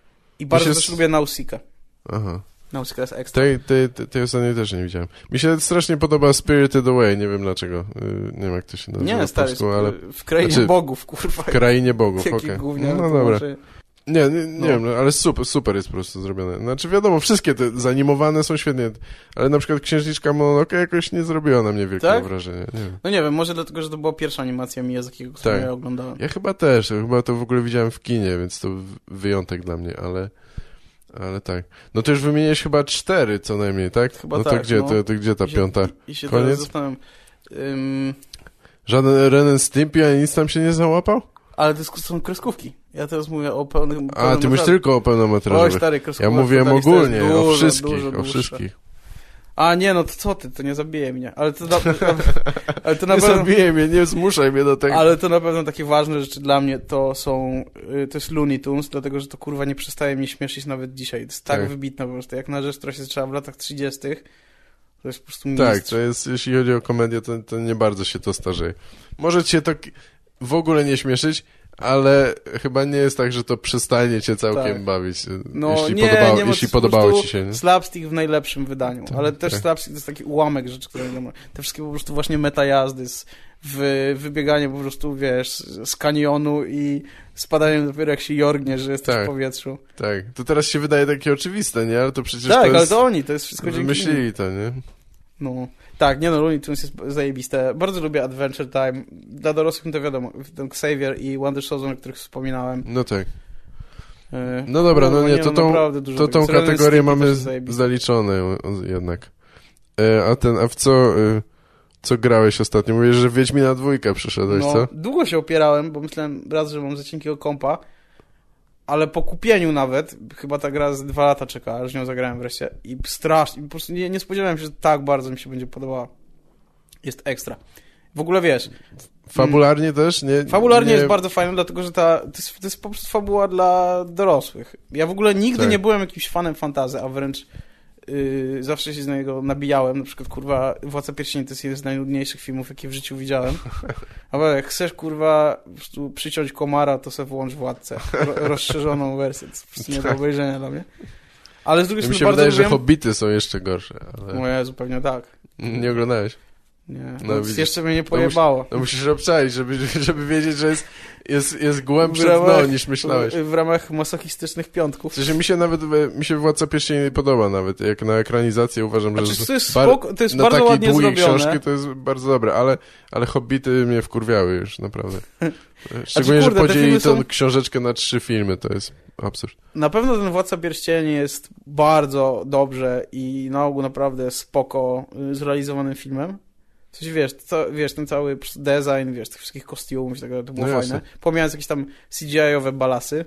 I bardzo się też s- lubię Nausicaa. Aha. Nausicaa jest ekstra. Tej, tej, tej, tej ostatniej też nie widziałem. Mi się strasznie podoba Spirited Away, nie wiem dlaczego. Yy, nie wiem, jak to się nazywa Nie, po stary, polsku, ale w krainie Znaczy, bogów, kurwa. w krainie bogów, Jaki okej. gówniany No, no dobra. tłumaczy. Nie, nie, nie No. wiem, no, ale super, super jest po prostu zrobione. Znaczy wiadomo, wszystkie te zanimowane są świetnie, ale na przykład Księżniczka Mononoke jakoś nie zrobiła na mnie wielkiego Tak? wrażenia. Nie wiem. No nie wiem, może dlatego, że to była pierwsza animacja Miyazakiego, którą Tak. ja oglądałem. Ja chyba też, chyba to w ogóle widziałem w kinie, więc to wyjątek dla mnie, ale... Ale tak. No to już wymieniłeś chyba cztery co najmniej, tak? Chyba no to tak, gdzie, no. to, to gdzie ta I się, piąta? I, i się Koniec? teraz zastanawiam. Ym, Żaden Ren and Stimpy, ani nic tam się nie załapał? ale to są kreskówki. Ja teraz mówię o pełnym... A, ty mówisz tylko o Oj, pełnometrażowych. stary, Ja kreskówek. mówiłem to ogólnie, jest o dużo, wszystkich, dużo o dłuższe. wszystkich. A nie, no to co ty, to nie zabije mnie. Ale to na, ale to na Nie pewno... zabijaj mnie, nie zmuszaj mnie do tego. Ale to na pewno takie ważne rzeczy dla mnie to są, y, to jest Looney Tunes, dlatego że to kurwa nie przestaje mnie śmieszyć nawet dzisiaj. To jest tak, Tak. wybitne po prostu, jak na rzecz, która się zaczęła w latach trzydziestych. To jest po prostu Tak, mistrz. to jest, jeśli chodzi o komedię, to, to nie bardzo się to starzeje. Może cię to k- w ogóle nie śmieszyć, ale chyba nie jest tak, że to przestanie cię całkiem Tak. bawić, No jeśli, nie, podobało, nie, bo to jeśli jest po podobało prostu ci się. Nie? slapstick w najlepszym wydaniu, Tak, ale też tak. slapstick to jest taki ułamek rzeczy, które nie ma. Te wszystkie po prostu właśnie meta jazdy, z, w, wybieganie po prostu, wiesz, z kanionu i spadanie dopiero jak się jorgnie, że jesteś Tak. w powietrzu. Tak, to teraz się wydaje takie oczywiste, nie? Ale to przecież Tak, to ale jest... to oni, to jest wszystko dzięki nim. Wymyślili to, nie? No, tak, nie no, Looney Tunes jest zajebiste. Bardzo lubię Adventure Time. Dla dorosłych to wiadomo, ten Xavier i Wonder Showzone, o których wspominałem. No tak. Yy, No dobra, no nie, to tą, naprawdę dużo to tego. tą Z Ren and kategorię Stimpy mamy też z- zajebiste. zaliczone o- o- jednak. E, a ten, a w co, e, co grałeś ostatnio? Mówisz, że Wiedźmina dwójkę przyszedłeś, No, co? długo się opierałem, bo myślałem raz, że mam za cienkiego kompa, ale po kupieniu nawet, chyba ta gra z dwa lata czekała, aż nią zagrałem wreszcie i strasznie, po prostu nie, nie spodziewałem się, że tak bardzo mi się będzie podobała. Jest ekstra. W ogóle wiesz... Fabularnie mm, też? Nie, fabularnie nie... jest bardzo fajne, dlatego że ta, to, jest, to jest po prostu fabuła dla dorosłych. Ja w ogóle nigdy tak. nie byłem jakimś fanem fantasy, a wręcz yy, zawsze się z niego nabijałem. Na przykład, kurwa, Władca Pierścieni to jest jeden z najnudniejszych filmów, jakie w życiu widziałem. Ale jak chcesz, kurwa, po prostu przyciąć komara, to sobie włącz Władcę. Ro, rozszerzoną wersję. To jest po prostu nie do obejrzenia dla mnie. Ale z drugiej strony mi się bardzo wydaje, lubiłem... że Hobbity są jeszcze gorsze. Ale... No ja zupełnie tak. Nie oglądałeś? Nie, no, no, jeszcze mnie nie pojebało. No, mus, no musisz obczaić, żeby, żeby wiedzieć, że jest, jest, jest głębsze dno niż myślałeś. W, w ramach masochistycznych piątków. W sensie mi się nawet, mi się Władca Pierścieni podoba nawet, jak na ekranizację uważam, znaczy, że to jest, bar, spoko, to jest na bardzo takiej ładnie długiej zrobione. książki to jest bardzo dobre, ale, ale Hobbity mnie wkurwiały już, naprawdę. Szczególnie, znaczy, kurde, że podzielili tą są... książeczkę na trzy filmy, to jest absurd. Na pewno ten Władca Pierścieni jest bardzo dobrze i na ogół naprawdę spoko zrealizowanym filmem. Coś wiesz, to, wiesz, ten cały design, wiesz, tych wszystkich kostiumów i tak dalej, to było no fajne. Pomijając jakieś tam C G I-owe balasy.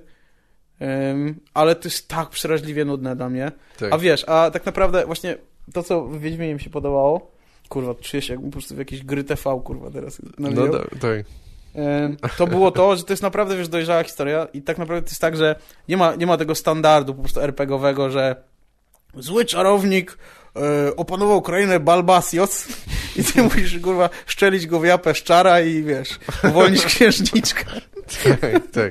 Um, ale to jest tak przeraźliwie nudne dla mnie. Tak. A wiesz, a tak naprawdę właśnie to, co w Wiedźminie mi się podobało, kurwa, czuję się jakbym po prostu w jakiejś gry T V, kurwa, teraz nawijał. No tak. Um, to było to, że to jest naprawdę, wiesz, dojrzała historia i tak naprawdę to jest tak, że nie ma, nie ma tego standardu po prostu er pe gie owego, że zły czarownik e, opanował krainę Balbasios i ty musisz, kurwa, szczelić go w japę szczara i, wiesz, uwolnić księżniczkę. Tak, tak.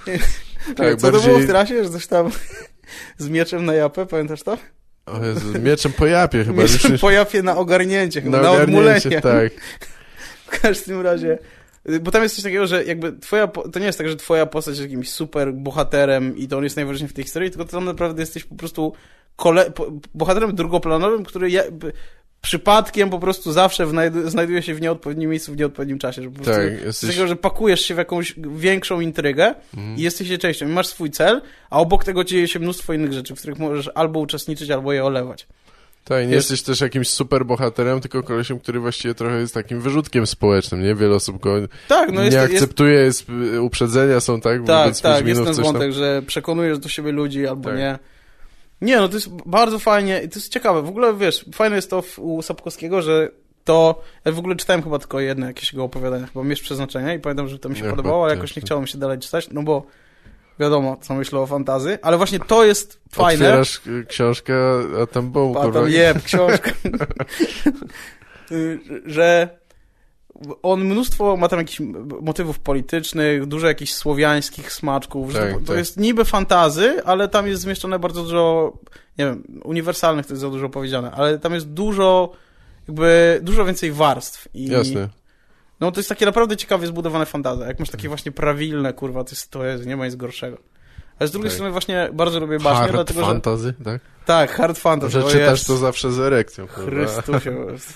tak co bardziej... to było w trasie, że coś tam z mieczem na japę, pamiętasz to? O Jezu, mieczem po japie chyba. Mieczem po japie na ogarnięcie, chyba, na, na odmulenie. Tak. W każdym razie... Bo tam jest coś takiego, że jakby twoja, to nie jest tak, że twoja postać jest jakimś super bohaterem i to on jest najważniejszy w tej historii, tylko ty tam naprawdę jesteś po prostu kole, bohaterem drugoplanowym, który je, przypadkiem po prostu zawsze wnajdu, znajduje się w nieodpowiednim miejscu w nieodpowiednim czasie. Że po prostu tak, jesteś... z tego, że pakujesz się w jakąś większą intrygę mhm. i jesteś jej częścią. I masz swój cel, a obok tego dzieje się mnóstwo innych rzeczy, w których możesz albo uczestniczyć, albo je olewać. Tak, nie jest... jesteś też jakimś super bohaterem, tylko kolesiem, który właściwie trochę jest takim wyrzutkiem społecznym, nie? Wiele osób go tak, no nie jest, akceptuje, jest... Jest, uprzedzenia są, tak? Tak, tak, jest ten wątek, tam... że przekonujesz do siebie ludzi, albo tak. nie. Nie, no to jest bardzo fajnie i to jest ciekawe. W ogóle, wiesz, fajne jest to w, u Sapkowskiego, że to... Ja w ogóle czytałem chyba tylko jedno jakieś jego opowiadanie, chyba Miecz Przeznaczenia i pamiętam, że to mi się nie, podobało, ale jakoś nie chciało mi się dalej czytać, no bo wiadomo, co myślę o fantazy, ale właśnie to jest fajne. Otwierasz książkę, a tam bum, a tam jeb, książkę. że on mnóstwo ma tam jakichś motywów politycznych, dużo jakichś słowiańskich smaczków, tak, że to, to tak. jest niby fantazy, ale tam jest zmieszczone bardzo dużo, nie wiem, uniwersalnych to jest za dużo powiedziane, ale tam jest dużo, jakby, dużo więcej warstw. I jasne. No to jest takie naprawdę ciekawie zbudowane fantazy. Jak masz takie właśnie prawilne, kurwa, to jest, to jest nie ma nic gorszego. Ale z drugiej tak. strony właśnie bardzo lubię baśnie, hard dlatego, fantasy, że... tak? Tak, hard fantasy. Że czytasz jest... to zawsze z erekcją. Chrystusie.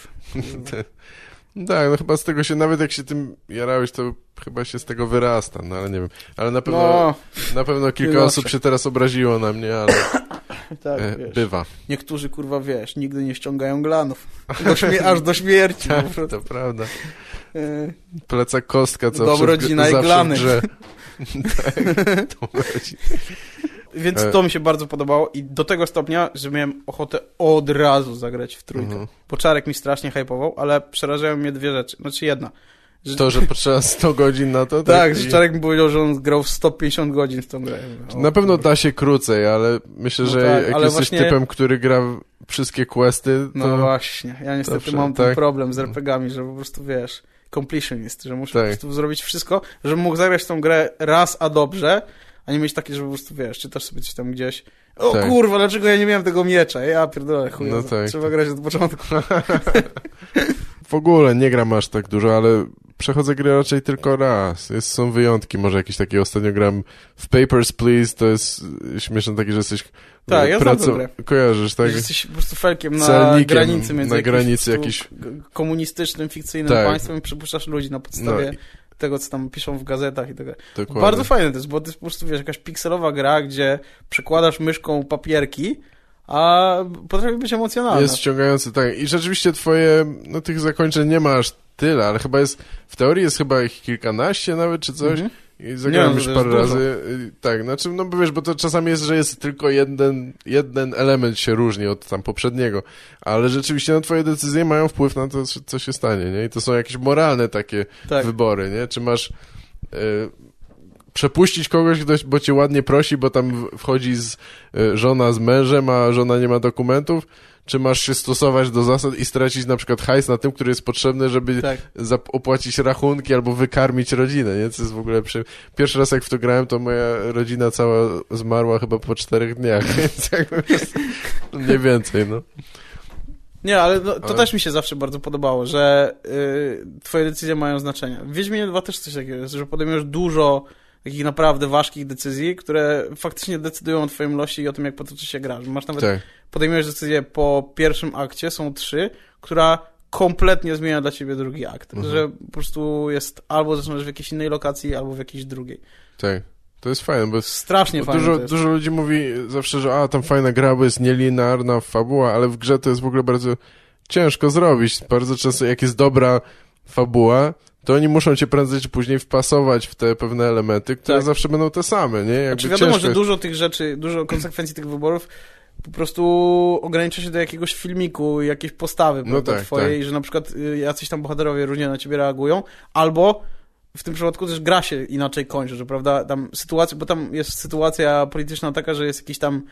Tak, no chyba z tego się, nawet jak się tym jarałeś, to chyba się z tego wyrasta, no ale nie wiem. Ale na pewno, no, na pewno kilka osób się teraz obraziło na mnie, ale tak, e, wiesz, bywa. Niektórzy, kurwa, wiesz, nigdy nie ściągają glanów. Do śmie- aż do śmierci. Tak, to prawda. Plecak kostka, co dobrodzina i glany. Tak, dobrodzina. Więc to mi się bardzo podobało i do tego stopnia, że miałem ochotę od razu zagrać w trójkę. Mhm. Bo Czarek mi strasznie hypował, ale przerażają mnie dwie rzeczy. Znaczy jedna. Że... To, że potrzeba sto godzin na to? Tak, tak że Czarek mi powiedział, że on grał w sto pięćdziesiąt godzin w tą grę. O, na pewno da się krócej, ale myślę, no że tak, jak jesteś właśnie... typem, który gra wszystkie questy, to... No właśnie, ja niestety Dobrze, mam tak? ten problem z er pe gie ami, że po prostu, wiesz, completionist, że muszę tak. po prostu zrobić wszystko, żebym mógł zagrać tą grę raz, a dobrze, a nie mieć takie, że po prostu, wiesz, czytasz sobie coś tam gdzieś, o tak. kurwa, dlaczego ja nie miałem tego miecza? Ja pierdolę, chuj, no tak. trzeba grać od początku. W ogóle nie gram aż tak dużo, ale przechodzę gry raczej tylko raz. Jest, są wyjątki, może jakieś takie, ostatnio gram w Papers, Please, to jest śmieszne takie, że jesteś... Tak, ja praco... znam grę. Kojarzysz, tak? Że jesteś po prostu felkiem na Celnikiem, granicy między na granicy jakiś... komunistycznym, fikcyjnym tak. państwem i przypuszczasz ludzi na podstawie... No. tego, co tam piszą w gazetach i tego. Dokładnie. Bardzo fajne to jest, bo to jest po prostu, wiesz, jakaś pikselowa gra, gdzie przekładasz myszką papierki, a potrafi być emocjonalna. Jest ściągający, tak. I rzeczywiście twoje, no tych zakończeń nie ma aż tyle, ale chyba jest, w teorii jest chyba ich kilkanaście nawet, czy coś. Mhm. I zagrałem nie, już parę razy. Tak, znaczy, no bo wiesz, bo to czasami jest, że jest tylko jeden, jeden element się różni od tam poprzedniego, ale rzeczywiście no, twoje decyzje mają wpływ na to, co się stanie, nie? I to są jakieś moralne takie tak. wybory, nie? Czy masz y, przepuścić kogoś, ktoś, bo cię ładnie prosi, bo tam wchodzi z, y, żona z mężem, a żona nie ma dokumentów, czy masz się stosować do zasad i stracić na przykład hajs na tym, który jest potrzebny, żeby tak. opłacić rachunki albo wykarmić rodzinę, nie? Co jest w ogóle... Przy... Pierwszy raz jak w to grałem, to moja rodzina cała zmarła chyba po czterech dniach, więc jakby mniej więcej, no. Nie, ale no, to ale... też mi się zawsze bardzo podobało, że yy, twoje decyzje mają znaczenie. W Wiedźminie dwa też coś takiego jest, że podejmujesz dużo takich naprawdę ważkich decyzji, które faktycznie decydują o twoim losie i o tym, jak potoczy się gra. Masz nawet, tak. podejmujesz decyzję po pierwszym akcie, są trzy, która kompletnie zmienia dla ciebie drugi akt. Mhm. Że po prostu jest albo zaczynasz w jakiejś innej lokacji, albo w jakiejś drugiej. Tak. To jest fajne, bo strasznie bo fajne. Dużo, dużo ludzi mówi zawsze, że a, tam fajna gra, bo jest nielinearna fabuła, ale w grze to jest w ogóle bardzo ciężko zrobić. Bardzo często, jak jest dobra fabuła, to oni muszą cię prędzej czy później wpasować w te pewne elementy, które tak. zawsze będą te same, nie? Jakby znaczy wiadomo, że jest... dużo tych rzeczy, dużo konsekwencji tych wyborów po prostu ogranicza się do jakiegoś filmiku, jakiejś postawy no tak, twojej, tak. że na przykład jacyś tam bohaterowie różnie na ciebie reagują, albo w tym przypadku też gra się inaczej kończy, że prawda, tam sytuacja, bo tam jest sytuacja polityczna taka, że jest jakiś tam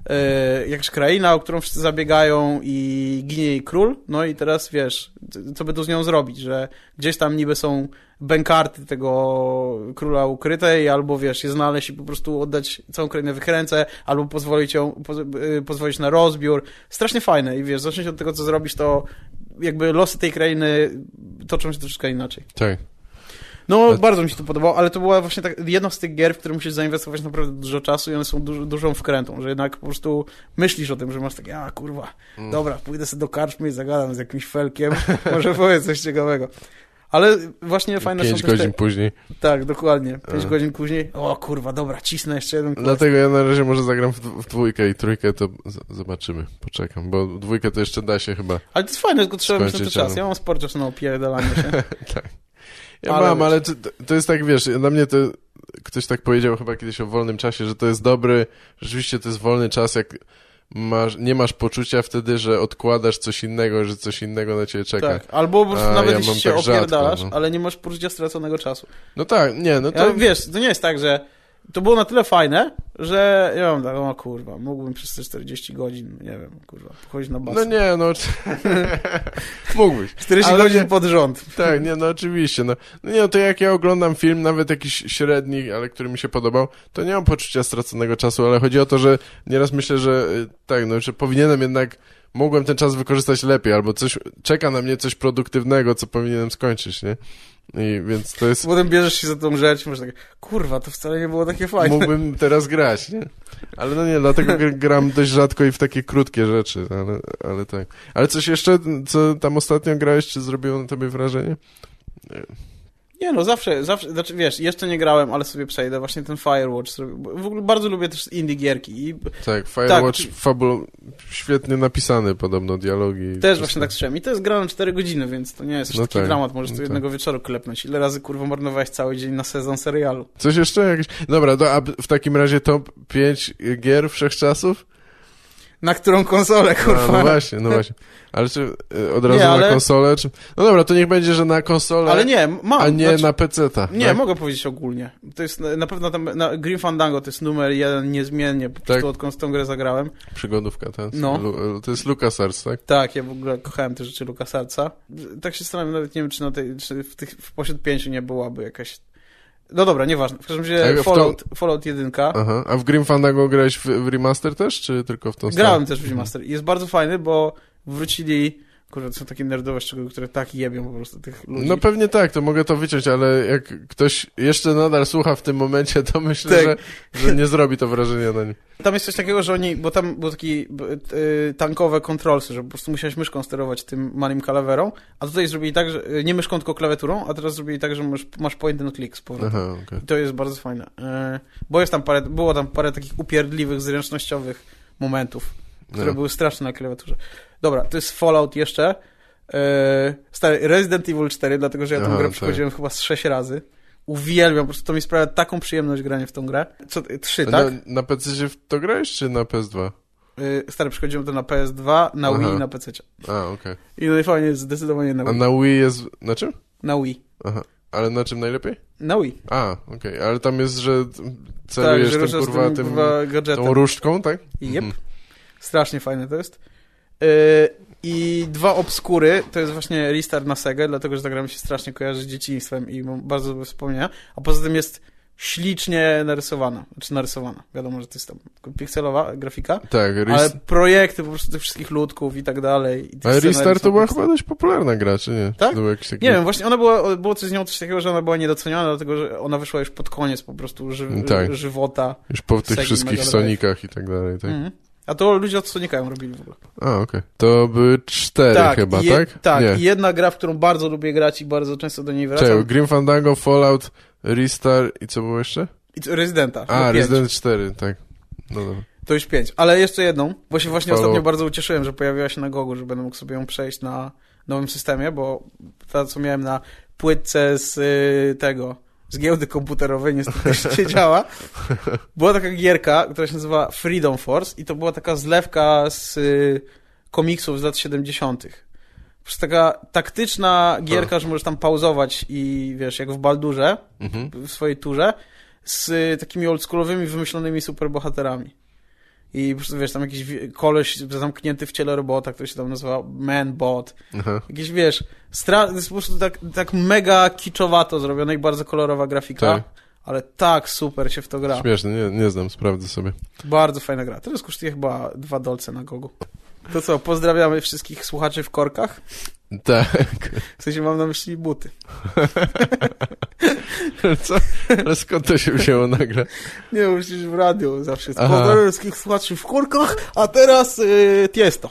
e, jakaś kraina, o którą wszyscy zabiegają i ginie jej król, no i teraz wiesz, co by tu z nią zrobić, że gdzieś tam niby są bękarty tego króla ukrytej, albo wiesz, je znaleźć i po prostu oddać całą krainę w ich ręce, albo pozwolić ją, poz, pozwolić na rozbiór. Strasznie fajne i wiesz, zacznij od tego, co zrobisz, to jakby losy tej krainy toczą się troszeczkę inaczej. Tak. No, A... bardzo mi się to podobało, ale to była właśnie tak, jedna z tych gier, w które musisz zainwestować naprawdę dużo czasu i one są duż, dużą wkrętą, że jednak po prostu myślisz o tym, że masz takie, a kurwa, mm. dobra, pójdę sobie do karczmy i zagadam z jakimś felkiem, może powiem coś ciekawego. Ale właśnie fajne Pięć są też godzin te... później. Tak, dokładnie. Pięć a. godzin później. O kurwa, dobra, cisnę jeszcze jeden quest. Dlatego ja na razie może zagram w, w dwójkę i trójkę, to z- zobaczymy. Poczekam, bo dwójkę to jeszcze da się chyba. Ale to jest fajne, tylko trzeba mieć na to czas. Ja mam sporo czasu na opierdalanie się. Tak. Ja ale mam, wiesz. ale to, to jest tak, wiesz, dla mnie to ktoś tak powiedział chyba kiedyś o wolnym czasie, że to jest dobry, rzeczywiście to jest wolny czas, jak masz, nie masz poczucia wtedy, że odkładasz coś innego, że coś innego na ciebie czeka. Tak, albo po prostu nawet ja jeśli się tak opierdalasz, rzadko, no. ale nie masz poczucia straconego czasu. No tak, nie, no to... Ja, wiesz, to nie jest tak, że to było na tyle fajne, że ja mam tak, o kurwa, mógłbym przez te czterdzieści godzin, nie wiem, kurwa, pochodzić na basen. No nie, no... mógłbyś. czterdzieści ale godzin nie, pod rząd. Tak, nie, no oczywiście. No, no nie, no to jak ja oglądam film, nawet jakiś średni, ale który mi się podobał, to nie mam poczucia straconego czasu, ale chodzi o to, że nieraz myślę, że tak, no, że powinienem jednak, mogłem ten czas wykorzystać lepiej, albo coś, czeka na mnie coś produktywnego, co powinienem skończyć, nie? I więc to jest... Potem bierzesz się za tą rzecz i masz takie, kurwa, to wcale nie było takie fajne. Mógłbym teraz grać, nie? Ale no nie, dlatego gram dość rzadko i w takie krótkie rzeczy, ale, ale tak. Ale coś jeszcze, co tam ostatnio grałeś, czy zrobiło na tobie wrażenie? Nie. Nie no, zawsze, zawsze, znaczy wiesz, jeszcze nie grałem, ale sobie przejdę, właśnie ten Firewatch. W ogóle bardzo lubię też indie gierki. I... Tak, Firewatch, tak, fabul... świetnie napisany podobno, dialogi. Też właśnie tak słyszałem. I to jest gra na cztery godziny, więc to nie jest no taki tak, dramat, możesz no tu jednego tak. wieczoru klepnąć. Ile razy, kurwa, marnowałeś cały dzień na sezon serialu. Coś jeszcze? Jakieś... Dobra, to, a w takim razie top pięć gier wszechczasów? Na którą konsolę, kurwa? No, no właśnie, no właśnie. Ale czy y, od razu nie, ale... na konsolę? Czy... No dobra, to niech będzie, że na konsolę, ale nie, mam, a nie znaczy... na peceta. Nie, tak? mogę powiedzieć ogólnie. To jest na pewno tam, na Grim Fandango to jest numer jeden niezmiennie, po prostu tak? odkąd tą grę zagrałem. Przygodówka, ten. No. To jest LucasArts, tak? Tak, ja w ogóle kochałem te rzeczy LucasArtsa. Tak się zastanawiam, nawet nie wiem, czy, na tej, czy w tych w pośród pięciu nie byłaby jakaś... No dobra, nieważne. W każdym razie Fallout, to... Fallout jeden. Aha. A w Grim Fandango grałeś w, w remaster też, czy tylko w tą stronę? Grałem też w remaster. Jest bardzo fajny, bo wrócili... Kurwa, to są takie nerdowe szczegóły, które tak jebią po prostu tych ludzi. No pewnie tak, to mogę to wyciąć, ale jak ktoś jeszcze nadal słucha w tym momencie, to myślę, tak. że, że nie zrobi to wrażenia na nim. Tam jest coś takiego, że oni, bo tam były takie y, tankowe kontrolsy, że po prostu musiałeś myszką sterować tym malim kalawerą, a tutaj zrobili tak, że nie myszką, tylko klawiaturą, a teraz zrobili tak, że masz, masz point and click z powrotem. Aha, okay. I to jest bardzo fajne. Y, bo jest tam parę, było tam parę takich upierdliwych, zręcznościowych momentów, które no. były straszne na klawiaturze. Dobra, to jest Fallout jeszcze. Yy, stary, Resident Evil cztery, dlatego że ja tę grę przechodziłem tak. chyba z sześć razy. Uwielbiam, po prostu to mi sprawia taką przyjemność granie w tą grę. Co, trzy, na, tak? Na P C się w to grałeś, czy na P S dwa? Yy, stary, przychodziłem to na P S dwa, na Wii Aha. i na P C. A, okej. Okay. I najfajniej jest zdecydowanie na Wii. A na Wii jest... Na czym? Na Wii. Aha. Ale na czym najlepiej? Na Wii. A, okej. Okay. Ale tam jest, że celujesz tak, tym, że kurwa, tym, tym, kurwa, gadżetem. tą różdżką, tak? Jep. Mhm. Strasznie fajne to jest. Yy, I dwa obskury, to jest właśnie restart na Segę, dlatego, że ta gra mi się strasznie kojarzy z dzieciństwem i mam bardzo dobre wspomnienia. A poza tym jest ślicznie narysowana. Znaczy narysowana. Wiadomo, że to jest tam pikselowa grafika. Tak. Rest... Ale projekty po prostu tych wszystkich ludków i tak dalej. I ale Restart to była chyba dość popularna gra, czy nie? Tak? To był jakiś taki... Nie wiem, właśnie ona była, było coś z nią coś takiego, że ona była niedoceniona, dlatego, że ona wyszła już pod koniec po prostu ży, tak. żywota. Już po tych Segi wszystkich Mega Sonicach i tak dalej, tak? Mhm. A to ludzie od Sonika ją robili w ogóle. A, okej. Okay. To były cztery tak, chyba, je, tak? Tak, nie. i jedna gra, w którą bardzo lubię grać i bardzo często do niej wracam. Czekaj, Grim Fandango, Fallout, Restart i co było jeszcze? I Rezydenta. A, Resident cztery, tak. No dobra. To już pięć. Ale jeszcze jedną, bo się właśnie Follow. ostatnio bardzo ucieszyłem, że pojawiła się na Gogu, że będę mógł sobie ją przejść na nowym systemie, bo ta, co miałem na płytce z y, tego, z giełdy komputerowej, niestety jeszcze nie działa. Była taka gierka, która się nazywa Freedom Force i to była taka zlewka z y, komiksów z lat siedemdziesiątych. Po prostu taka taktyczna gierka, A. że możesz tam pauzować i wiesz, jak w Baldurze, mhm. w swojej turze, z y, takimi oldschoolowymi, wymyślonymi superbohaterami. I po prostu, wiesz, tam jakiś koleś zamknięty w ciele robota, który się tam nazywa Man-Bot. Aha. Jakiś, wiesz, stra- to jest po prostu tak, tak mega kiczowato zrobione i bardzo kolorowa grafika, tak. Ale tak super się w to gra. Śmieszne, nie, nie znam, sprawdzę sobie. Bardzo fajna gra. Teraz kosztuje chyba dwa dolce na Gogu. To co, pozdrawiamy wszystkich słuchaczy w korkach? Tak. W sensie mam na myśli buty. Co? Ale skąd to się wzięło nagle? Nie wiem, przecież w radiu zawsze jest. Pozdrawiam wszystkich słuchaczy w korkach, a teraz yy, Tiesto.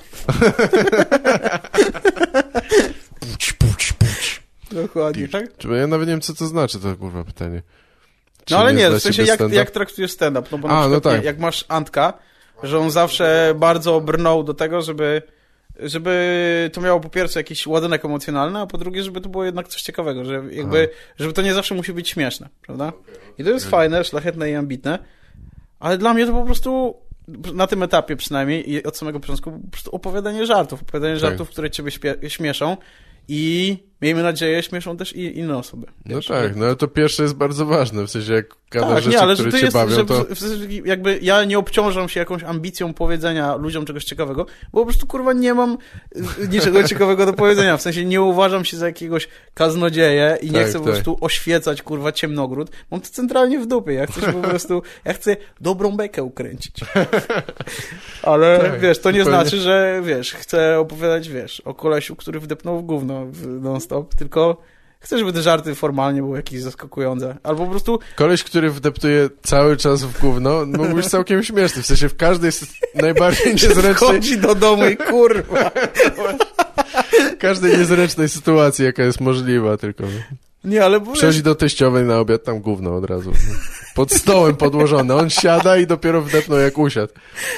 Puć, puć, puć. Dokładnie, tak? Ja nawet nie wiem, co to znaczy, to kurwa pytanie. Czy no ale nie, w sensie jak, jak traktujesz stand-up? No bo na a, przykład no tak. jak masz Antka, że on zawsze bardzo brnął do tego, żeby żeby to miało po pierwsze jakiś ładunek emocjonalny, a po drugie, żeby to było jednak coś ciekawego, że jakby, a. żeby to nie zawsze musi być śmieszne, prawda? I to jest okay. fajne, szlachetne i ambitne, ale dla mnie to po prostu na tym etapie przynajmniej i od samego początku po prostu opowiadanie żartów, opowiadanie tak. żartów, które ciebie śpie- śmieszą i miejmy nadzieję, śmieszą też i inne osoby. No wiesz, tak, no ale to pierwsze jest bardzo ważne, w sensie jak gadasz tak, rzeczy, nie, ale które to cię jest, bawią, że to... w sensie jakby ja nie obciążam się jakąś ambicją powiedzenia ludziom czegoś ciekawego, bo po prostu kurwa nie mam niczego ciekawego do powiedzenia, w sensie nie uważam się za jakiegoś kaznodzieję i nie tak, chcę tak. po prostu oświecać kurwa ciemnogród, mam to centralnie w dupie, ja chcę się po prostu, ja chcę dobrą bekę ukręcić. Ale tak, wiesz, to nie zupełnie. Znaczy, że wiesz, chcę opowiadać, wiesz, o kolesiu, który wdepnął w gówno w non-stop, tylko chcę, żeby te żarty formalnie były jakieś zaskakujące. Albo po prostu... Koleś, który wdeptuje cały czas w gówno, mógł być całkiem śmieszny. W sensie w każdej najbardziej niezręcznej... Wchodzi do domu i kurwa. W każdej niezręcznej sytuacji, jaka jest możliwa, tylko... Nie, ale... Bo przychodzi do teściowej na obiad, tam gówno od razu. Pod stołem podłożone. On siada i dopiero wdepnął jak usiadł.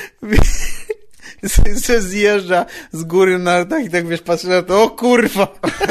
Se zjeżdża z góry na nartach i tak wiesz, patrzy na to, o kurwa!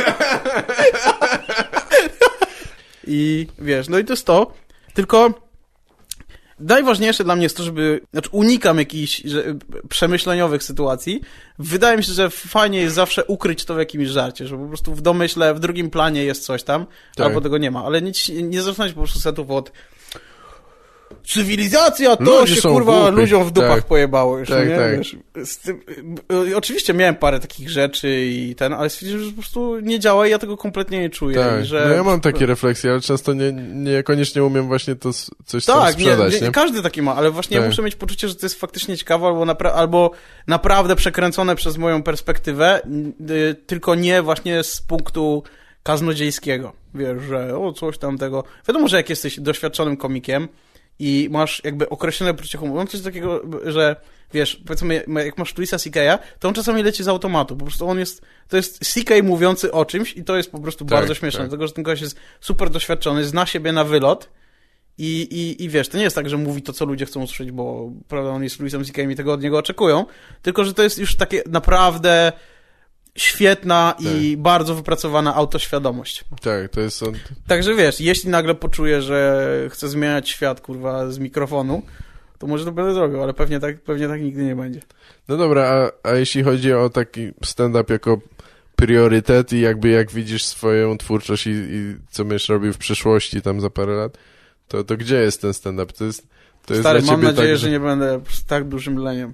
I wiesz, no i to jest to. Tylko najważniejsze dla mnie jest to, żeby, znaczy unikam jakichś że, przemyśleniowych sytuacji. Wydaje mi się, że fajnie jest zawsze ukryć to w jakimś żarcie, że po prostu w domyśle, w drugim planie jest coś tam, tak. albo tego nie ma. Ale nic, nie zaczynać po prostu setów od cywilizacja, to Ludzie się kurwa głupi. ludziom w dupach tak. pojebało już, tak, nie? Tak. Wiesz, z tym, y, oczywiście miałem parę takich rzeczy i ten, ale stwierdziłem, że po prostu nie działa i ja tego kompletnie nie czuję. Tak. I że... No ja mam takie refleksje, ale często nie, niekoniecznie umiem właśnie to coś tak, tam sprzedać. Nie, nie, nie? każdy taki ma, ale właśnie tak. ja muszę mieć poczucie, że to jest faktycznie ciekawe albo, napra- albo naprawdę przekręcone przez moją perspektywę, y, tylko nie właśnie z punktu kaznodziejskiego. Wiesz, że o coś tam tego. Wiadomo, że jak jesteś doświadczonym komikiem i masz jakby określone poczucie humoru. Mam coś takiego, że wiesz, powiedzmy, jak masz Louisa C K'a, to on czasami leci z automatu. Po prostu on jest, to jest C K mówiący o czymś i to jest po prostu tak, bardzo śmieszne, tak. dlatego, że ten gość jest super doświadczony, zna siebie na wylot i, i, i wiesz, to nie jest tak, że mówi to, co ludzie chcą usłyszeć, bo prawda, on jest Louisem C K'em i tego od niego oczekują, tylko, że to jest już takie naprawdę świetna tak. i bardzo wypracowana autoświadomość. Tak, to jest... On... Także wiesz, jeśli nagle poczuję, że chcę zmieniać świat, kurwa, z mikrofonu, to może to będę zrobił, ale pewnie tak, pewnie tak nigdy nie będzie. No dobra, a, a jeśli chodzi o taki stand-up jako priorytet i jakby jak widzisz swoją twórczość i, i co będziesz robił w przyszłości tam za parę lat, to, to gdzie jest ten stand-up? To jest, to jest Stary, dla mam ciebie nadzieję, tak, że nie będę tak dużym leniem.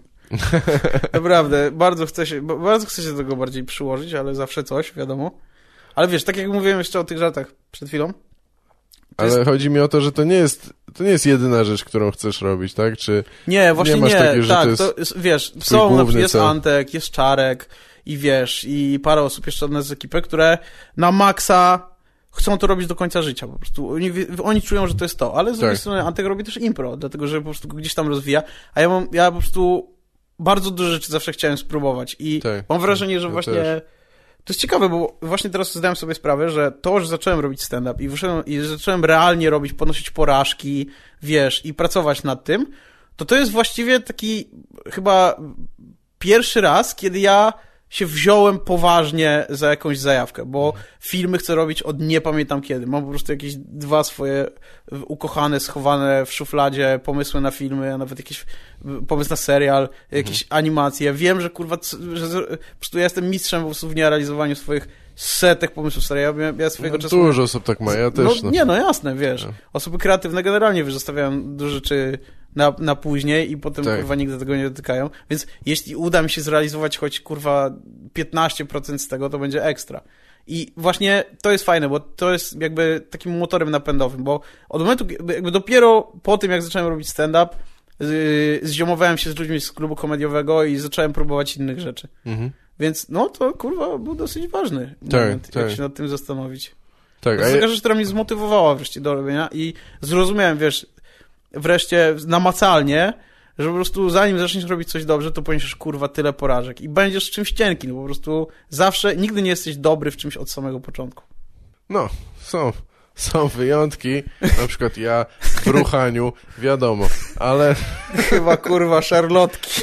Naprawdę, bardzo chcę się, bardzo chcę się do tego bardziej przyłożyć, ale zawsze coś, wiadomo. Ale wiesz, tak jak mówiłem jeszcze o tych żartach przed chwilą. Ale jest... chodzi mi o to, że to nie jest, to nie jest jedyna rzecz, którą chcesz robić, tak? Czy nie, właśnie nie. Masz nie. takie, że tak, to jest to jest, wiesz, są, na przykład jest cel. Antek, jest Czarek i wiesz, i parę osób jeszcze od nas z ekipy, które na maksa chcą to robić do końca życia po prostu. Oni, oni czują, że to jest to, ale z drugiej tak. strony Antek robi też impro, dlatego że po prostu gdzieś tam rozwija, a ja mam, ja po prostu bardzo dużo rzeczy zawsze chciałem spróbować i tak. mam wrażenie, że ja właśnie też. to jest ciekawe, bo właśnie teraz zdałem sobie sprawę, że to, że zacząłem robić stand-up i, wyszedłem, i zacząłem realnie robić, ponosić porażki, wiesz, i pracować nad tym, to to jest właściwie taki chyba pierwszy raz, kiedy ja się wziąłem poważnie za jakąś zajawkę, bo filmy chcę robić od nie pamiętam kiedy. Mam po prostu jakieś dwa swoje ukochane, schowane w szufladzie pomysły na filmy, a nawet jakiś pomysł na serial, jakieś mhm. animacje. Wiem, że kurwa, że po prostu ja jestem mistrzem po prostu w nierealizowaniu swoich setek pomysłów serialu. Ja, ja swojego no, czasu... Dużo osób tak ma, ja też. No, no. Nie, no jasne, wiesz. No. Osoby kreatywne generalnie, wiesz, zostawiają dużo rzeczy na, na później i potem, tak. kurwa, nigdy tego nie dotykają. Więc jeśli uda mi się zrealizować choć, kurwa, piętnaście procent z tego, to będzie ekstra. I właśnie to jest fajne, bo to jest jakby takim motorem napędowym, bo od momentu, jakby dopiero po tym, jak zacząłem robić stand-up, yy, zziomowałem się z ludźmi z klubu komediowego i zacząłem próbować innych rzeczy. Mhm. Więc no to, kurwa, był dosyć ważny tak, moment, tak. jak się nad tym zastanowić. Tak, to jest taka rzecz, która mnie zmotywowała wreszcie do robienia i zrozumiałem, wiesz, wreszcie namacalnie, że po prostu zanim zaczniesz robić coś dobrze, to poniesiesz, kurwa, tyle porażek i będziesz czymś cienkim, no po prostu zawsze, nigdy nie jesteś dobry w czymś od samego początku. No, są, są wyjątki, na przykład ja w ruchaniu, wiadomo, ale... Chyba, kurwa, szarlotki.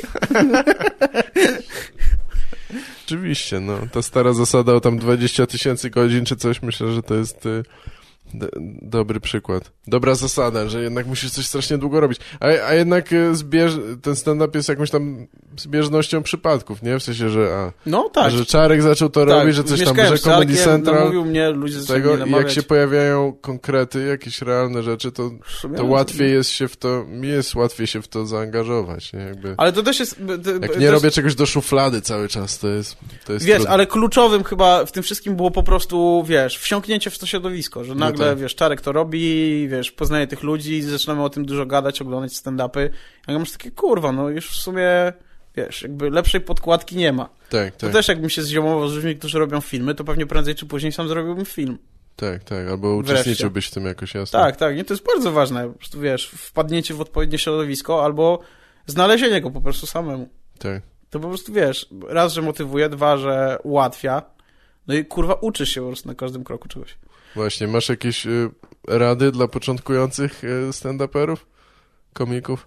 Oczywiście, no, ta stara zasada o tam dwadzieścia tysięcy godzin czy coś, myślę, że to jest... Y D- dobry przykład. Dobra zasada, że jednak musisz coś strasznie długo robić. A, a jednak zbież, ten stand-up jest jakąś tam zbieżnością przypadków, nie? W sensie, że a, no, tak. a że Czarek zaczął to tak, robić, że coś tam, że Comedy Central mówił mnie, ludzie tego, i jak się pojawiają konkrety, jakieś realne rzeczy, to, to łatwiej jest się w to, mi jest łatwiej się w to zaangażować, nie? Jakby, ale to też jest... To, jak to nie też... robię czegoś do szuflady cały czas, to jest, to jest Wiesz, trudne. ale kluczowym chyba w tym wszystkim było po prostu, wiesz, wsiąknięcie w to środowisko, że nagle, no tak. wiesz, Czarek to robi, wiesz, poznaje tych ludzi, zaczynamy o tym dużo gadać, oglądać stand-upy. Jak masz takie, kurwa, no już w sumie, wiesz, jakby lepszej podkładki nie ma. Tak, to tak. też jakbym się zziomował z ludźmi, którzy robią filmy, to pewnie prędzej czy później sam zrobiłbym film. Tak, tak, albo uczestniczyłbyś w tym jakoś, jasne. Tak, tak, nie, to jest bardzo ważne, po prostu, wiesz, wpadnięcie w odpowiednie środowisko, albo znalezienie go po prostu samemu. Tak. To po prostu, wiesz, raz, że motywuje, dwa, że ułatwia, no i kurwa uczysz się po prostu na każdym kroku czegoś. Właśnie, masz jakieś y, rady dla początkujących y, stand-uperów? Komików?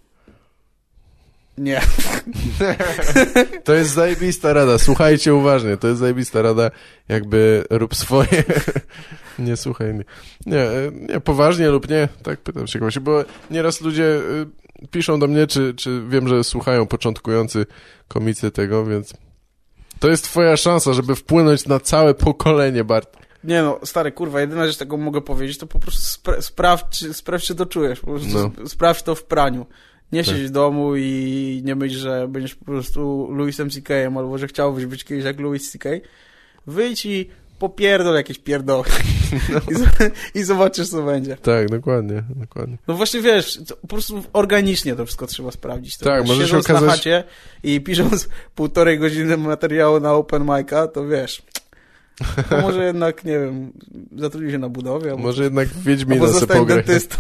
Nie. To jest zajebista rada, słuchajcie uważnie, to jest zajebista rada, jakby rób swoje, nie słuchaj mnie. Nie, nie, poważnie lub nie, tak pytam się kogoś, bo nieraz ludzie y, piszą do mnie, czy, czy wiem, że słuchają początkujący komicy tego, więc to jest twoja szansa, żeby wpłynąć na całe pokolenie, Bart. Nie no, stary, kurwa, jedyna rzecz, taką mogę powiedzieć, to po prostu spra- sprawdź, czy, sprawdź, czy to czujesz, po prostu no. sp- sprawdź to w praniu. Nie tak. siedź w domu i nie myśl, że będziesz po prostu Louisem C K-em, albo że chciałbyś być kiedyś jak Louis C K. Wyjdź i popierdol jakieś pierdoły. No. I, z- I zobaczysz, co będzie. Tak, dokładnie, dokładnie. No właśnie, wiesz, to po prostu organicznie to wszystko trzeba sprawdzić. To tak, wiesz, może się siedząc okazać... na chacie i pisząc półtorej godziny materiału na open mic'a, to wiesz... To może jednak, nie wiem, zatrudni się na budowie. Albo może jednak Wiedźmina albo se zostań pograć. dentystą.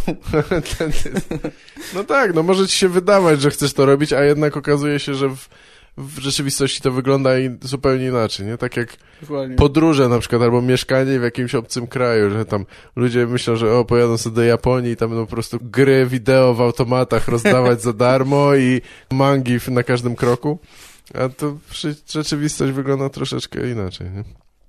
No tak, no może ci się wydawać, że chcesz to robić, a jednak okazuje się, że w, w rzeczywistości to wygląda i zupełnie inaczej, nie? Tak jak Dokładnie. podróże na przykład, albo mieszkanie w jakimś obcym kraju, że tam ludzie myślą, że o, pojadą sobie do Japonii i tam będą po prostu gry wideo w automatach rozdawać za darmo i mangi na każdym kroku. A to rzeczywistość wygląda troszeczkę inaczej, nie?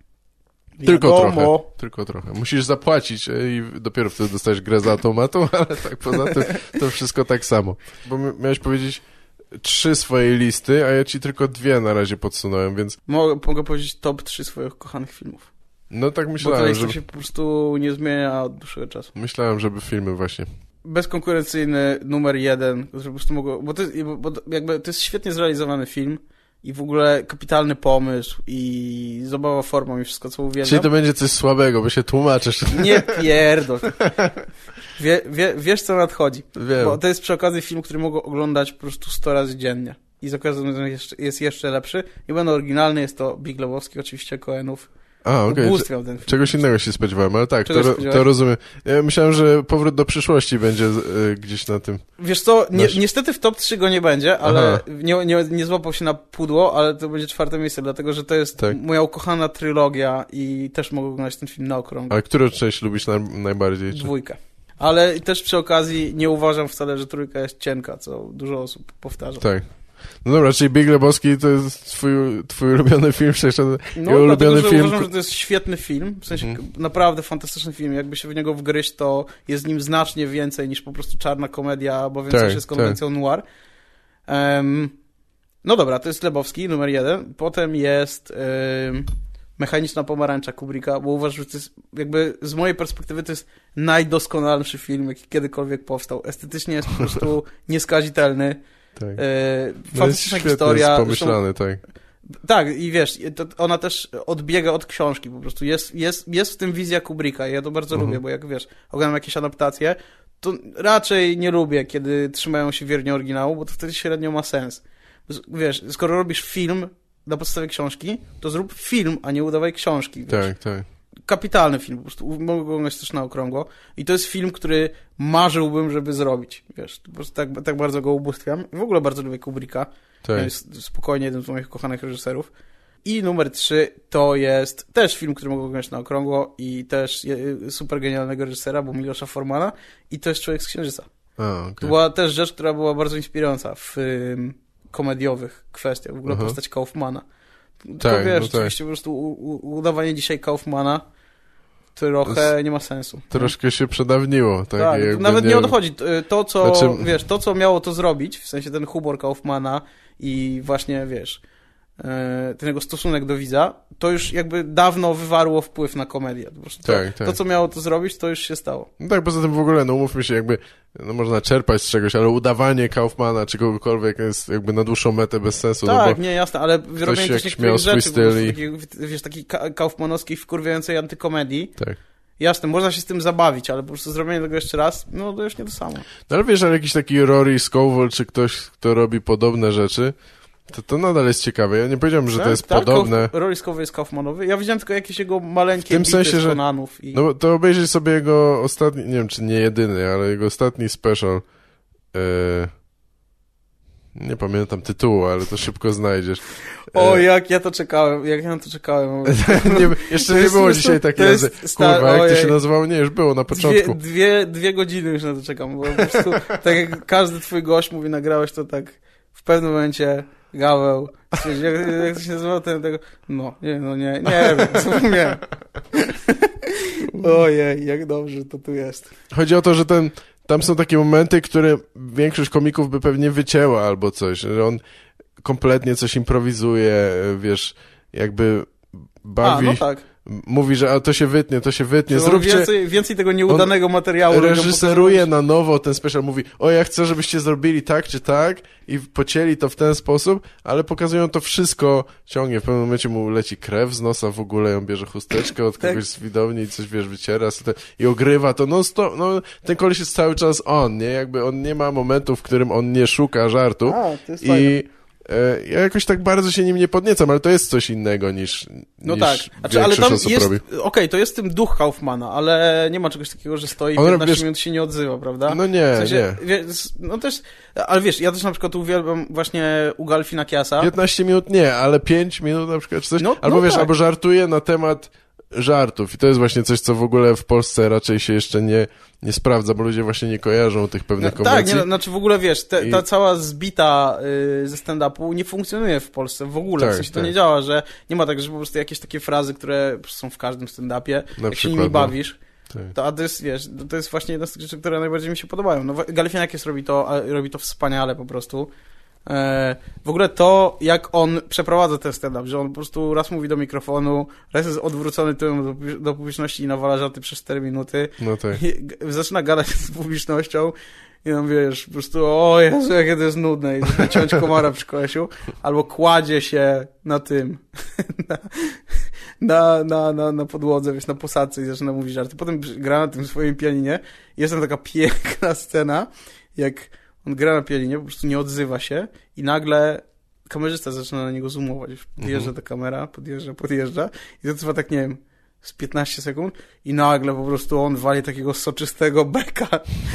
Tylko Wiadomo. trochę, tylko trochę. Musisz zapłacić i dopiero wtedy dostajesz grę z automatu, ale tak poza tym to wszystko tak samo. Bo miałeś powiedzieć trzy swojej listy, a ja ci tylko dwie na razie podsunąłem, więc... Mogę, mogę powiedzieć top trzy swoich kochanych filmów. No tak Bo myślałem, to żeby... się po prostu nie zmienia od dłuższego czasu. Myślałem, żeby filmy właśnie. Bezkonkurencyjny numer jeden, który po prostu mogło... Bo to, jest, bo to, jakby, to jest świetnie zrealizowany film i w ogóle kapitalny pomysł i zabawa formą i wszystko, co uwielbiam. Czyli to będzie coś słabego, bo się tłumaczysz. Nie pierdol. Wie, wie, wiesz, co nadchodzi. Wiem. Bo to jest przy okazji film, który mogę oglądać po prostu sto razy dziennie. I z okazji jest, jest jeszcze lepszy. Nie będę oryginalny, jest to Big Lebowski, oczywiście Coenów. A, okej. Ubóstwiam ten film. Czegoś innego się spodziewałem, ale tak, to, Czego się to spodziewałeś? rozumiem. Ja myślałem, że Powrót do przyszłości będzie y, gdzieś na tym. Wiesz co, nie, Nasz... niestety w top trzy go nie będzie, ale Aha. nie, nie, nie złapał się na pudło, ale to będzie czwarte miejsce, dlatego że to jest Tak. moja ukochana trylogia i też mogę oglądać ten film na okrągło. A którą część lubisz na, najbardziej? Czy... Dwójkę. Ale też przy okazji nie uważam wcale, że trójka jest cienka, co dużo osób powtarza. Tak. No dobra, czyli Big Lebowski to jest twój, twój ulubiony film, przecież No, jego ulubiony dlatego, że film... uważam, że to jest świetny film, w sensie Mhm. naprawdę fantastyczny film. Jakby się w niego wgryźć, to jest w nim znacznie więcej niż po prostu czarna komedia, bo więcej Tak, jest konwencją noir. Um, no dobra, to jest Lebowski, numer jeden. Potem jest um, Mechaniczna pomarańcza Kubricka, bo uważam, że to jest jakby z mojej perspektywy to jest najdoskonalszy film, jaki kiedykolwiek powstał. Estetycznie jest po prostu nieskazitelny. Tak. E, No fantastyczna jest historia. Jest pomyślany, tak. Tak, i wiesz, to ona też odbiega od książki po prostu. Jest, jest, jest w tym wizja Kubricka i ja to bardzo Mhm. lubię, bo jak wiesz, oglądam jakieś adaptacje, to raczej nie lubię, kiedy trzymają się wiernie oryginału, bo to wtedy średnio ma sens. Wiesz, skoro robisz film na podstawie książki, to zrób film, a nie udawaj książki. Wiesz. Tak, tak. Kapitalny film, po prostu mogę go oglądać też na okrągło. I to jest film, który marzyłbym, żeby zrobić. Wiesz, po prostu tak, tak bardzo go ubóstwiam. W ogóle bardzo lubię Kubricka. Tak. Jest spokojnie jeden z moich kochanych reżyserów. I numer trzy to jest też film, który mogę oglądać na okrągło i też super genialnego reżysera, bo Milosza Formana. I to jest Człowiek z Księżyca. A, okay. To była też rzecz, która była bardzo inspirująca w um, komediowych kwestiach. W ogóle Aha. postać Kaufmana. Tylko Tak, wiesz, no tak. oczywiście po prostu u, u, udawanie dzisiaj Kaufmana trochę nie ma sensu. Troszkę się przedawniło. Tak, Tak, jakby nawet nie, nie o to chodzi. To, co, Znaczy- wiesz, to, co miało to zrobić, w sensie ten humor Kaufmana i właśnie, wiesz, e, ten jego stosunek do widza, to już jakby dawno wywarło wpływ na komedię. Po prostu to, Tak, tak. to, co miało to zrobić, to już się stało. No tak, poza tym w ogóle, no umówmy się, jakby, no można czerpać z czegoś, ale udawanie Kaufmana czy kogokolwiek jest jakby na dłuższą metę bez sensu. Tak, no bo nie, jasne, ale robienie też jakiś miał niektórych swój rzeczy, po styl prostu i- takiej, wiesz, takiej ka- kaufmanowskiej, wkurwiającej antykomedii, Tak. jasne, można się z tym zabawić, ale po prostu zrobienie tego jeszcze raz, no to już nie to samo. No ale wiesz, ale jakiś taki Rory Scovel czy ktoś, kto robi podobne rzeczy, to to nadal jest ciekawe. Ja nie powiedziałem, że to jest tak, podobne. Kauf- Rory Scovel jest Kaufmanowy. Ja widziałem tylko jakieś jego maleńkie W tym bity sensie, z że- Conanów i... No bo to obejrzyj sobie jego ostatni, nie wiem czy nie jedyny, ale jego ostatni special. E... Nie pamiętam tytułu, ale to szybko znajdziesz. E, O, jak ja to czekałem, jak ja na to czekałem. nie, jeszcze To nie jest było po dzisiaj prostu- takiej to jest razy. star- Kurwa, jak to ojej. się nazywało? Nie, już było na Dwie, początku. dwie, dwie godziny już na to czekam, bo po prostu tak jak każdy twój gość mówi, nagrałeś to tak w pewnym momencie Gaweł, jak, jak to się nazywało ten tego, no, nie, no nie, nie wiem, co nie. Ojej, jak dobrze to tu jest. Chodzi o to, że ten, tam są takie momenty, które większość komików by pewnie wycięła albo coś, że on kompletnie coś improwizuje, wiesz, jakby bawi, A, no tak. mówi, że a to się wytnie, to się wytnie, Zróbcie... zróbcie, Więcej, więcej tego nieudanego materiału. reżyseruje na nowo ten special, mówi, o ja chcę, żebyście zrobili tak czy tak i pocięli to w ten sposób, ale pokazują to wszystko ciągnie, w pewnym momencie mu leci krew z nosa w ogóle, on bierze chusteczkę od Tak. kogoś z widowni i coś, wiesz, wyciera sobie to, i ogrywa to, no stop, no ten koleś jest cały czas on, nie, jakby on nie ma momentu, w którym on nie szuka żartu A, to jest fajne. i e, ja jakoś tak bardzo się nim nie podniecam, ale to jest coś innego niż, No niż tak, znaczy, ale większość tam osób jest, robi. okej, to jest w tym duch Kaufmana, ale nie ma czegoś takiego, że stoi On, piętnaście wiesz- minut się nie odzywa, prawda? No nie, W sensie, nie. Wiesz, no też, ale wiesz, ja też na przykład uwielbiam właśnie u Galfina Kiasa. piętnaście minut nie, ale pięć minut na przykład czy coś. No- albo no wiesz, tak. albo żartuje na temat żartów i to jest właśnie coś, co w ogóle w Polsce raczej się jeszcze nie, nie sprawdza, bo ludzie właśnie nie kojarzą tych pewnych no, konwencji. Tak, nie, znaczy w ogóle wiesz, te, I... ta cała zbita y, ze stand-upu nie funkcjonuje w Polsce w ogóle, tak, w sensie tak. to nie działa, że nie ma tak, że po prostu jakieś takie frazy, które są w każdym stand-upie, jak przykład, się nimi bawisz, no. to, a to jest, wiesz, to jest właśnie jedna z tych rzeczy, które najbardziej mi się podobają. No, Galifianakis robi to, robi to wspaniale po prostu. W ogóle to, jak on przeprowadza ten stand-up, że on po prostu raz mówi do mikrofonu, raz jest odwrócony tyłem do, do publiczności i nawala żarty przez cztery minuty. No tak. I zaczyna gadać z publicznością i on, wiesz, po prostu o Jezu, jakie to jest nudne i zaczyna ciąć komara przy kolesiu, albo kładzie się na tym, na, na, na, na, na podłodze, wiesz, na posadce i zaczyna mówić żarty. Potem gra na tym swoim pianinie i jest tam taka piękna scena, jak on gra na pianinie, po prostu nie odzywa się i nagle kamerzysta zaczyna na niego zoomować. Podjeżdża ta kamera, podjeżdża, podjeżdża i to trwa tak, nie wiem, z piętnaście sekund i nagle po prostu on wali takiego soczystego beka.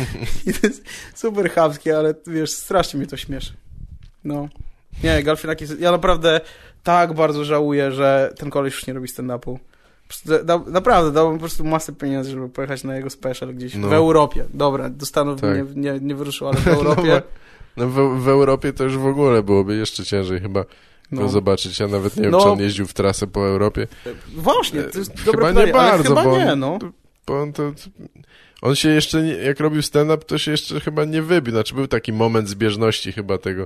I to jest super chamskie, ale wiesz, strasznie mnie to śmieszy. No. Nie, Galifianakis, ja naprawdę tak bardzo żałuję, że ten koleś już nie robi stand-upu. Da, naprawdę, dałbym po prostu masę pieniędzy, żeby pojechać na jego special gdzieś no. w Europie. Dobra, do Stanów tak. nie, nie, nie wyruszył, ale w Europie. No, no w, w Europie to już w ogóle byłoby jeszcze ciężej chyba no. go zobaczyć. Ja nawet nie wiem, no. czy on jeździł w trasę po Europie. Właśnie, to jest chyba dobre nie pytanie, bardzo, chyba bo nie, on, no. Bo on, to, on się jeszcze, nie, jak robił stand-up, to się jeszcze chyba nie wybił. Znaczy był taki moment zbieżności chyba tego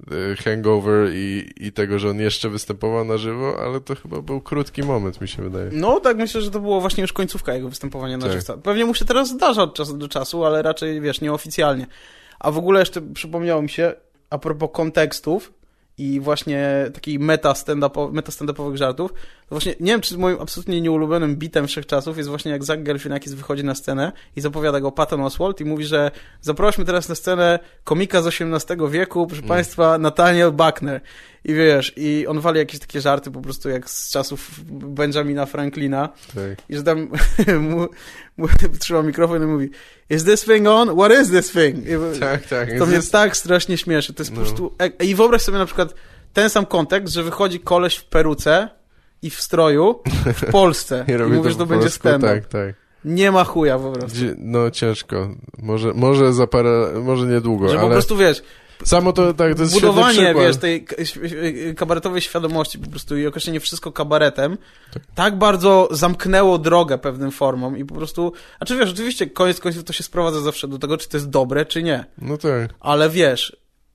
Hangover i, i tego, że on jeszcze występował na żywo, ale to chyba był krótki moment, mi się wydaje. No tak, myślę, że to było właśnie już końcówka jego występowania na tak. żywo. Pewnie mu się teraz zdarza od czasu do czasu, ale raczej, wiesz, nieoficjalnie. A w ogóle jeszcze przypomniało mi się, a propos kontekstów i właśnie takiej meta stand-upowych, meta stand-upowych żartów, to właśnie, nie wiem, czy moim absolutnie nieulubionym bitem wszechczasów jest właśnie jak Zach Galifianakis wychodzi na scenę i zapowiada go Patton Oswalt i mówi, że zaprośmy teraz na scenę komika z osiemnastego wieku, proszę mm. Państwa, Nathaniel Buckner. I wiesz, i on wali jakieś takie żarty po prostu jak z czasów Benjamina Franklina. Tak. I że tam mu, mu trzyma mikrofon i mówi Is this thing on? What is this thing? I tak, tak. To mnie this... tak strasznie śmieszy. To jest no. po prostu... I wyobraź sobie na przykład ten sam kontekst, że wychodzi koleś w peruce i w stroju w Polsce. I, I mówisz, że to będzie stand-up. Tak, tak. Nie ma chuja po prostu. No ciężko. Może, może za parę, może niedługo, że ale... po prostu wiesz... Samo to, tak, to jest budowanie, wiesz, tej kabaretowej świadomości po prostu i określenie wszystko kabaretem tak. tak bardzo zamknęło drogę pewnym formom i po prostu, a czy wiesz, oczywiście koniec końców to się sprowadza zawsze do tego, czy to jest dobre, czy nie. No tak. Ale wiesz,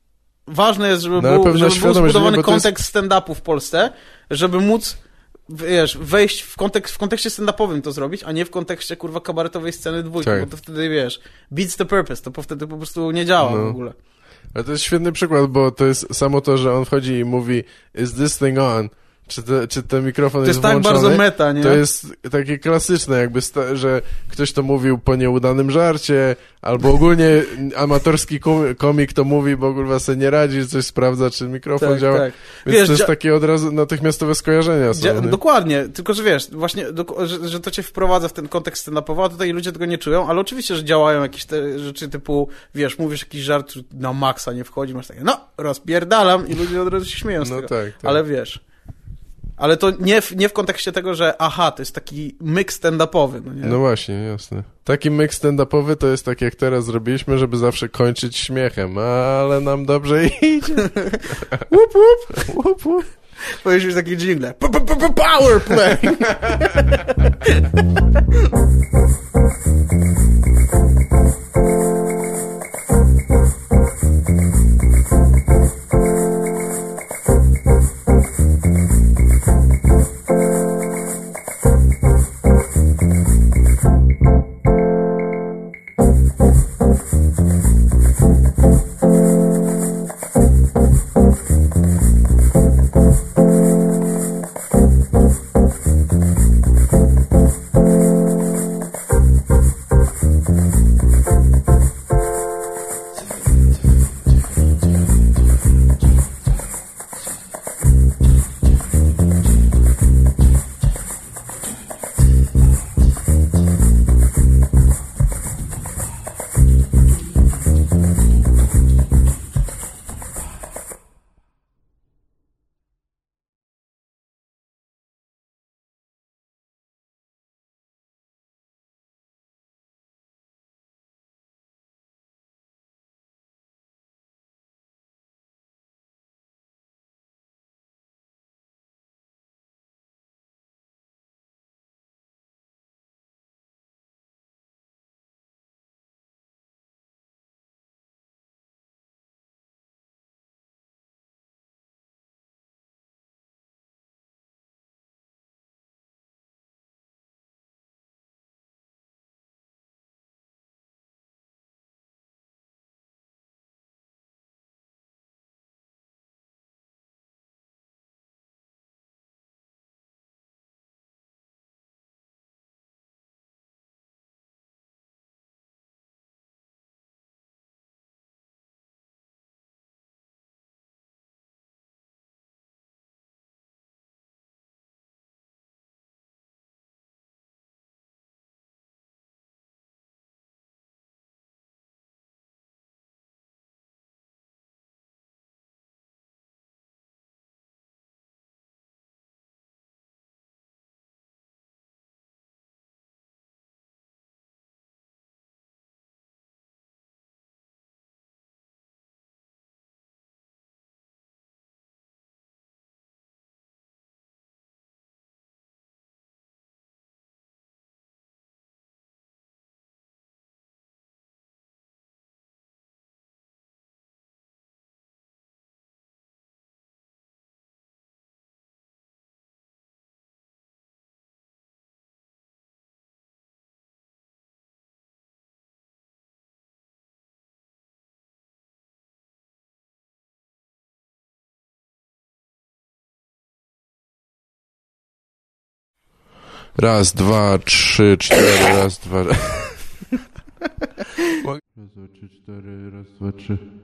ważne jest, żeby, no, był, żeby był zbudowany nie, kontekst jest... stand-upu w Polsce, żeby móc wiesz, wejść w, kontekst, w kontekście stand-upowym to zrobić, a nie w kontekście, kurwa, kabaretowej sceny dwójki, tak. bo to wtedy, wiesz, beats the purpose, to wtedy po prostu nie działa no. w ogóle. Ale to jest świetny przykład, bo to jest samo to, że on wchodzi i mówi is this thing on? Czy, te, czy ten mikrofon jest, jest włączony? To jest tak bardzo meta, nie? To jest takie klasyczne, jakby, sta- że ktoś to mówił po nieudanym żarcie, albo ogólnie amatorski komik to mówi, bo kurwa sobie nie radzi, coś sprawdza, czy mikrofon tak, działa. Tak. Więc wiesz, to jest dzia- takie od razu natychmiastowe skojarzenia są. Dzia- dokładnie, tylko że wiesz, właśnie, do- że, że to cię wprowadza w ten kontekst stand-upowy, a tutaj ludzie tego nie czują, ale oczywiście, że działają jakieś te rzeczy typu, wiesz, mówisz jakiś żart, na maksa nie wchodzi, masz takie, no, rozpierdalam i ludzie od razu się śmieją z no tego. Tak, tak. Ale wiesz... Ale to nie w, nie w kontekście tego, że aha, to jest taki mix stand-upowy, no nie? No właśnie, jasne. Taki mix stand-upowy to jest tak, jak teraz zrobiliśmy, żeby zawsze kończyć śmiechem, ale nam dobrze idzie. Łup, łup. Łup, łup. Powiesz już taki jingle. Power play! Raz, dwa, trzy, cztery, raz, dwa... Raz, dwa, trzy, cztery, raz, dwa, trzy...